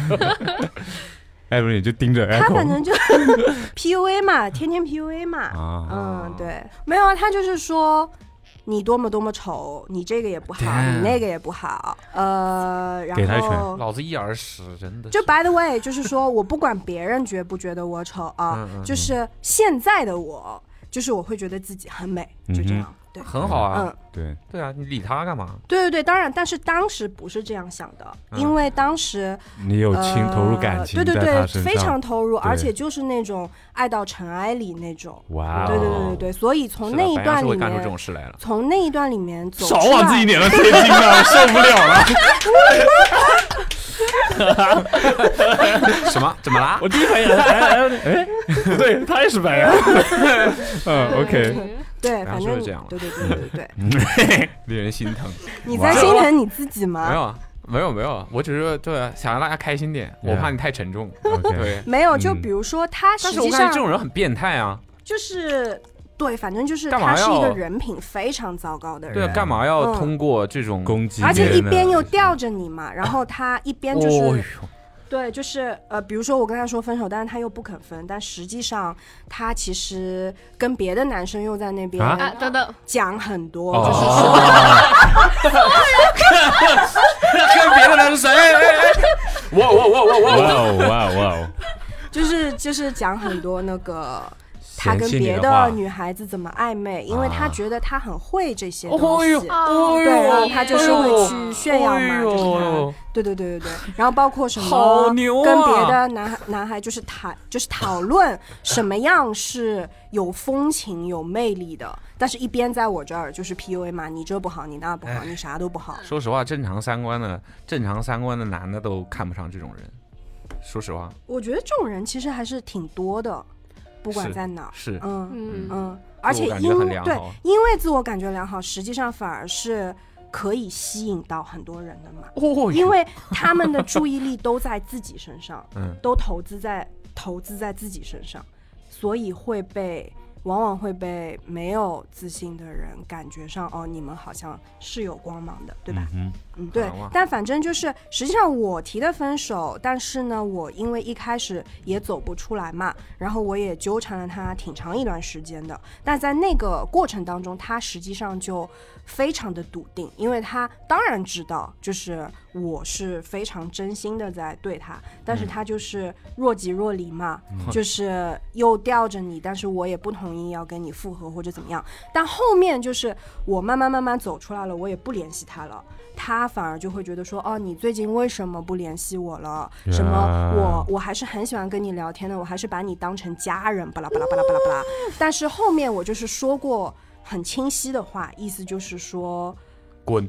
Echo 你就盯着 Echo。 他反正就 P U A 嘛，天天 P U A 嘛。啊、嗯，对，没有啊，他就是说。你多么多么丑，你这个也不好，你那个也不好，呃，然后给他一拳， 老子一耳屎，真的。 就 by the way， 就是说我不管别人觉不觉得我丑啊，嗯嗯就是现在的我，就是我会觉得自己很美，嗯、就这样。对， 很好啊， 嗯， 对， 对啊，你理他干嘛？ 对对对，当然，但是当时不是这样想的，嗯、因为当时你有情、呃、投入感情， 对对对，非常投入，而且就是那种爱到尘埃里那种， 哇、哦， 对对对对对，所以从那一段里面，从那一段里面走出来， 少往自己脸上贴金啊，受不了了。什么？怎么啦？ 我第一反应，哎，不对，他也是白羊。嗯 ，OK。 对，反正这样， 对对对对对， 令人心疼。 你在心疼你自己吗？ 没有，没有，没有，我只是对想让大家开心点，我怕你太沉重。对， 没有，就比如说他实际上，但是我感觉这种人很变态啊。 就是对，反正就是他是一个人品非常糟糕的人。 对，干嘛要通过这种攻击？ 而且一边又吊着你嘛，然后他一边就是。对，就是呃，比如说我跟他说分手，但是他又不肯分，但实际上他其实跟别的男生又在那边啊，等等讲很多， 哦、 就是说， 跟别的男生，哎哎哎，哇哇哇哇哇哇哇， 就是就是讲很多那个。他跟别的女孩子怎么暧昧，因为他觉得他很会这些东西， 哦、 对，然后他就是会去炫耀嘛，就是他，对对对对对，然后包括什么跟别的男孩男孩就是谈就是讨论什么样是有风情有魅力的，但是一边在我这儿就是 P U A 嘛，你这不好，你那不好，你啥都不好。 说实话，正常三观的正常三观的男的都看不上这种人。说实话， 我觉得这种人其实还是挺多的。不管在哪儿， 是嗯嗯嗯，而且因对，因为自我感觉良好，实际上反而是可以吸引到很多人的嘛。 哦， 因为他们的注意力都在自己身上，嗯，都投资在投资在自己身上，所以会被往往会被没有自信的人感觉上哦，你们好像是有光芒的，对吧？嗯嗯，对。但反正就是实际上我提的分手，但是呢，我因为一开始也走不出来嘛，然后我也纠缠了他挺长一段时间的。但在那个过程当中，他实际上就非常的笃定，因为他当然知道，就是我是非常真心的在对他，但是他就是若即若离嘛，嗯、就是又吊着你，但是我也不同意要跟你复合或者怎么样。但后面就是我慢慢慢慢走出来了，我也不联系他了。他反而就会觉得说，哦，你最近为什么不联系我了？ Yeah. 什么我我还是很喜欢跟你聊天的，我还是把你当成家人，巴拉巴拉巴拉巴拉巴拉。但是后面我就是说过很清晰的话，意思就是说， 滚。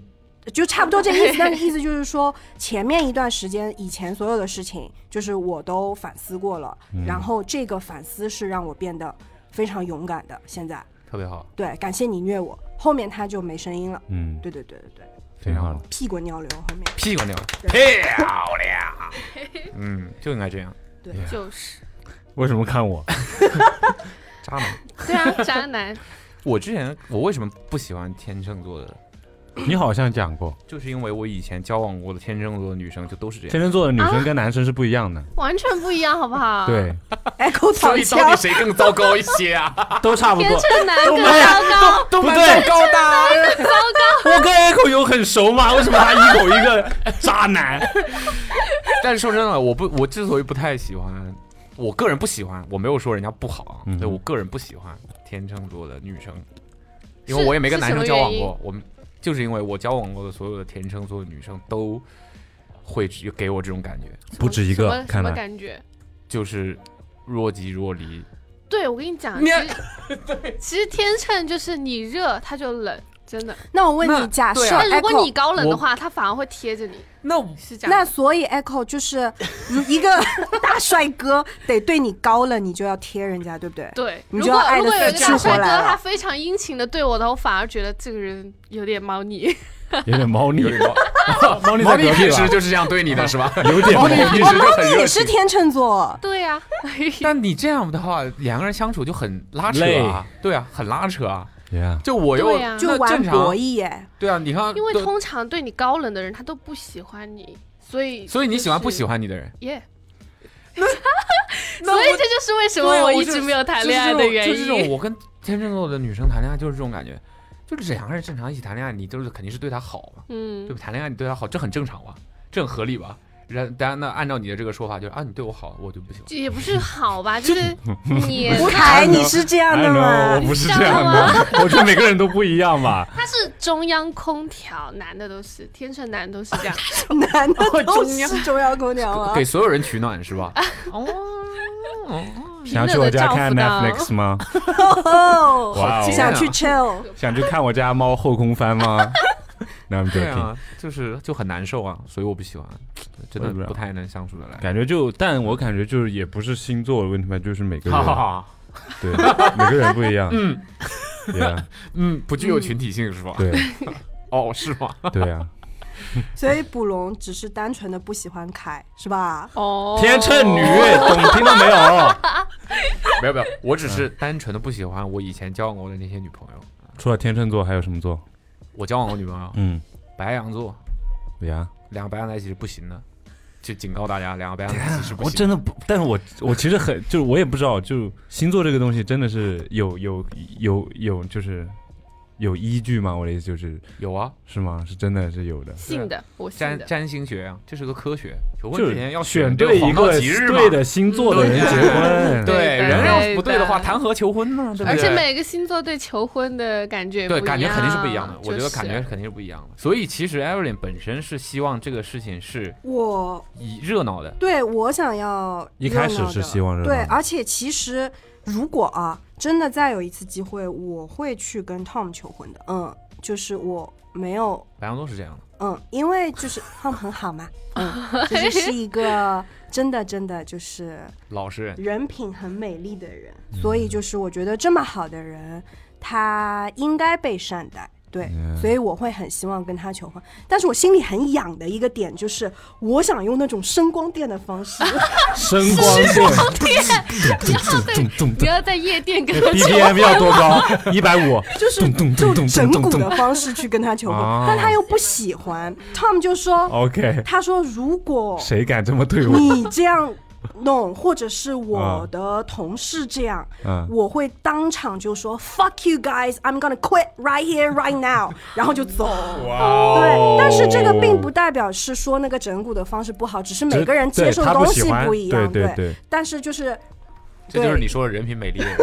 就差不多这个意思。但是意思就是说，前面一段时间以前所有的事情，就是我都反思过了，嗯、然后这个反思是让我变得非常勇敢的。现在特别好， 对，感谢你虐我，后面他就没声音了。嗯，对对对对对， 非常好， 屁滚尿流，后面屁滚尿流，漂亮，嗯，就应该这样， 对，就是。 为什么看我？ 渣男。 对啊，渣男。 我之前我为什么不喜欢天秤座的？ 你好像讲过， 就是因为我以前交往过的天秤座的女生就都是这样。 天秤座的女生跟男生是不一样的，啊、 完全不一样，好不好？ 对。 所以到底谁更糟糕一些啊？ 都差不多。 天秤男更糟糕， 都蛮糟糕的。 糟糕。 我跟 Echo 有很熟吗？为什么他一口一个渣男？ 但是说真的，我不，我之所以不太喜欢。我个人不喜欢，我没有说人家不好，嗯、对我个人不喜欢天秤座的女生，因为我也没跟男生交往过，我们就是因为我交往过的所有的天秤座的女生都会给我这种感觉， 不止一个， 什么什么感觉？ 就是若即若离。 对，我跟你讲，其实其实天秤就是你热他就冷，真的。 那我问你，假设、 啊、如果你高冷的话，他反而会贴着你。 那是这样。 那所以 Echo 就是一个大帅哥得对你高冷，你就要贴人家，对不对？ 对。 你就要爱的死去活来了。如果有一个大帅哥他非常殷勤的对我的，我反而觉得这个人有点猫腻。 有点猫腻， 猫腻，猫腻平时就是这样对你的是吧？ 有点猫腻平时就很热情。 也是天秤座， 对呀、啊。 但你这样的话，两个人相处就很拉扯啊，对啊，很拉扯啊。 Yeah. 就我又、 啊、 就玩博弈耶， 对啊，你看， 因为通常对你高冷的人他都不喜欢你，所以、就是、 所以你喜欢不喜欢你的人， 耶、yeah. 所以这就是为什么我一直没有谈恋爱的原因。 就是这种我跟天秤座的女生谈恋爱就是这种感觉，就是两个人正常一起谈恋爱，你就是肯定是对她好嘛，嗯，对吧？谈恋爱你对她好，这很正常吧，这很合理吧？当然，那按照你的这个说法，就是啊，你对我好，我就不喜欢。 也不是好吧，就是你吴凯，你是这样的吗？ 我不是这样的，我觉得每个人都不一样吧。 他是中央空调，男的都是天秤男都是这样， 男的都是中央空调啊， 给所有人取暖是吧？ 哦， 想去我家看 Netflix 吗？ 哇，想去 chill， 想去看我家猫后空翻吗？ 对啊，就是就很难受啊，所以我不喜欢，真的不太能相处的来。 感觉就，但我感觉就是也不是星座的问题吧，就是每个人，对，每个人不一样。 嗯， 对啊， 嗯，不具有群体性是吧？ 对， 哦，是吗？ 对啊。 所以卜龙只是单纯的不喜欢凯，是吧？ 哦， 天秤女，懂听到没有？ 没有没有，我只是单纯的不喜欢我以前交往过的那些女朋友。 除了天秤座，还有什么座？ 我交往过女朋友，嗯，白羊座， 呀， 两个白羊在一起是不行的，就警告大家，两个白羊在一起是不行的。 我真的不，但是我我其实很，就是我也不知道，就星座这个东西真的是有有有有就是有依据吗？我的意思就是有啊， 是吗？是真的是有的， 信的，我信的。 占占星学啊，这是个科学。求婚之前要选对一个对的星座的人结婚， 对，人要不对的话，谈何求婚呢？对不对？ 而且每个星座对求婚的感觉不一样， 对，感觉肯定是不一样的。我觉得感觉肯定是不一样的。所以其实 Evelyn 本身是希望这个事情是我以热闹的， 对我想要一开始是希望热闹的， 对，而且其实如果啊真的再有一次机会，我会去跟 Tom 求婚的。嗯，就是我没有， 白羊座是这样的。 嗯，因为就是 Tom 很好嘛，嗯，就是是一个真的真的就是老实人， 人品很美丽的人，嗯，所以就是我觉得这么好的人，他应该被善待。对，嗯，所以我会很希望跟他求婚，但是我心里很痒的一个点就是，我想用那种声光电的方式， 声光电， 你要在你要在夜店跟他求婚 ，B P M 要多高？一百五， 就是就整蛊的方式去跟他求婚，但他又不喜欢 ，Tom 就说 ，OK， 他说如果谁敢这么对我， 你这样。弄，或者是我的同事这样，嗯，我会当场就说 fuck you guys I'm gonna quit right here right now 然后就走。 哇， 对，但是这个并不代表是说那个整蛊的方式不好，只是每个人接受的东西不一样。 对对对， 但是就是这就是你说的人品美丽的人。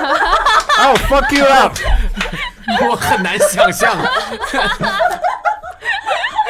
Oh fuck you up 我很难想象他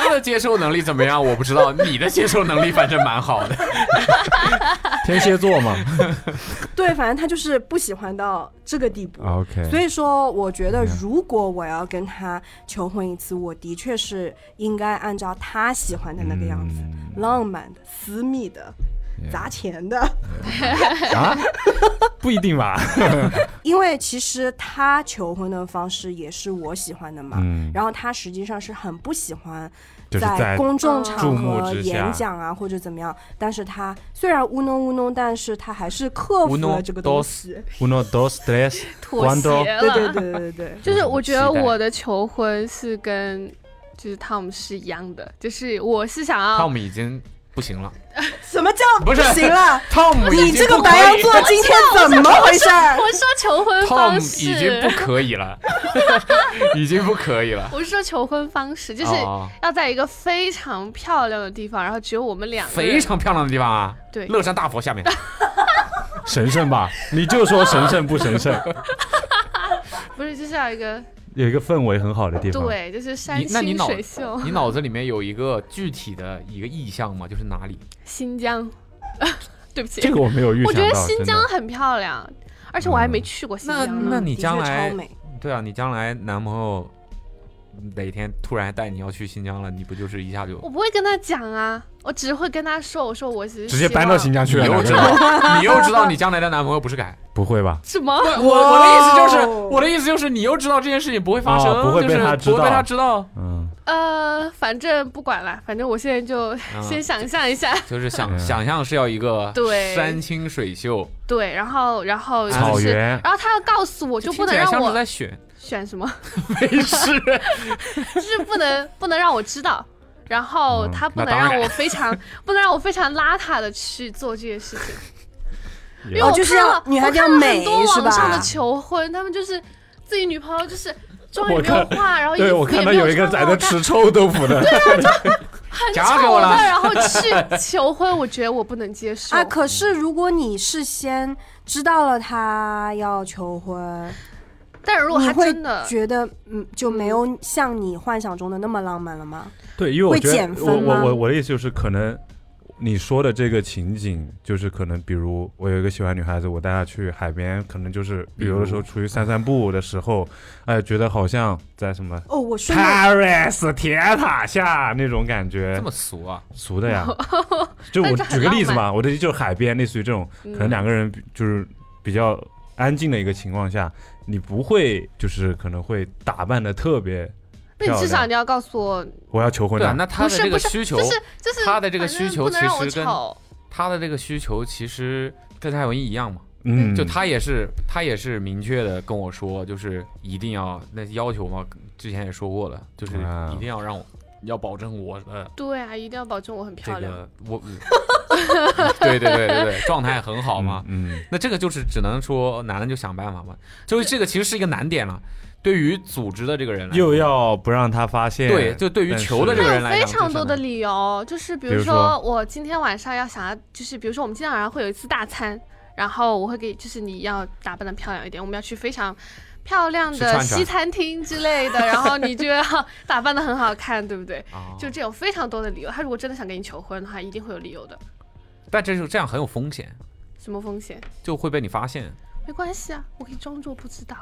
他的接受能力怎么样我不知道，你的接受能力反正蛮好的。 天蝎座嘛。 对，反正他就是不喜欢到这个地步。 OK， 所以说我觉得如果我要跟他求婚一次，我的确是应该按照他喜欢的那个样子，嗯、浪漫的、私密的、砸钱的。 啊？不一定吧。 因为其实他求婚的方式也是我喜欢的嘛， 嗯、 然后他实际上是很不喜欢就是在公众场合演讲啊或者怎么样，但是他虽然乌弄乌弄，但是他还是克服了这个东西。 uno dos tres， 妥协了。 对对对对对， 就是我觉得我的求婚是跟就是汤姆是一样的，就是我是想要汤姆已经不行了。 什么叫不行了？ 汤姆你这个白羊座今天怎么回事？ 我说求婚方式已经不可以了。已经不可以了。 我是说求婚方式，就是要在一个非常漂亮的地方，然后只有我们两个人。 非常漂亮的地方啊？ 对， 乐山大佛下面。 神圣吧？你就说神圣不神圣？ 不是，就是要一个有一个氛围很好的地方。 对，就是山清水秀。 你脑子里面有一个具体的一个意象吗？就是哪里？ 新疆。对不起， 这个我没有预想到。 我觉得新疆很漂亮，而且我还没去过新疆。 嗯、那那你将来， 超美。 对啊，你将来男朋友哪天突然带你要去新疆了，你不就是一下就？ 我不会跟他讲啊，我只会跟他说，我说我是直接搬到新疆去了。 你又知道，你又知道你将来的男朋友不是改？ 不会吧？ 什么？ 我我的意思就是，我的意思就是，你又知道这件事情不会发生， 哦、不会被他知道， 不会被他知道。 嗯。 呃，反正不管了，反正我现在就先想象一下， 嗯、就是想、嗯、想象是要一个对山清水秀， 对，然后然后、就是、 草原， 然后他要告诉我，就不能让我在选选什么， 没事， 就是不能不能让我知道，然后他不能让我非常、嗯、不能让我非常邋遢的去做这件事情。因为我就是要女孩子要美， 是吧？很多网上的求婚，他们就是自己女朋友就是妆也没有化，然后衣服也没有穿好看。 对，我看到有一个在那吃臭豆腐的， 对啊，就很丑的，然后去求婚，我觉得我不能接受啊。可是如果你事先知道了他要求婚， 但如果他真的觉得嗯就没有像你幻想中的那么浪漫了吗？ 对，因为我觉得我我我我的意思就是可能。你说的这个情景，就是可能，比如我有一个喜欢女孩子，我带她去海边，可能就是比如的时候出去散散步的时候，哎，觉得好像在什么哦，我 Paris 铁塔下那种感觉， 这么俗啊？ 俗的呀！就我举个例子嘛，我的就是海边，类似于这种，可能两个人就是比较安静的一个情况下，你不会就是可能会打扮的特别。 那你至少你要告诉我， 我要求婚的。 对啊，那他的这个需求， 就是就是他的这个需求其实跟他的这个需求其实跟蔡文一一样嘛。 嗯， 就他也是他也是明确的跟我说，就是一定要那要求嘛，之前也说过了，就是一定要让我要保证我的。 对啊，一定要保证我很漂亮。 这个我，对对对对对，状态很好嘛。 嗯，嗯那这个就是只能说男人就想办法嘛，就这个其实是一个难点了。对于组织的这个人来说， 又要不让他发现， 对，就对于求的这个人来说， 有非常多的理由，就是比如说我今天晚上要想要，就是比如说我们今天晚上会有一次大餐，然后我会给，就是你要打扮的漂亮一点，我们要去非常漂亮的西餐厅之类的，然后你就要打扮的很好看，对不对？就这种非常多的理由，他如果真的想跟你求婚的话，一定会有理由的。 但这是这样很有风险。 什么风险？ 就会被你发现。 没关系啊，我可以装作不知道。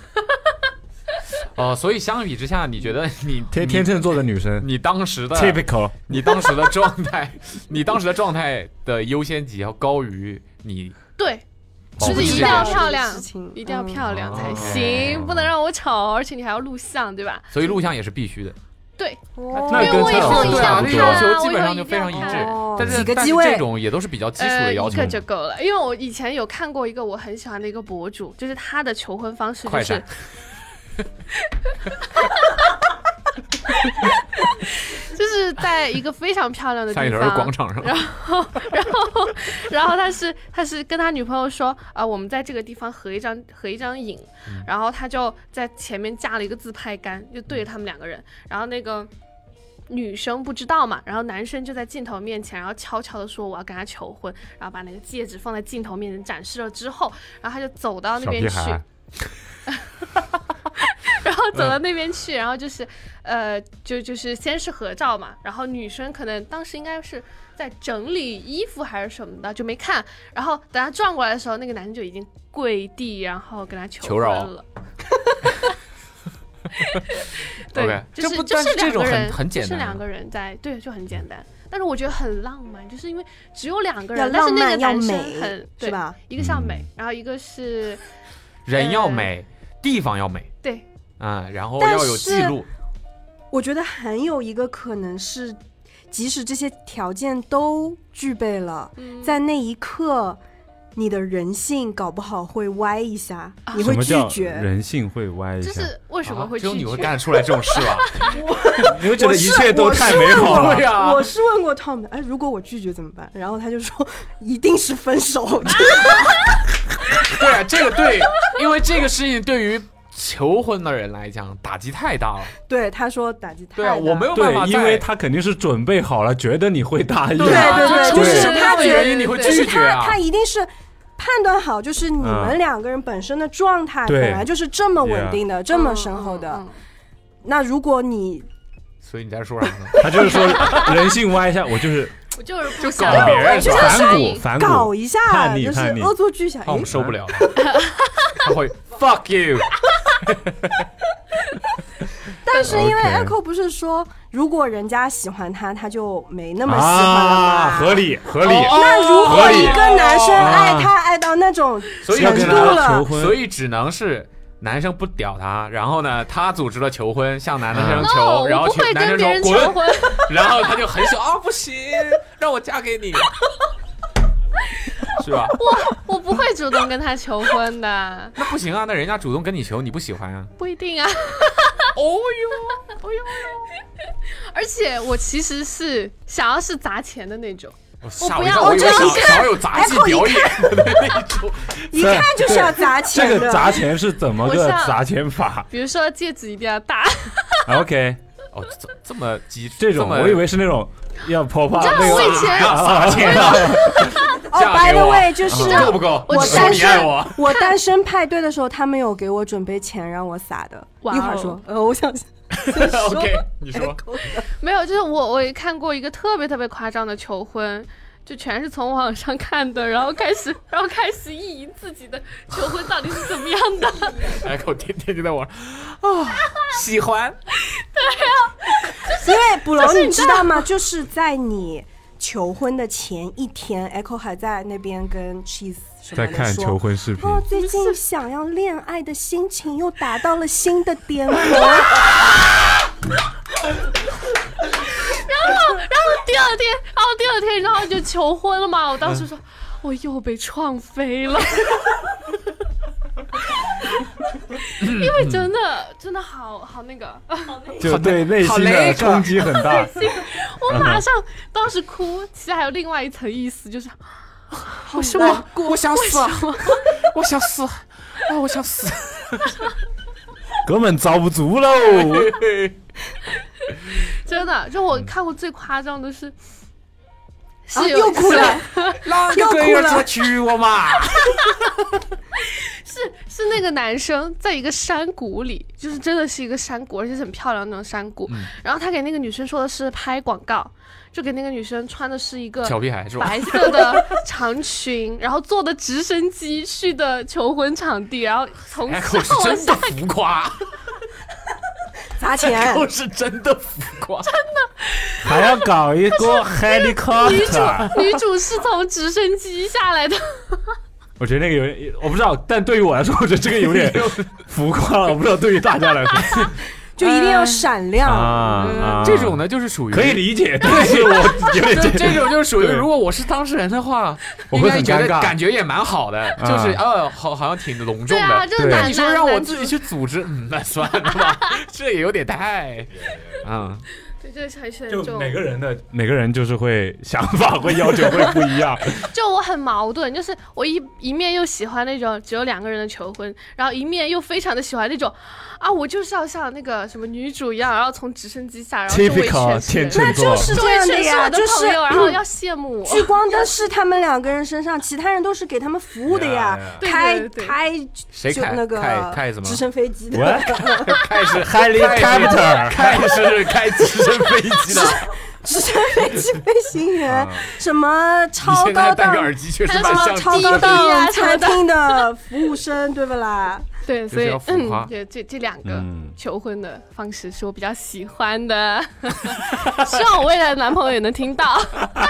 哦、呃，所以相比之下，你觉得你天天秤座的女生， 你当时的 typical， 你当时的状态，你当时的状态的优先级要高于你。 对，就是一定要漂亮，一定要漂亮才行，嗯、不能让我丑，而且你还要录像，对吧？ 所以录像也是必须的。 对， 那跟我以后一定要看，要求基本上就非常一致。 哦、 但是几个机位这种也都是比较基础的要求， 呃、一个就够了。因为我以前有看过一个我很喜欢的一个博主，就是他的求婚方式就是。就是在一个非常漂亮的地方， 广场上， 然后，然后，然后他是他是跟他女朋友说啊、呃，我们在这个地方合一张合一张影、嗯，然后他就在前面架了一个自拍杆，就对着他们两个人，然后那个女生不知道嘛，然后男生就在镜头面前，然后悄悄的说我要跟他求婚，然后把那个戒指放在镜头面前展示了之后，然后他就走到那边去。然后后走到那边去，然后就是呃，就就是先是合照嘛，然后女生可能当时应该是在整理衣服还是什么的，就没看。然后等他转过来的时候，那个男生就已经跪地，然后跟他求婚了。对， okay, 就是这就是两个人， 很很简单， 是两个人在，对，就很简单。但是我觉得很浪漫，就是因为只有两个人， 要但是那个男生美很是吧？ 一个像美，然后一个是人要美，呃、地方要美， 对， 啊、嗯，然后要有记录。 我觉得还有一个可能是，即使这些条件都具备了，嗯、在那一刻。你的人性搞不好会歪一下，啊、你会拒绝。 人性会歪一下， 就是为什么会拒绝？ 只有你会干出来这种事啊！ 你会觉得一切都太美好了呀！我是问过 Tom 的，哎，如果我拒绝怎么办？然后他就说，一定是分手。 对啊，这个对，因为这个事情对于求婚的人来讲打击太大了。 对，他说打击太大。 对啊，我没有办法， 因为他肯定是准备好了，觉得你会答应。 对对对，就是他觉得你会拒绝啊， 他一定是。判断好，就是你们两个人本身的状态本来就是这么稳定的、这么深厚的。那如果你， 所以你在说啥呢？ 他就是说人性歪一下，我就是我就是不想别人反骨，反骨搞一下， 叛逆， 就是恶作剧一下， 我们受不了，他会 fuck you。 但是因为 Echo 不是说，如果人家喜欢他，他就没那么喜欢了吗？ 啊、合理合理。 那如果一个男生爱他爱到那种程度了， 所以只能是男生不屌他，然后呢，他组织了求婚，向男生求， no, 然后男生说滚，然后他就很想啊，不行，让我嫁给你。是吧？ 我我不会主动跟他求婚的。 那不行啊，那人家主动跟你求，你不喜欢啊？ 不一定啊。哦呦，哦呦！而且我其实是想要是砸钱的那种。 我不要，我想想要有杂技表演的那种， 一看就是要砸钱的。这个砸钱是怎么个砸钱法？ 比如说戒指一定要大。 OK， 哦，这这么基这种，我以为是那种要泡泡那个。我以前要撒钱啊。 哦 ，by the way， 就是够不够？ 我单身， 我我单身派对的时候，他们有给我准备钱让我撒的。一会儿说，呃，我想。 OK， 你说。 没有，就是我我也看过一个特别特别夸张的求婚。就全是从网上看的，然后开始，然后开始意淫自己的求婚到底是怎么样的。 哎，我天天就在网上啊，喜欢。 对啊， 因为卜龙，你知道吗？就是在你求婚的前一天 ，Echo 还在那边跟 Cheese 什么在看求婚视频。 哦，最近想要恋爱的心情又达到了新的巅峰。 然后，然后第二天，然后第二天，然后就求婚了嘛。我当时说，嗯、我又被创飞了，因为真的，真的好好那个， 就对内心的冲击很大。 我马上当时哭，其实还有另外一层意思，就是为什么我想死，我想死，啊，我想死， 根本遭不住喽。 真的，就我看过最夸张的是， 嗯、是又哭了， 又哭了，娶我嘛！ 是是那个男生在一个山谷里，就是真的是一个山谷，而且是很漂亮的那种山谷。嗯、然后他给那个女生说的是拍广告，就给那个女生穿的是一个小屁孩是吧？ 白色的长裙，然后坐的直升机去的求婚场地，然后从上往下浮夸。 砸钱都是真的浮夸， 真的还要搞一个 helicopter。 女主女主是从直升机下来的。 我觉得那个有点，我不知道，但对于我来说，我觉得这个有点浮夸了。我不知道对于大家来说。 就一定要闪亮啊、嗯！ 这种呢，就是属于可以理解，但是我有点这这种就是属于，如果我是当事人的话， 我会很尴尬， 感觉也蛮好的，就是呃，好好像挺隆重的。 对啊，就是但你说让我自己去组织，嗯，那算了吧，这也有点太，嗯。 对， 这还是就每个人的每个人就是会想法会要求会不一样。 就我很矛盾，就是我一一面又喜欢那种只有两个人的求婚，然后一面又非常的喜欢那种啊，我就是要像那个什么女主一样，然后从直升机下，然后周围全是人， 那就是这样的呀， 就是然后要羡慕我。 聚光灯是他们两个人身上，其他人都是给他们服务的呀。开开谁开那个开开什么直升飞机的？ 开是 helicopter， 开是开直升飞机的。 直升飞机飞行员，什么超高档， 什么超高档餐厅的服务生，对不啦？ 对，所以嗯，对，这这两个求婚的方式是我比较喜欢的，希望我未来的男朋友也能听到。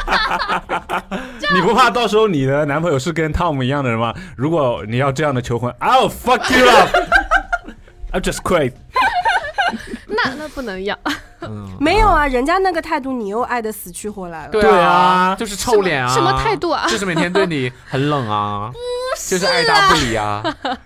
你不怕到时候你的男朋友是跟汤姆一样的人吗？如果你要这样的求婚 ，I'll fuck you up， I just quit。 那那不能要。 嗯、没有啊，人家那个态度你又爱得死去活来了。 对啊，就是臭脸啊。 什么态度啊？ 就是每天对你很冷啊，是啊就是爱答不理啊。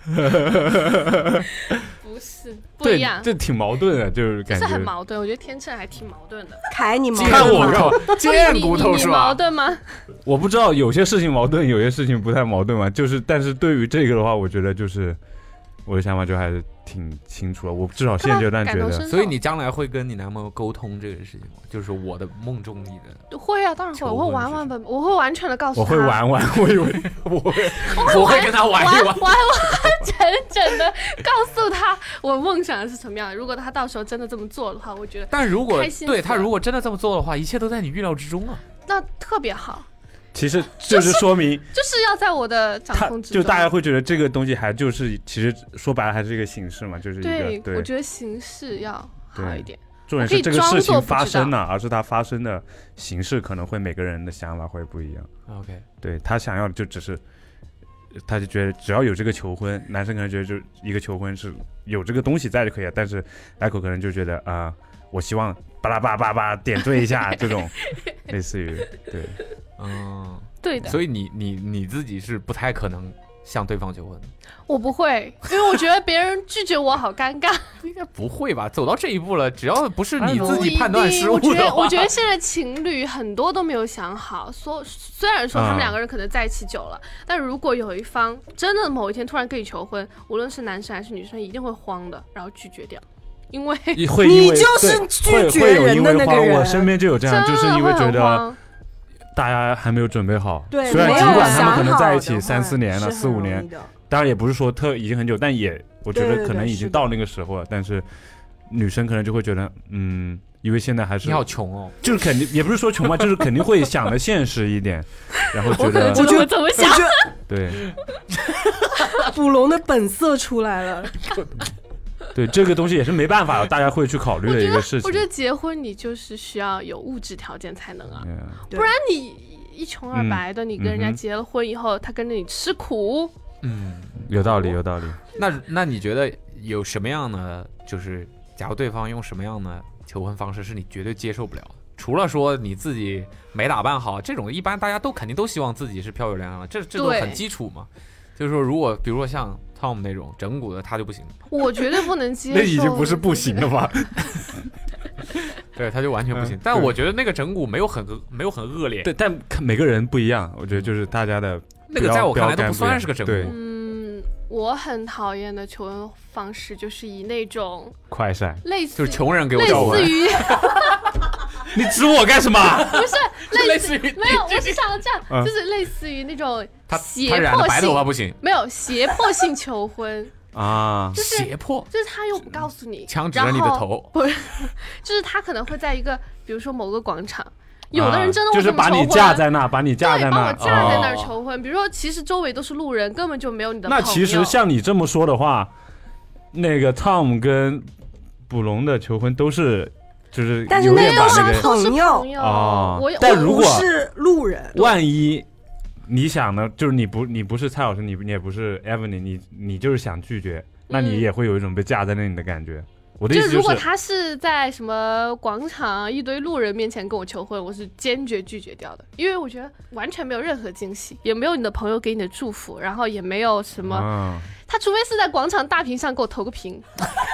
不是，不一样， 这挺矛盾的，就是感觉。 是很矛盾，我觉得天秤还挺矛盾的。 凯，你矛盾看我靠，贱骨头是吧？ 矛盾吗？ 我不知道，有些事情矛盾，有些事情不太矛盾嘛。就是，但是对于这个的话，我觉得就是我的想法就还是挺清楚了。我至少现阶段觉得， 所以你将来会跟你男朋友沟通这个事情吗？就是我的梦中你的。 会啊，当然会，我会完完本，我会完全的告诉他。 我会玩玩，我以为我会， 我会跟他玩一玩， 完完整整的告诉他我梦想是什么样的。如果他到时候真的这么做的话，我觉得， 但如果对他如果真的这么做的话，一切都在你预料之中啊， 那特别好。 其实就是说明， 就是、就是要在我的掌控之中。 就大家会觉得这个东西还就是其实说白了还是一个形式嘛，就是一个对， 对我觉得形式要好一点。 重点是这个事情发生了，而是它发生的形式可能会每个人的想法会不一样。 OK， 对他想要的就只是，他就觉得只要有这个求婚，男生可能觉得就一个求婚是有这个东西在就可以了，但是 Echo 可能就觉得啊、呃，我希望巴拉巴拉巴拉点缀一下这种，类似于对， 嗯， 对的。 所以你你你自己是不太可能向对方求婚的。 我不会，因为我觉得别人拒绝我好尴尬。 应该不会吧？走到这一步了，只要不是你自己判断失误的话， 我觉得，我觉得现在情侣很多都没有想好。说虽然说他们两个人可能在一起久了，嗯、但如果有一方真的某一天突然跟你求婚，无论是男生还是女生，一定会慌的，然后拒绝掉。因为会你就是拒绝人的那个人。 我身边就有这样，就是因为觉得大家还没有准备好。 对， 虽然尽管他们可能在一起三四年了，四五年。当然也不是说特已经很久，但也我觉得可能已经到那个时候了。但是女生可能就会觉得，嗯，因为现在还是你好穷哦， 就是肯定也不是说穷嘛，就是肯定会想的现实一点，然后觉得我觉得怎么想？ 对， 捕龙的本色出来了。 对，这个东西也是没办法，大家会去考虑的一个事情。 我觉得结婚你就是需要有物质条件才能啊， yeah. 不然你一穷二白的，你跟人家结了婚以后，嗯、他跟着你吃苦。 嗯， 有道理，有道理。 那那你觉得有什么样的，就是假如对方用什么样的求婚方式是你绝对接受不了的？除了说你自己没打扮好，这种一般大家都肯定都希望自己是漂漂亮亮的，这这都很基础嘛。就是说，如果比如说像 Tom 那种整蛊的，他就不行。 我绝对不能接受。 那已经不是不行了吧？ 对，他就完全不行。嗯、但我觉得那个整蛊没有很没有很恶劣。 对，但每个人不一样，我觉得就是大家的。 那个在我看来都不算是个整蛊。 嗯，我很讨厌的求婚方式就是以那种快闪， 类似就是穷人给我照类似于你指我干什么？ 不是类似于没有，我是想这样，嗯、就是类似于那种胁迫性，他染的白头发不行， 没有胁迫性求婚啊， 就是胁迫， 就是他又不告诉你， 枪指着你的头， 不是，就是他可能会在一个比如说某个广场。有的人真的会就是把你架在那，把你架在那， 把我架在那儿求婚。比如说，其实周围都是路人，根本就没有你的朋友。 那其实像你这么说的话，那个 Tom 跟卜龙的求婚都是，就是但是那都是朋友啊。 我但如果是路人， 万一你想呢，就是你不你不是蔡老师，你你也不是 Evelyn， 你你就是想拒绝，那你也会有一种被架在那里的感觉。我的意思就是， 如果他是在什么广场一堆路人面前跟我求婚，我是坚决拒绝掉的，因为我觉得完全没有任何惊喜，也没有你的朋友给你的祝福，然后也没有什么，啊、他除非是在广场大屏上给我投个屏，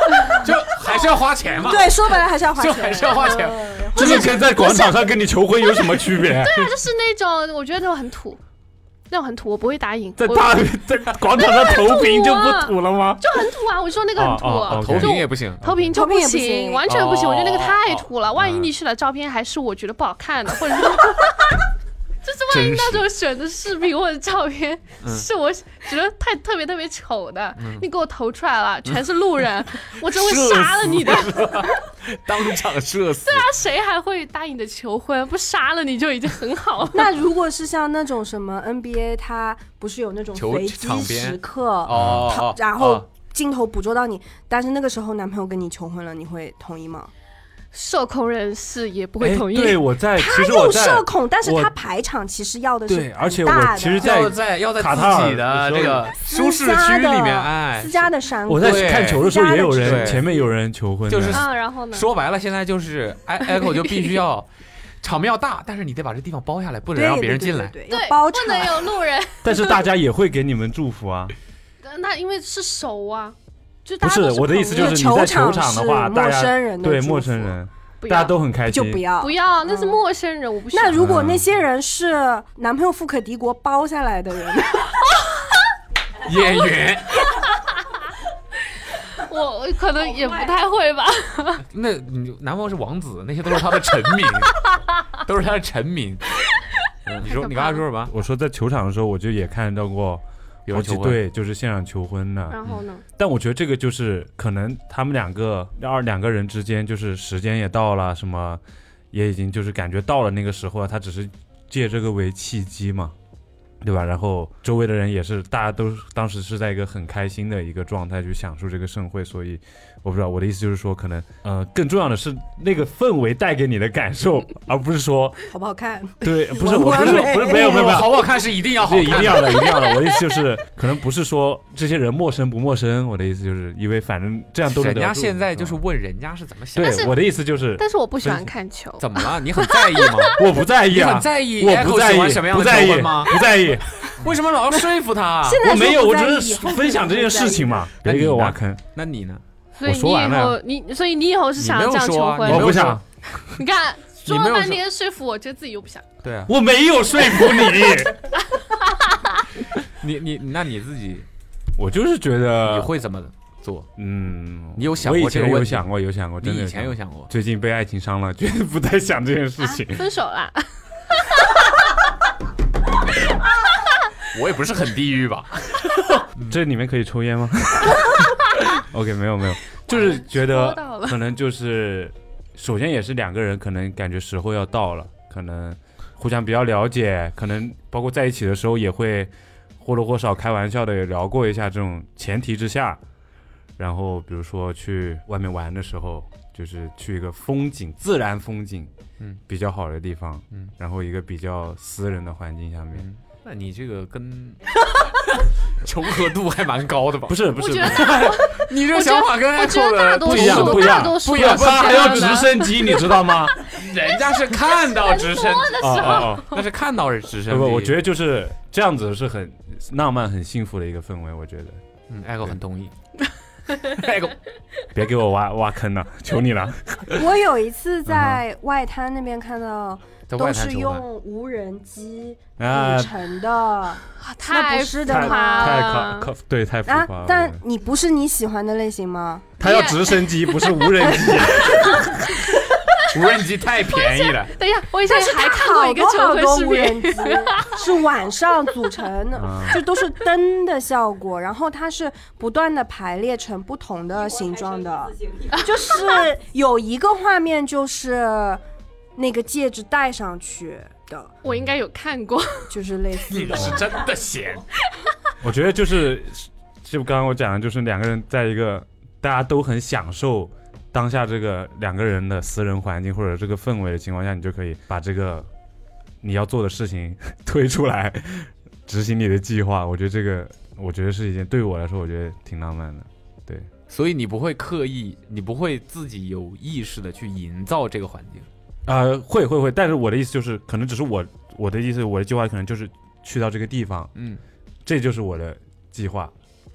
就还是要花钱嘛。 对，说白了还是要花钱， 就还是要花钱。 这个跟在广场上跟你求婚有什么区别？ 对啊，就是那种我觉得那种很土。那种很土，我不会答应。 在大在广场上投屏就不土了吗？ 就很土啊！我说那个很土， 哦哦、 投屏也不行， 投屏就不行， 行完全不行。 哦、 我觉得那个太土了，哦、万一你选的照片还是我觉得不好看的，或者是就是万一那种选的视频或者照片是我觉得太特别特别丑的，嗯、你给我投出来了，全是路人，我真会杀了你的。 当场射死！ 对啊，谁还会答应你的求婚？不杀了你就已经很好了。 那如果是像那种什么 N B A， 它不是有那种随机时刻， 哦， 然后镜头捕捉到你，哦、但是那个时候男朋友跟你求婚了，你会同意吗？ 社恐人士也不会同意。 对，我在，其实我在他有社恐，但是他排场其实要的是对，而且我其实在要在要在自己的这个舒适区里面，哎， 私家的山谷。 我在看球的时候也有人前面有人求婚， 就是啊，然后呢？ 说白了，现在就是Echo就必须要场面要大，但是你得把这地方包下来，不能让别人进来， 对，要包场， 不能有路人。 但是大家也会给你们祝福啊。 那因为是熟啊，就不是我的意思，就是你在球场的话，大家对陌生人。大家都很开心， 就不要不要，那是陌生人，嗯、我不想。 那如果那些人是男朋友富可敌国包下来的人， 演员， 我可能也不太会吧。 那你男朋友是王子，那些都是他的臣民，都是他的臣民。嗯、你说你刚才说什么？ 我说在球场的时候，我就也看到过。好几对就是现场求婚的， 然后呢？ 但我觉得这个就是可能他们两个二两个人之间就是时间也到了，什么也已经就是感觉到了那个时候，他只是借这个为契机嘛，对吧？然后周围的人也是，大家都当时是在一个很开心的一个状态去享受这个盛会，所以我不知道，我的意思就是说，可能呃更重要的是那个氛围带给你的感受，而不是说好不好看。 对，不是我不是不是没有没有没有， 好不好看是一定要好看， 一定要的一定要的。我的意思就是，可能不是说这些人陌生不陌生，我的意思就是因为反正这样都能。 人家现在就是问人家是怎么想的。 对，我的意思就是， 但是我不喜欢看球。 怎么了？你很在意吗？ 我不在意啊， 你很在意， 我不在意什么样的求婚吗？ 不在意。 为什么老要说服他？ 我没有，我只是分享这件事情嘛，别给我挖坑。 那你呢？ 所以你以后你，所以你以后是想要这样求婚？ 我不想。 你看说了半天说服我，觉得自己又不想。 对啊， 我没有说服你。 你你那你自己， 我就是觉得你会怎么做？ 嗯， 你有想过这个问题？ 有想过，有想过。 你以前有想过？ 最近被爱情伤了，绝对不再想这件事情。 分手啦。 我也不是很地狱吧？ 这里面可以抽烟吗？OK， 没有没有，就是觉得可能就是首先也是两个人可能感觉时候要到了，可能互相比较了解，可能包括在一起的时候也会或多或少开玩笑的也聊过一下，这种前提之下，然后比如说去外面玩的时候，就是去一个风景自然风景嗯比较好的地方，嗯，然后一个比较私人的环境下面。嗯， 那你这个跟重合度还蛮高的吧？ 不是不是， 你这个想法跟 Echo 的不一样，不一样，不一样。他还要直升机，你知道吗？ 人家是看到直升的时候， 那是看到直升机。 不，我觉得就是这样子是很浪漫、很幸福的一个氛围。我觉得， 嗯 ，Echo 很同意。 Echo， 别给我挖挖坑了，求你了。 我有一次在外滩那边看到。都是用无人机组成的，啊、 太不是的吗？ 太太太对，太浮夸了、啊。 但你不是你喜欢的类型吗？ 他要直升机，不是无人机。 无人机太便宜了。 等一下，我以前还看过一个求婚视频， 是晚上组成的，就都是灯的效果，然后它是不断的排列成不同的形状的，就是有一个画面就是。那个戒指戴上去的， 我应该有看过， 就是类似的。 你是真的闲。 我觉得就是，就刚刚我讲的，就是两个人在一个大家都很享受当下这个两个人的私人环境或者这个氛围的情况下，你就可以把这个你要做的事情推出来，执行你的计划。我觉得这个，我觉得是一件对我来说，我觉得挺浪漫的。对， 所以你不会刻意，你不会自己有意识的去营造这个环境。 呃，会会会，但是我的意思就是，可能只是我我的意思，我的计划可能就是去到这个地方，嗯，这就是我的计划。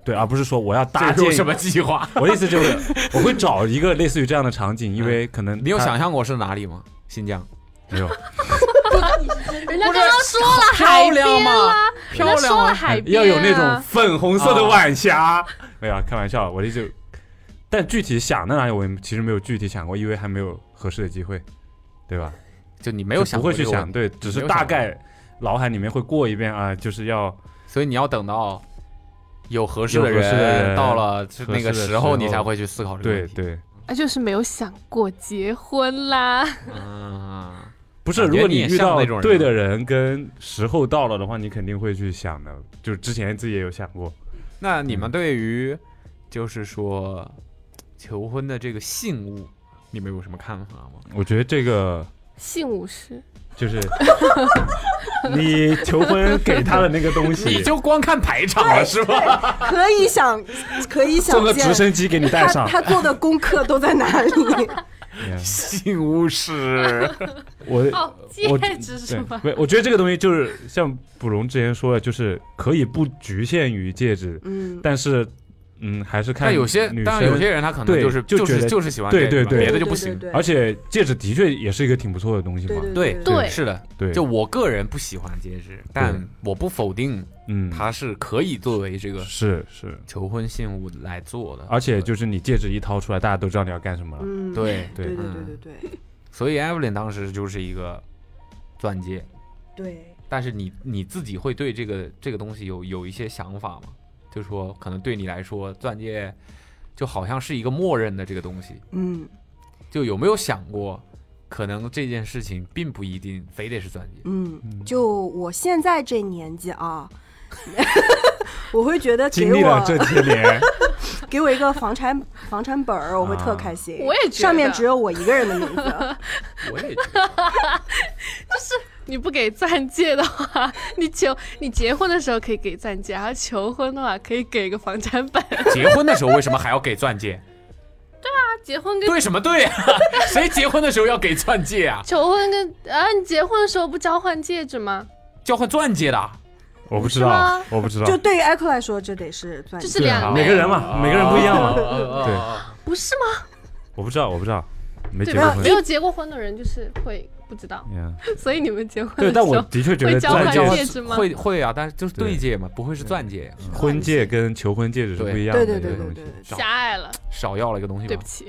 对，而不是说我要搭建什么计划。 我的意思就是，我会找一个类似于这样的场景，因为可能你有想象过是哪里吗？新疆没有。 人家刚刚说了海边啦， 漂亮吗？ 说了海边、 啊，要有那种粉红色的晚霞。没有、啊，开玩笑，我的意思。但具体想的哪里，我其实没有具体想过，因为还没有合适的机会，对吧？ 就你没有想过， 不会去想，对，只是大概脑海里面会过一遍啊，就是要， 所以你要等到有合适的人，的人到了那个时候，你才会去思考这个问题。 对对， 啊，就是没有想过结婚啦。 嗯， 不是，如果你遇到对的人跟时候到了的话，你肯定会去想的。就是之前自己也有想过。 那你们对于就是说求婚的这个信物，你们有什么看法吗？ 我觉得这个信物是就是你求婚给他的那个东西， 你就光看排场了是吧？ 可以想，可以想见， 送个直升机给你带上， 他, 他做的功课都在哪里？ 信物是， 我哦，戒指是吧？ 我我觉得这个东西就是像卜荣之前说的，就是可以不局限于戒指，嗯，但是。嗯，还是看。 但有些，当然有些人他可能就是就是就是喜欢对对对， 别的就不行。 而且戒指的确也是一个挺不错的东西嘛。 对对， 是的， 对。 就我个人不喜欢戒指，但我不否定，嗯，它是可以作为这个是是求婚信物来做的。 而且就是你戒指一掏出来，大家都知道你要干什么了。 嗯， 对对对对对对。 所以 Evelyn 当时就是一个钻戒。 对。 但是你你自己会对这个这个东西有有一些想法吗？就是说，可能对你来说，钻戒就好像是一个默认的这个东西。 嗯， 就有没有想过，可能这件事情并不一定非得是钻戒。 嗯，就我现在这年纪啊，我会觉得给我经历了这些年， 给我一个房产房产本儿，我会特开心。 我也觉得上面只有我一个人的名字。 我也觉得， 就是你不给钻戒的话，你求你结婚的时候可以给钻戒，然后求婚的话可以给个房产本。 结婚的时候为什么还要给钻戒？ 对啊，结婚跟对什么对啊？谁结婚的时候要给钻戒啊？ 求婚跟啊，你结婚的时候不交换戒指吗？ 交换钻戒的。 我不知道，我不知道。 就对于艾克来说，这得是钻戒。 就是两每个人嘛，每个人不一样嘛。对， 不是吗？ 我不知道，我不知道，没结过婚。 没有结过婚的人就是会不知道。所以你们结婚的时候， 对，但我的确觉得交换戒指吗？ 会会啊，但是就是对戒嘛，不会是钻戒。 婚戒跟求婚戒指是不一样的一个东西。 狭隘了， 少要了一个东西。 对不起，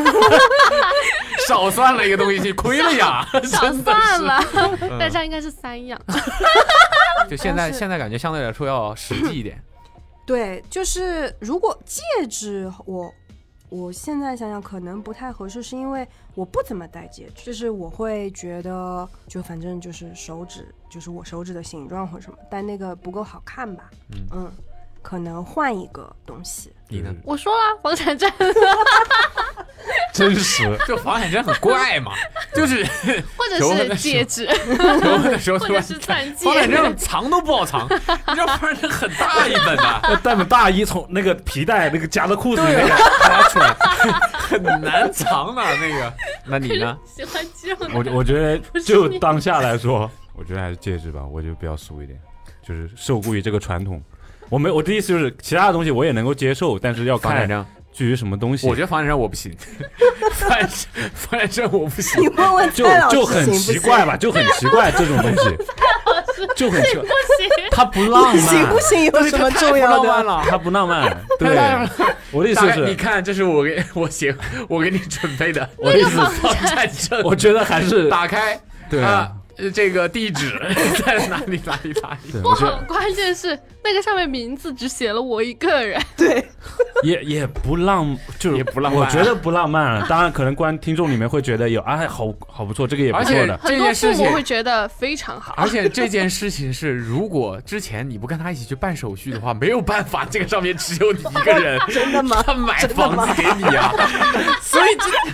少算了一个东西，亏了呀。 少算了，但是应该是三样。 就现在，现在感觉相对来说要实际一点。 对，就是如果戒指，我我现在想想可能不太合适，是因为我不怎么戴戒指，就是我会觉得，就反正就是手指，就是我手指的形状或什么，但那个不够好看吧，嗯嗯，可能换一个东西。 你呢？ 我说了，房产证。 真实， 这房产证很怪嘛，就是或者是戒指， 求婚的时候或者是钻戒， 房产证藏都不好藏，你知道房产证很大一本的， 要带本大衣从那个皮带那个夹到裤子里那个拉出来， 很难藏的那个。那你呢？ 喜欢这样。 我我觉得就当下来说，我觉得还是戒指吧，我就比较俗一点，就是受雇于这个传统。我没我的意思就是其他的东西我也能够接受，但是要看至于什么东西。 我觉得房产证我不行，房产房产证我不行。 你问问就就很奇怪吧，就很奇怪这种东西，就很奇怪。他不浪漫， 行不行有什么重要的？ 他不浪漫。对，我的意思是， 你看，这是我给我写我给你准备的。 我的意思是房产证， 我觉得还是打开， 对啊。 这个地址在哪里哪里哪里？ 不好，关键是那个上面名字只写了我一个人。 对， 也也不浪，就是也不浪漫。 我觉得不浪漫。当然，可能观听众里面会觉得有啊，好好不错，这个也不错的。 很多父母会觉得非常好。 而且这件事情是，如果之前你不跟他一起去办手续的话，没有办法，这个上面只有你一个人。 真的吗？ 他买房子给你啊，所以这。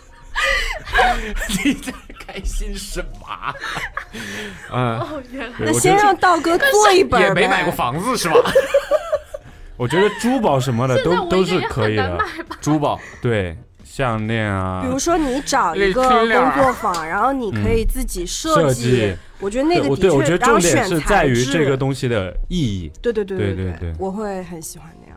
你在开心什么？ 嗯，哦，原来那先让道哥做一本呗。 也没买过房子是吧？ 我觉得珠宝什么的都都是可以的。 珠宝对项链啊， 比如说你找一个工作坊，然后你可以自己设计。我觉得那个的确， 对，我觉得重点是在于这个东西的意义。 对对对对对对， 我会很喜欢那样。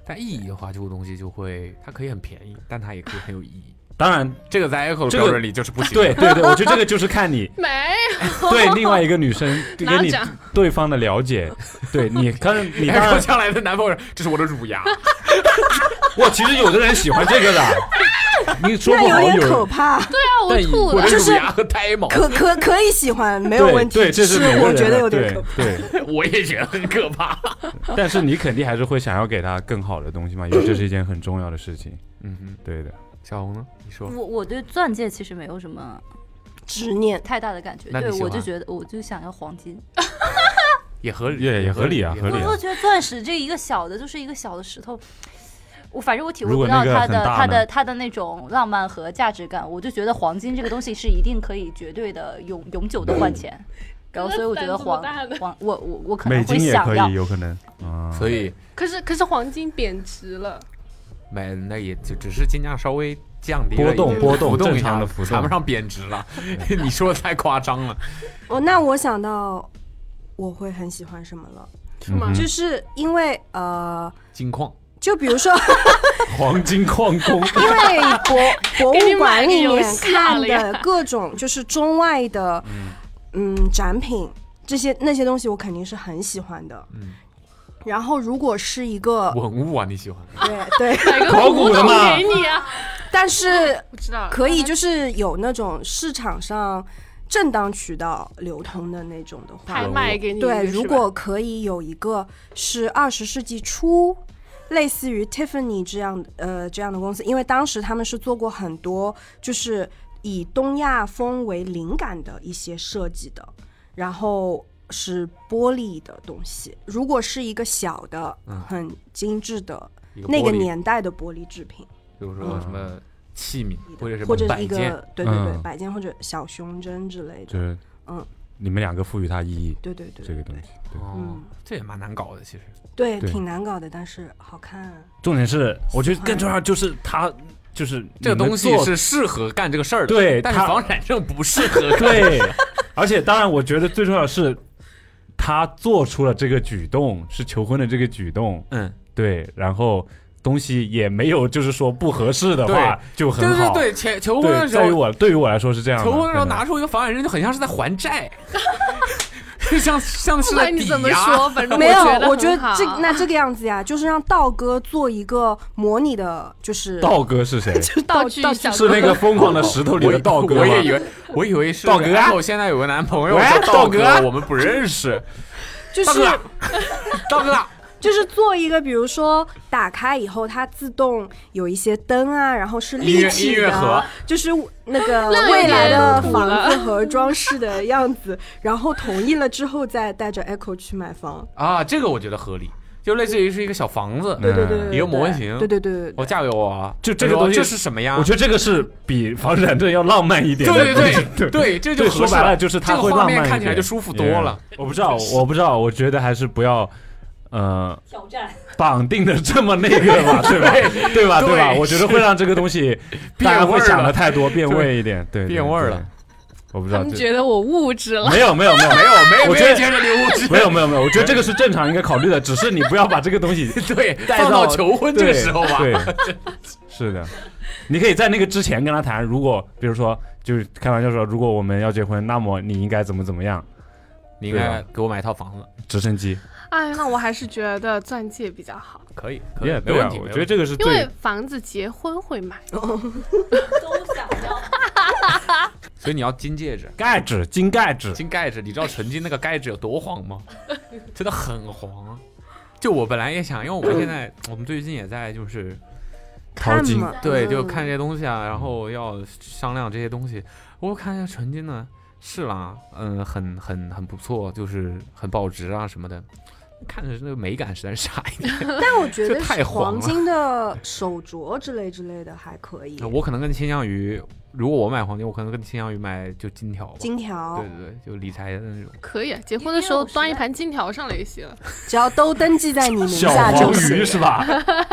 但意义的话，这个东西就会它可以很便宜，但它也可以很有意义。 当然， 这个在 Echo 的标准里就是不行。 对对对，我觉得这个就是看你没对另外一个女生跟你对方的了解。对你看，你当然将来的男朋友，这是我的乳牙。 哇，其实有的人喜欢这个的，你说不好有点可怕。 对啊，我吐了。 我的乳牙和胎毛， 可可可以喜欢，没有问题。 对，这是我觉得有点可怕。 对， 我也觉得很可怕。 但是你肯定还是会想要给他更好的东西嘛，因为这是一件很重要的事情。 嗯哼， 对的。 小红呢？你说。 我我对钻戒其实没有什么执念太大的感觉，对，我就觉得我就想要黄金。 也合理， 也也合理啊，合理、啊。 我觉得钻石这一个小的，就是一个小的石头，我反正我体会不到它的它的它的那种浪漫和价值感。我就觉得黄金这个东西是一定可以绝对的永永久的换钱，然后所以我觉得黄黄我我我可能会想要， 美金也可以，有可能。嗯、 所以， 可是可是黄金贬值了， 没那也就只是金价稍微降低了波动波动正常的浮动， 谈不上贬值了。你说的太夸张了。 哦，那我想到。我会很喜欢什么了？ 是吗？ 就是因为呃， 金矿， 就比如说黄金矿工， 因为博博物馆里面看的各种就是中外的嗯展品，这些那些东西我肯定是很喜欢的。嗯。然后如果是一个文物啊，你喜欢？ 对对， 买个考古的嘛， 给你啊。 但是不知道可以就是有那种市场上。正当渠道流通的那种的话， 拍卖给你。 对，如果可以有一个是二十世纪初，类似于 Tiffany 这样呃这样的公司，因为当时他们是做过很多就是以东亚风为灵感的一些设计的，然后是玻璃的东西。如果是一个小的、嗯、很精致的那个年代的玻璃制品， 比如说什么。嗯器皿或者是或者一个对对对、 嗯、 摆件或者小胸针之类的， 就是嗯，你们两个赋予它意义， 对对 对, 对， 这个东西，对哦、嗯，这也蛮难搞的，其实对，挺难搞的，但是好看、啊。 重点是，我觉得更重要就是它就是这个东西是适合干这个事儿的， 对， 但是房产证不适合干。 对，而且当然，我觉得最重要的是他做出了这个举动，是求婚的这个举动， 嗯， 对，然后。东西也没有，就是说不合适的话就很好。 对对对，求婚的时候， 对于我对于我来说是这样的。 求婚的时候拿出一个房产证，就很像是在还债，像像是在抵押。 你怎么说？反正没有，我觉得这那这个样子呀，就是让道哥做一个模拟的，就是道哥是谁？ 道具是那个疯狂的石头里的道哥吗？ 我也以为我以为是道哥啊！ 我现在有个男朋友叫道哥，我们不认识。 就是道哥。 就是做一个，比如说打开以后，它自动有一些灯啊，然后是立体的，就是那个未来的房子和装饰的样子。然后同意了之后，再带着 Echo 去买房啊，这个我觉得合理，就类似于是一个小房子， 对对对， 一个模型， 对对对， 我嫁给我， 就这个东西这是什么呀？ 我觉得这个是比房产证要浪漫一点的， 对对对对，这就说白了就是它会浪漫一点， 看起来就舒服多了。 我不知道，我不知道，我觉得还是不要。呃， 挑战绑定的这么那个吧，对吧？对吧？对吧？我觉得会让这个东西大家会想的太多，变味一点，对， 变味了。 我不知道， 他们觉得我物质了。 没有，没有，没有， 没有，没有， 我觉得觉得你物质。 没有，没有，没有。我觉得这个是正常应该考虑的，只是你不要把这个东西对放到求婚这个时候吧。 对，是的。你可以在那个之前跟他谈，如果比如说，就是开玩笑说，如果我们要结婚，那么你应该怎么怎么样？ 你应该给我买一套房子， 直升机。 哎，那我还是觉得钻戒比较好。 可以，可以， 没问题。我觉得这个是因为房子结婚会买， 都想要。 所以你要金戒指、 盖指、金盖指、 金盖指。你知道纯金那个盖指有多黄吗？真的很黄。就我本来也想，因为我们现在我们最近也在就是淘金， 对，就看这些东西啊，然后要商量这些东西。我看一下纯金呢。是啦，嗯，很很很不错，就是很保值啊什么的，看着那个美感实在是差一点。 但我觉得黄金的手镯之类之类的还可以。 我可能更倾向于，如果我买黄金，我可能更倾向于买就金条吧。 金条， 对对对，就理财的那种。 可以，结婚的时候端一盘金条上来也行， 只要都登记在你名下就行， 小黄鱼是吧？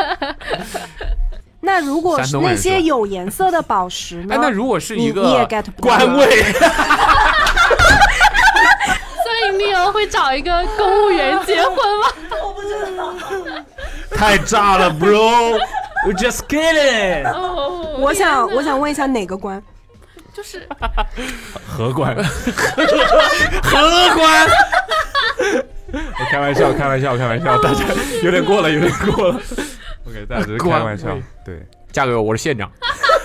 那如果是那些有颜色的宝石呢？ 哎，那如果是一个你也 get 不到官位， 所以你以后会找一个公务员结婚吗？ 我不知道。 太炸了 ，bro！We just kidding。 哦， 我想我想问一下哪个关？ 就是荷官，荷官。我开玩笑，开玩笑，开玩笑，大家有点过了，有点过了。OK， 大家只是开玩笑。对， 嫁给我，我是县长。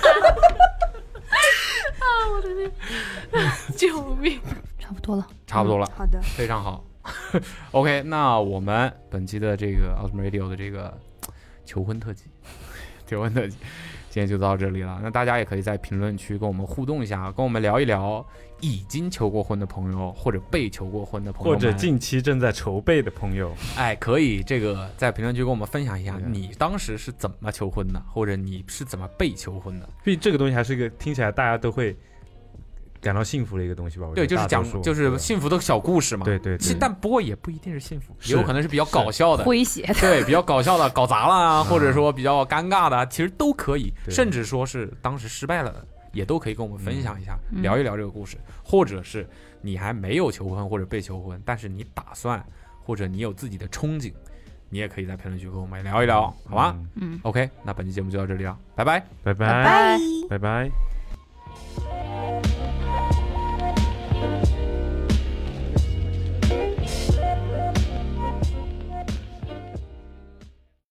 啊，我的天！救命！ 差不多了， 差不多了。 嗯、好的， 非常好。OK， 那我们本期的这个 Awesome Radio 的这个求婚特辑，求婚特辑。今天就到这里了，那大家也可以在评论区跟我们互动一下，跟我们聊一聊已经求过婚的朋友，或者被求过婚的朋友， 或者近期正在筹备的朋友， 哎，可以这个在评论区跟我们分享一下，你当时是怎么求婚的，或者你是怎么被求婚的。 毕竟这个东西还是一个听起来大家都会感到幸福的一个东西吧？ 对，就是讲就是幸福的小故事嘛。 对对对。 但不过也不一定是幸福，也有可能是比较搞笑的、 诙谐的， 对，比较搞笑的、搞砸了啊，或者说比较尴尬的，其实都可以，甚至说是当时失败了的，也都可以跟我们分享一下， 嗯、 聊一聊这个故事，或者是你还没有求婚或者被求婚，但是你打算或者你有自己的憧憬，你也可以在评论区跟我们聊一聊，嗯、好吗？ 嗯 ，OK， 那本期节目就到这里了，拜拜， 拜拜， 拜拜， 拜拜。